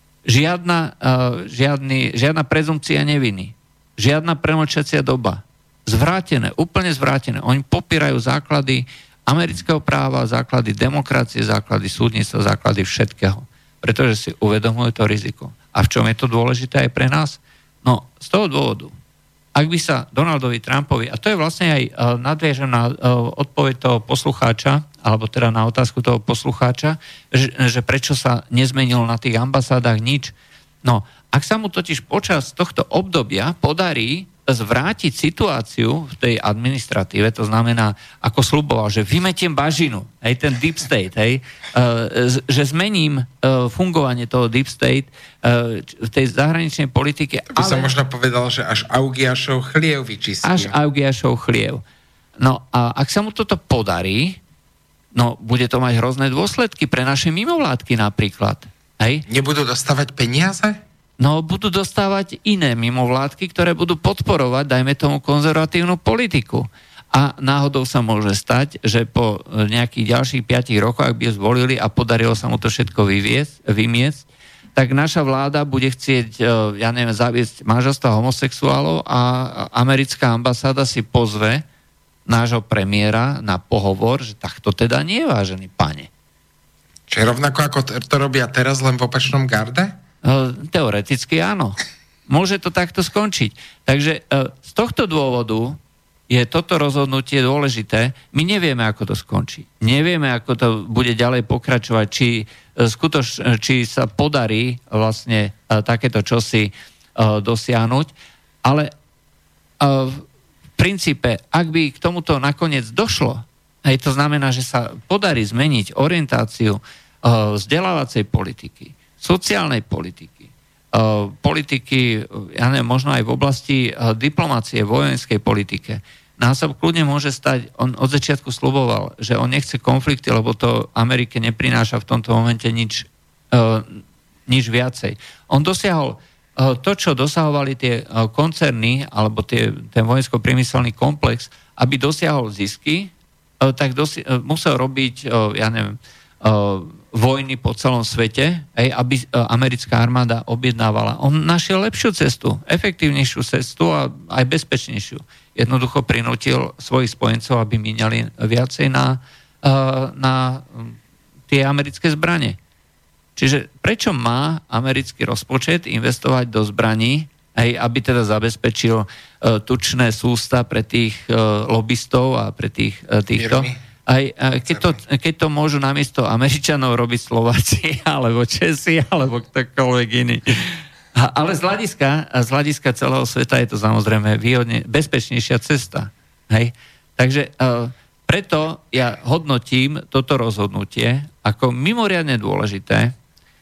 Žiadna prezumpcia neviny. Žiadna premlčacia doba. Zvrátené, úplne zvrátené. Oni popierajú základy amerického práva, základy demokracie, základy súdnictva, základy všetkého. Pretože si uvedomujú to riziko. A v čom je to dôležité aj pre nás? No, z toho dôvodu, ak by sa Donaldovi Trumpovi, a to je vlastne aj nadviežem na odpoveď toho poslucháča, alebo teda na otázku toho poslucháča, že prečo sa nezmenilo na tých ambasádach nič. No, ak sa mu totiž počas tohto obdobia podarí zvrátiť situáciu v tej administratíve, to znamená, ako sľuboval, že vymetiem bažinu, hej, ten deep state, hej, že zmením fungovanie toho deep state v tej zahraničnej politike. To by som možno povedal, že až Augiašov chliev vyčistím. Až Augiašov chliev. No a ak sa mu toto podarí, no bude to mať hrozné dôsledky pre naše mimovládky napríklad. Hej? Nebudú dostávať peniaze? No, budú dostávať iné mimovládky, ktoré budú podporovať, dajme tomu, konzervatívnu politiku. A náhodou sa môže stať, že po nejakých ďalších 5 rokoch, ak by zvolili a podarilo sa mu to všetko vymiesť, tak naša vláda bude chcieť, zaviesť manželstva homosexuálov a americká ambasáda si pozve nášho premiéra na pohovor, že takto teda nie, vážený pane. Čiže rovnako ako to robia teraz, len v opačnom garde? Teoreticky áno. Môže to takto skončiť. Takže z tohto dôvodu je toto rozhodnutie dôležité. My nevieme, ako to skončí. Nevieme, ako to bude ďalej pokračovať, či sa podarí vlastne takéto čosi dosiahnuť. Ale v princípe, ak by k tomuto nakoniec došlo, aj to znamená, že sa podarí zmeniť orientáciu vzdelávacej politiky, sociálnej politiky, možno aj v oblasti diplomácie, vojenskej politike. Nás sa kľudne môže stať, on od začiatku sľuboval, že on nechce konflikty, lebo to Amerike neprináša v tomto momente nič viacej. On dosiahol to, čo dosahovali tie koncerny, alebo ten vojensko-priemyselný komplex, aby dosiahol zisky, tak musel robiť, vojny po celom svete, aby americká armáda objednávala. On našiel lepšiu cestu, efektívnejšiu cestu a aj bezpečnejšiu. Jednoducho prinútil svojich spojencov, aby míňali viacej na tie americké zbrane. Čiže prečo má americký rozpočet investovať do zbraní, aby teda zabezpečil tučné sústa pre tých lobbystov a pre týchto... Keď to môžu namiesto Američanov robiť Slováci, alebo Česi, alebo ktokoľvek iný. Ale z hľadiska celého sveta je to samozrejme výhodne bezpečnejšia cesta. Hej? Takže preto ja hodnotím toto rozhodnutie ako mimoriadne dôležité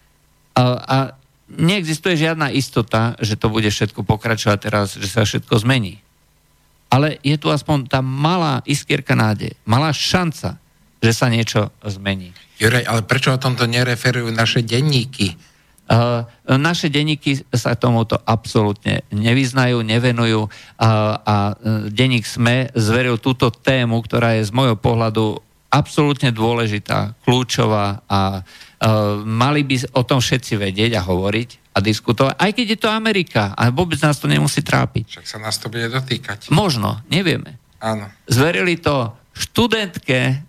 a neexistuje žiadna istota, že to bude všetko pokračovať teraz, že sa všetko zmení. Ale je tu aspoň tá malá iskierka nádej, malá šanca, že sa niečo zmení. Juraj, ale prečo o tomto nereferujú naše denníky? Naše denníky sa tomuto absolútne nevyznajú, nevenujú a denník SME zveril túto tému, ktorá je z môjho pohľadu absolútne dôležitá, kľúčová a mali by o tom všetci vedieť a hovoriť a diskutovať, aj keď je to Amerika a vôbec nás to nemusí trápiť. Však sa nás to bude dotýkať. Možno, nevieme. Áno. Zverili to študentke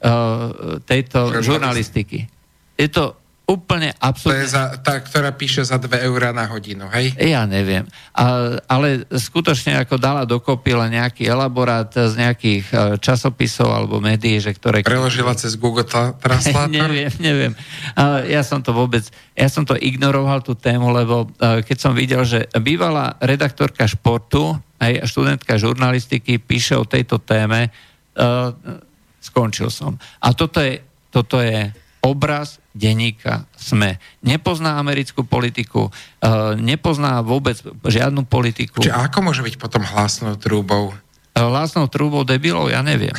tejto žurnalistiky. Je to úplne absolútne... To je tá, ktorá píše za 2 eurá na hodinu, hej? Ja neviem. Ale skutočne ako dala dokopy len nejaký elaborát z nejakých časopisov alebo médií, že ktoré... Preložila cez Google Translator? Neviem. Ja som to ignoroval tú tému, lebo keď som videl, že bývalá redaktorka športu, aj študentka žurnalistiky píše o tejto téme, skončil som. A toto je obraz denníka SME. Nepozná americkú politiku, nepozná vôbec žiadnu politiku. Čiže ako môže byť potom hlasnou trúbou? Hlasnou trúbou debilov, ja neviem.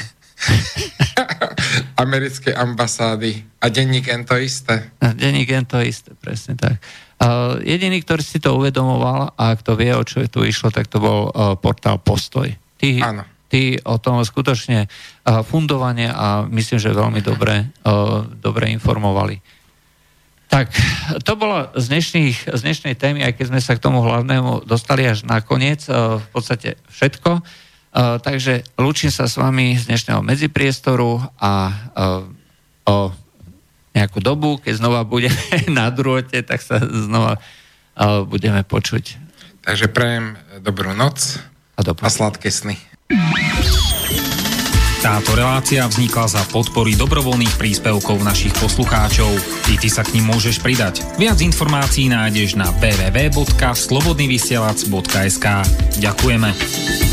Americké ambasády. A denník N to isté? Denník N to isté, presne tak. Jediný, ktorý si to uvedomoval a kto vie, o čo tu išlo, tak to bol portál Postoj. Tí o tom skutočne fundovane a myslím, že veľmi dobre informovali. Tak, to bolo z dnešnej témy, aj keď sme sa k tomu hlavnému dostali až nakoniec, v podstate všetko. Takže lúčim sa s vami z dnešného medzipriestoru a o nejakú dobu, keď znova budeme na drôte, tak sa znova budeme počuť. Takže prajem dobrú noc a sladké sny. Táto relácia vznikla za podpory dobrovoľných príspevkov našich poslucháčov. I ty sa k nim môžeš pridať. Viac informácií nájdeš na www.slobodnyvysielac.sk. Ďakujeme.